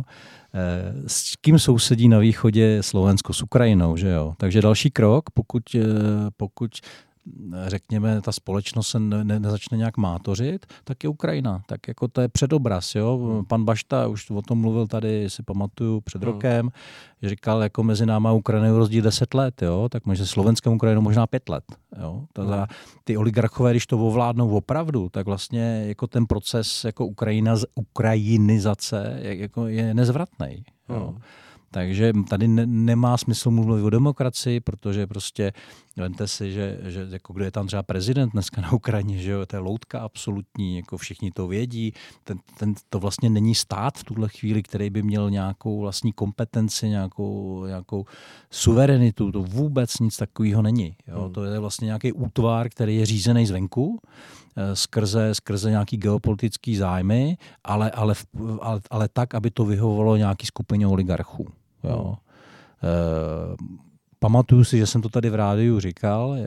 S3: S kým sousedí na východě Slovensko? S Ukrajinou, že jo. Takže další krok, pokud řekněme, ta společnost se nezačne nějak mátořit, tak je Ukrajina. Tak jako to je předobraz. Jo? Pan Bašta už o tom mluvil tady, si pamatuju, před rokem, že říkal, jako mezi náma Ukrajinou je rozdíl 10 let, jo? Tak mezi Slovenskem a Ukrajinou možná 5 let. Jo? Ty oligarchové, když to ovládnou opravdu, tak vlastně jako ten proces jako ukrajinizace jako je nezvratný. Takže tady nemá smysl mluvit o demokracii, protože prostě vemte si, že jako kdo je tam třeba prezident dneska na Ukrajině, že jo, to je loutka absolutní, jako všichni to vědí. To vlastně není stát v tuhle chvíli, který by měl nějakou vlastní kompetenci, nějakou suverenitu. To vůbec nic takového není. Jo. To je vlastně nějaký útvar, který je řízený zvenku, skrze nějaký geopolitický zájmy, ale tak, aby to vyhovovalo nějaký skupině oligarchů. Jo. Pamatuju si, že jsem to tady v rádiu říkal,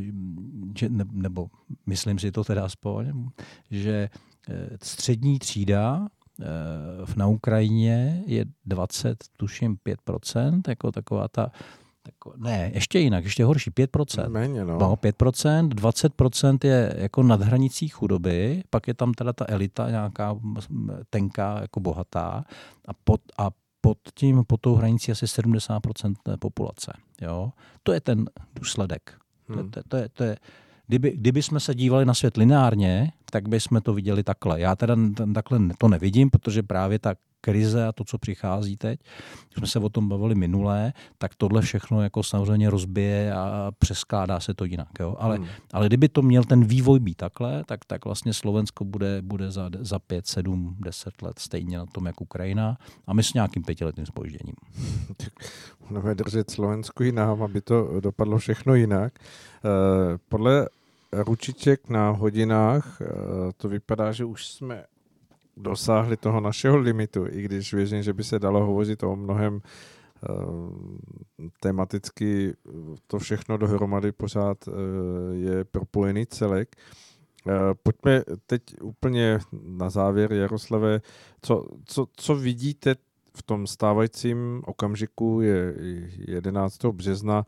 S3: nebo myslím si to teda aspoň, že střední třída na Ukrajině je 5%, jako taková ta ještě jinak, ještě horší, 5%.
S1: Méně, no.
S3: 5%, 20% je jako nad hranicí chudoby, pak je tam teda ta elita nějaká tenká, jako bohatá a pod tou hranicí asi 70% populace. Jo? To je ten důsledek. To je, kdyby jsme se dívali na svět lineárně, tak bychom to viděli takhle. Já teda takhle to nevidím, protože právě ta krize a to, co přichází teď, když jsme se o tom bavili minulé, tak tohle všechno jako samozřejmě rozbije a přeskládá se to jinak. Jo? Ale kdyby to měl ten vývoj být takhle, tak vlastně Slovensko bude za 5, 7, 10 let stejně na tom, jak Ukrajina a my s nějakým 5letým zpožděním.
S1: Budeme držet Slovensku i nám, aby to dopadlo všechno jinak. Podle ručiček na hodinách to vypadá, že už jsme dosáhli toho našeho limitu, i když věřím, že by se dalo hovořit o mnohem tematicky, to všechno dohromady pořád je propojený celek. Pojďme teď úplně na závěr, Jaroslave. Co vidíte v tom stávajícím okamžiku, je 11. března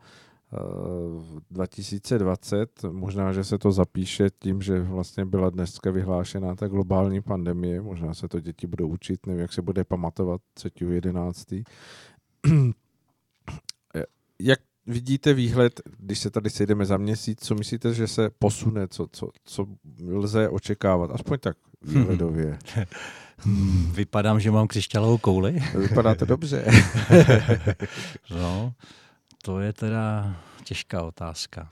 S1: 2020. Možná, že se to zapíše tím, že vlastně byla dneska vyhlášená ta globální pandemie. Možná se to děti budou učit, nevím, jak se bude pamatovat 3.11. Jak vidíte výhled, když se tady sejdeme za měsíc, co myslíte, že se posune, co lze očekávat? Aspoň tak výhledově.
S3: Vypadám, že mám křišťálovou kouli.
S1: Vypadáte dobře.
S3: No, to je teda těžká otázka.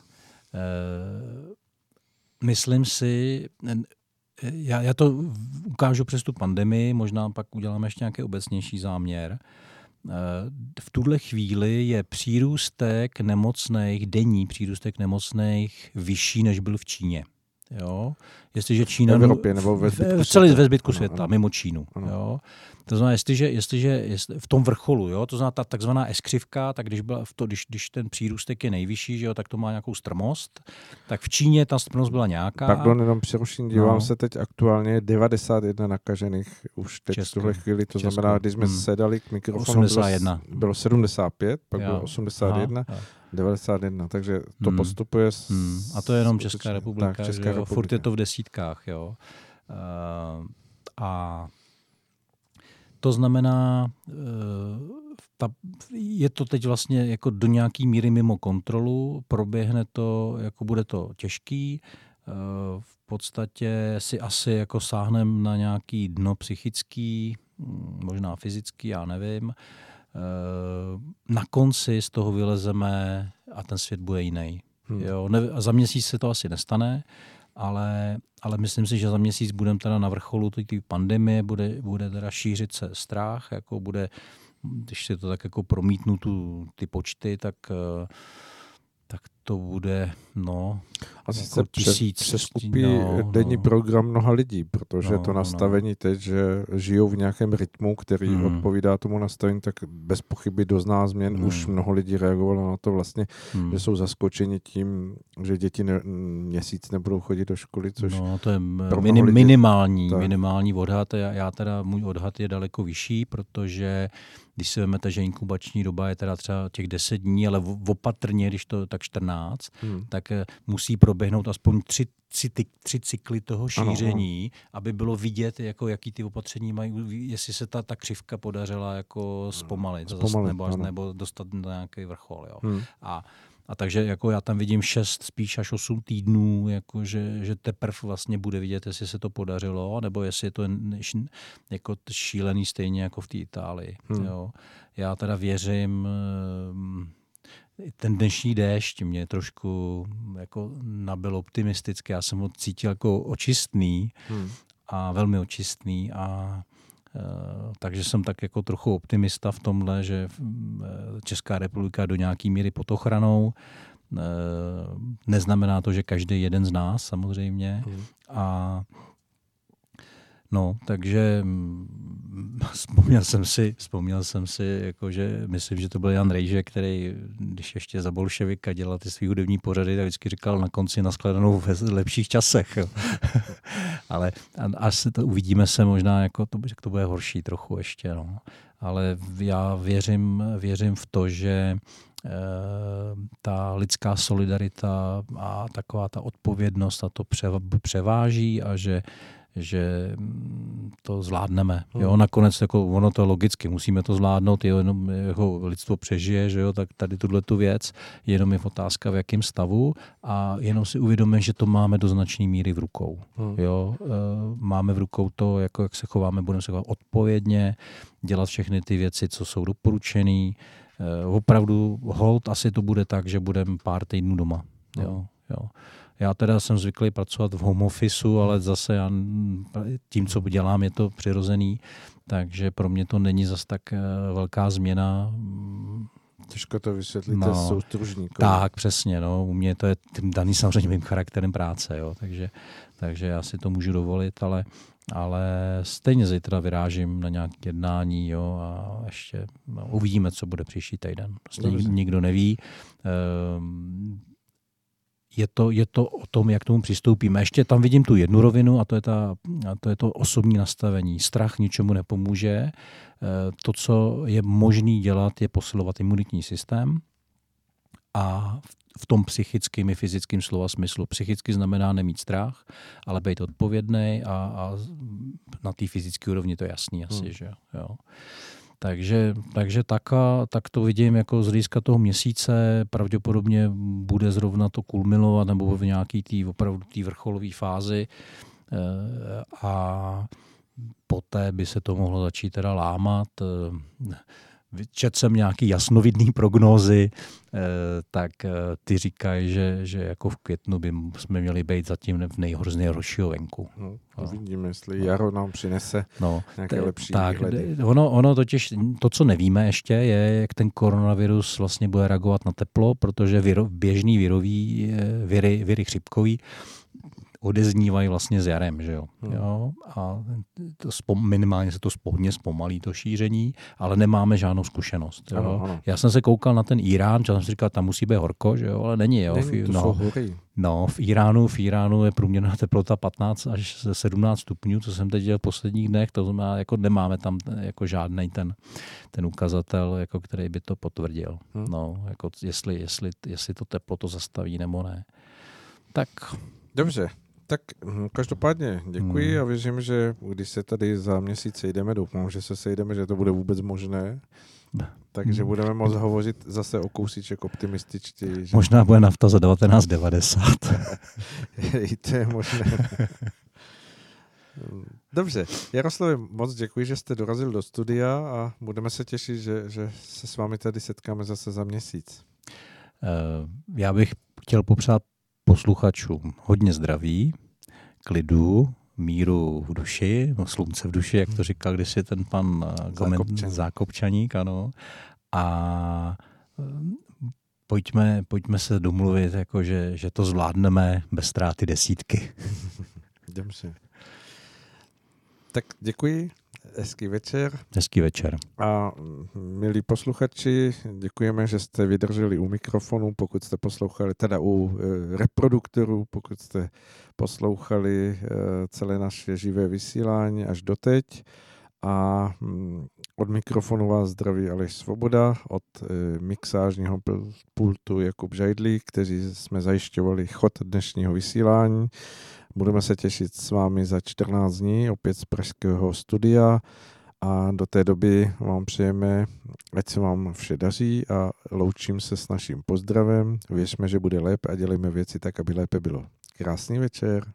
S3: Myslím si, já to ukážu přes tu pandemii, možná pak uděláme ještě nějaký obecnější záměr. V tuhle chvíli je přírůstek nemocných, denní přírůstek nemocných vyšší, než byl v Číně. Jo? Jestliže Čína...
S1: V Evropě nebo ve zbytku světa.
S3: Ve zbytku světa, mimo Čínu. Jo? To znamená, jestliže v tom vrcholu, jo? To znamená ta takzvaná S-křivka, tak když ten přírůstek je nejvyšší, že jo, tak to má nějakou strmost, tak v Číně ta strmost byla nějaká.
S1: Pardon, jenom přeruším, dívám se teď aktuálně 91 nakažených už teď v tuhle chvíli, to znamená, když jsme sedali k mikrofonu,
S3: 81.
S1: Bylo 75, pak bylo 81. Aha. 91, takže to postupuje.
S3: A to je jenom Česká republika, furt je to v desítkách. Jo. A to znamená, je to teď vlastně jako do nějaký míry mimo kontrolu, proběhne to, jako bude to těžký, v podstatě si asi jako sáhneme na nějaký dno psychický, možná fyzický, já nevím. Na konci z toho vylezeme a ten svět bude jiný. Jo, a za měsíc se to asi nestane, ale myslím si, že za měsíc budeme teda na vrcholu té pandemie, bude teda šířit se strach, jako bude, když si to tak jako promítnu ty počty, tak to bude,
S1: asi
S3: jako
S1: se přeskupí denní program mnoha lidí, protože to nastavení teď, že žijou v nějakém rytmu, který odpovídá tomu nastavení, tak bez pochyby dozná změn. Už mnoho lidí reagovalo na to vlastně, že jsou zaskočeni tím, že děti měsíc nebudou chodit do školy, což
S3: to je minimální odhad. Můj odhad je daleko vyšší, protože když si vezmete, že inkubační doba je teda třeba těch 10 dní, ale opatrně, když to tak 14, tak musí proběhnout aspoň 3 cykly toho šíření, aby bylo vidět, jako, jaký ty opatření mají, jestli se ta křivka podařila jako zpomalit nebo dostat na nějaký vrchol. Jo. A takže jako já tam vidím 6 spíš až 8 týdnů, jako že teprve vlastně bude vidět, jestli se to podařilo, nebo jestli je to jako šílený stejně jako v té Itálii. Jo. Já teda věřím, ten dnešní déšť mě trošku jako nabyl optimisticky. Já jsem ho cítil jako očistný a velmi očistný takže jsem tak jako trochu optimista v tomhle, že Česká republika do nějaký míry pod ochranou. Neznamená to, že každý jeden z nás samozřejmě. Takže vzpomněl jsem si, jako, že myslím, že to byl Jan Rejže, který, když ještě za bolševika dělal ty svý hudební pořady, tak vždycky říkal na konci nashledanou v lepších časech. Ale asi to uvidíme se možná, jako to bude horší trochu ještě. Ale já věřím v to, že ta lidská solidarita a taková ta odpovědnost a to převáží a že to zvládneme. Jo, nakonec jako ono to logicky, musíme to zvládnout, jenom jako lidstvo přežije, že jo, tak tady tu věc, jenom je otázka v jakém stavu a jenom si uvědomíme, že to máme do značné míry v rukou. Jo, máme v rukou to, jako jak se chováme, budeme se chovat odpovědně, dělat všechny ty věci, co jsou doporučený. Opravdu hold asi to bude tak, že budeme pár týdnů doma. Jo. Já teda jsem zvyklý pracovat v home officeu, ale zase tím, co dělám, je to přirozený, takže pro mě to není zas tak velká změna.
S1: Těžko to vysvětlíte soustružníkům.
S3: Tak, přesně. U mě to je daný samozřejmě mým charakterem práce, jo, takže já si to můžu dovolit, ale stejně zítra vyrážím na nějaké jednání, jo, a ještě uvidíme, co bude příští týden. Prostě nikdo neví. je to o tom, jak k tomu přistoupíme. Ještě tam vidím tu jednu rovinu a to je to osobní nastavení. Strach ničemu nepomůže. To, co je možné dělat, je posilovat imunitní systém a v tom psychickým i fyzickým slova smyslu. Psychicky znamená nemít strach, ale být odpovědný a na té fyzické úrovni to je jasný asi, že jo. Takže tak to vidím jako z hlediska toho měsíce, pravděpodobně bude zrovna to kulminovat nebo v nějaký opravdu té vrcholové fázi a poté by se to mohlo začít teda lámat. Četl jsem nějaký jasnovidný prognózy, tak ty říkají, že jako v květnu by jsme měli být zatím v nejhoršího venku.
S1: Uvidíme, jestli jaro nám přinese nějaké lepší výhledy.
S3: Ono totiž, to, co nevíme ještě, je, jak ten koronavirus vlastně bude reagovat na teplo, protože běžný viry chřipkový odeznívají vlastně s jarem, že jo. A minimálně se to hodně zpomalí, to šíření, ale nemáme žádnou zkušenost. Jo? Ano. Já jsem se koukal na ten Irán, jsem si říkal, tam musí být horko, že jo, ale není. Jo? V Iránu je průměrná teplota 15 až 17 stupňů, co jsem teď dělal v posledních dnech, to znamená, jako nemáme tam jako žádnej ten ukazatel, jako který by to potvrdil. Jako jestli to teplo to zastaví nebo ne. Tak.
S1: Dobře. Tak každopádně děkuji a věřím, že když se tady za měsíc sejdeme, doufám, že se sejdeme, že to bude vůbec možné. Takže budeme moct hovořit zase o kousíček optimističtěji. Že...
S3: Možná bude nafta za 1990.
S1: I to je možné. Dobře, Jaroslave, moc děkuji, že jste dorazil do studia a budeme se těšit, že se s vámi tady setkáme zase za měsíc.
S3: Já bych chtěl popřát posluchačům hodně zdraví, klidu, míru v duši, slunce v duši, jak to říkal kdysi ten pan Zákopčaník, ano. A pojďme se domluvit, jako že to zvládneme bez ztráty desítky.
S1: Dobře. Tak děkuji. Hezký večer.
S3: Hezký večer.
S1: A milí posluchači, děkujeme, že jste vydrželi u mikrofonu, pokud jste poslouchali, teda u reproduktorů, pokud jste poslouchali celé naše živé vysílání až doteď. A od mikrofonu vás zdraví Aleš Svoboda, od mixážního pultu Jakub Žajdlík, kteří jsme zajišťovali chod dnešního vysílání. Budeme se těšit s vámi za 14 dní, opět z pražského studia a do té doby vám přejeme, ať se vám vše daří a loučím se s naším pozdravem. Věřme, že bude lépe a dělejme věci tak, aby lépe bylo. Krásný večer.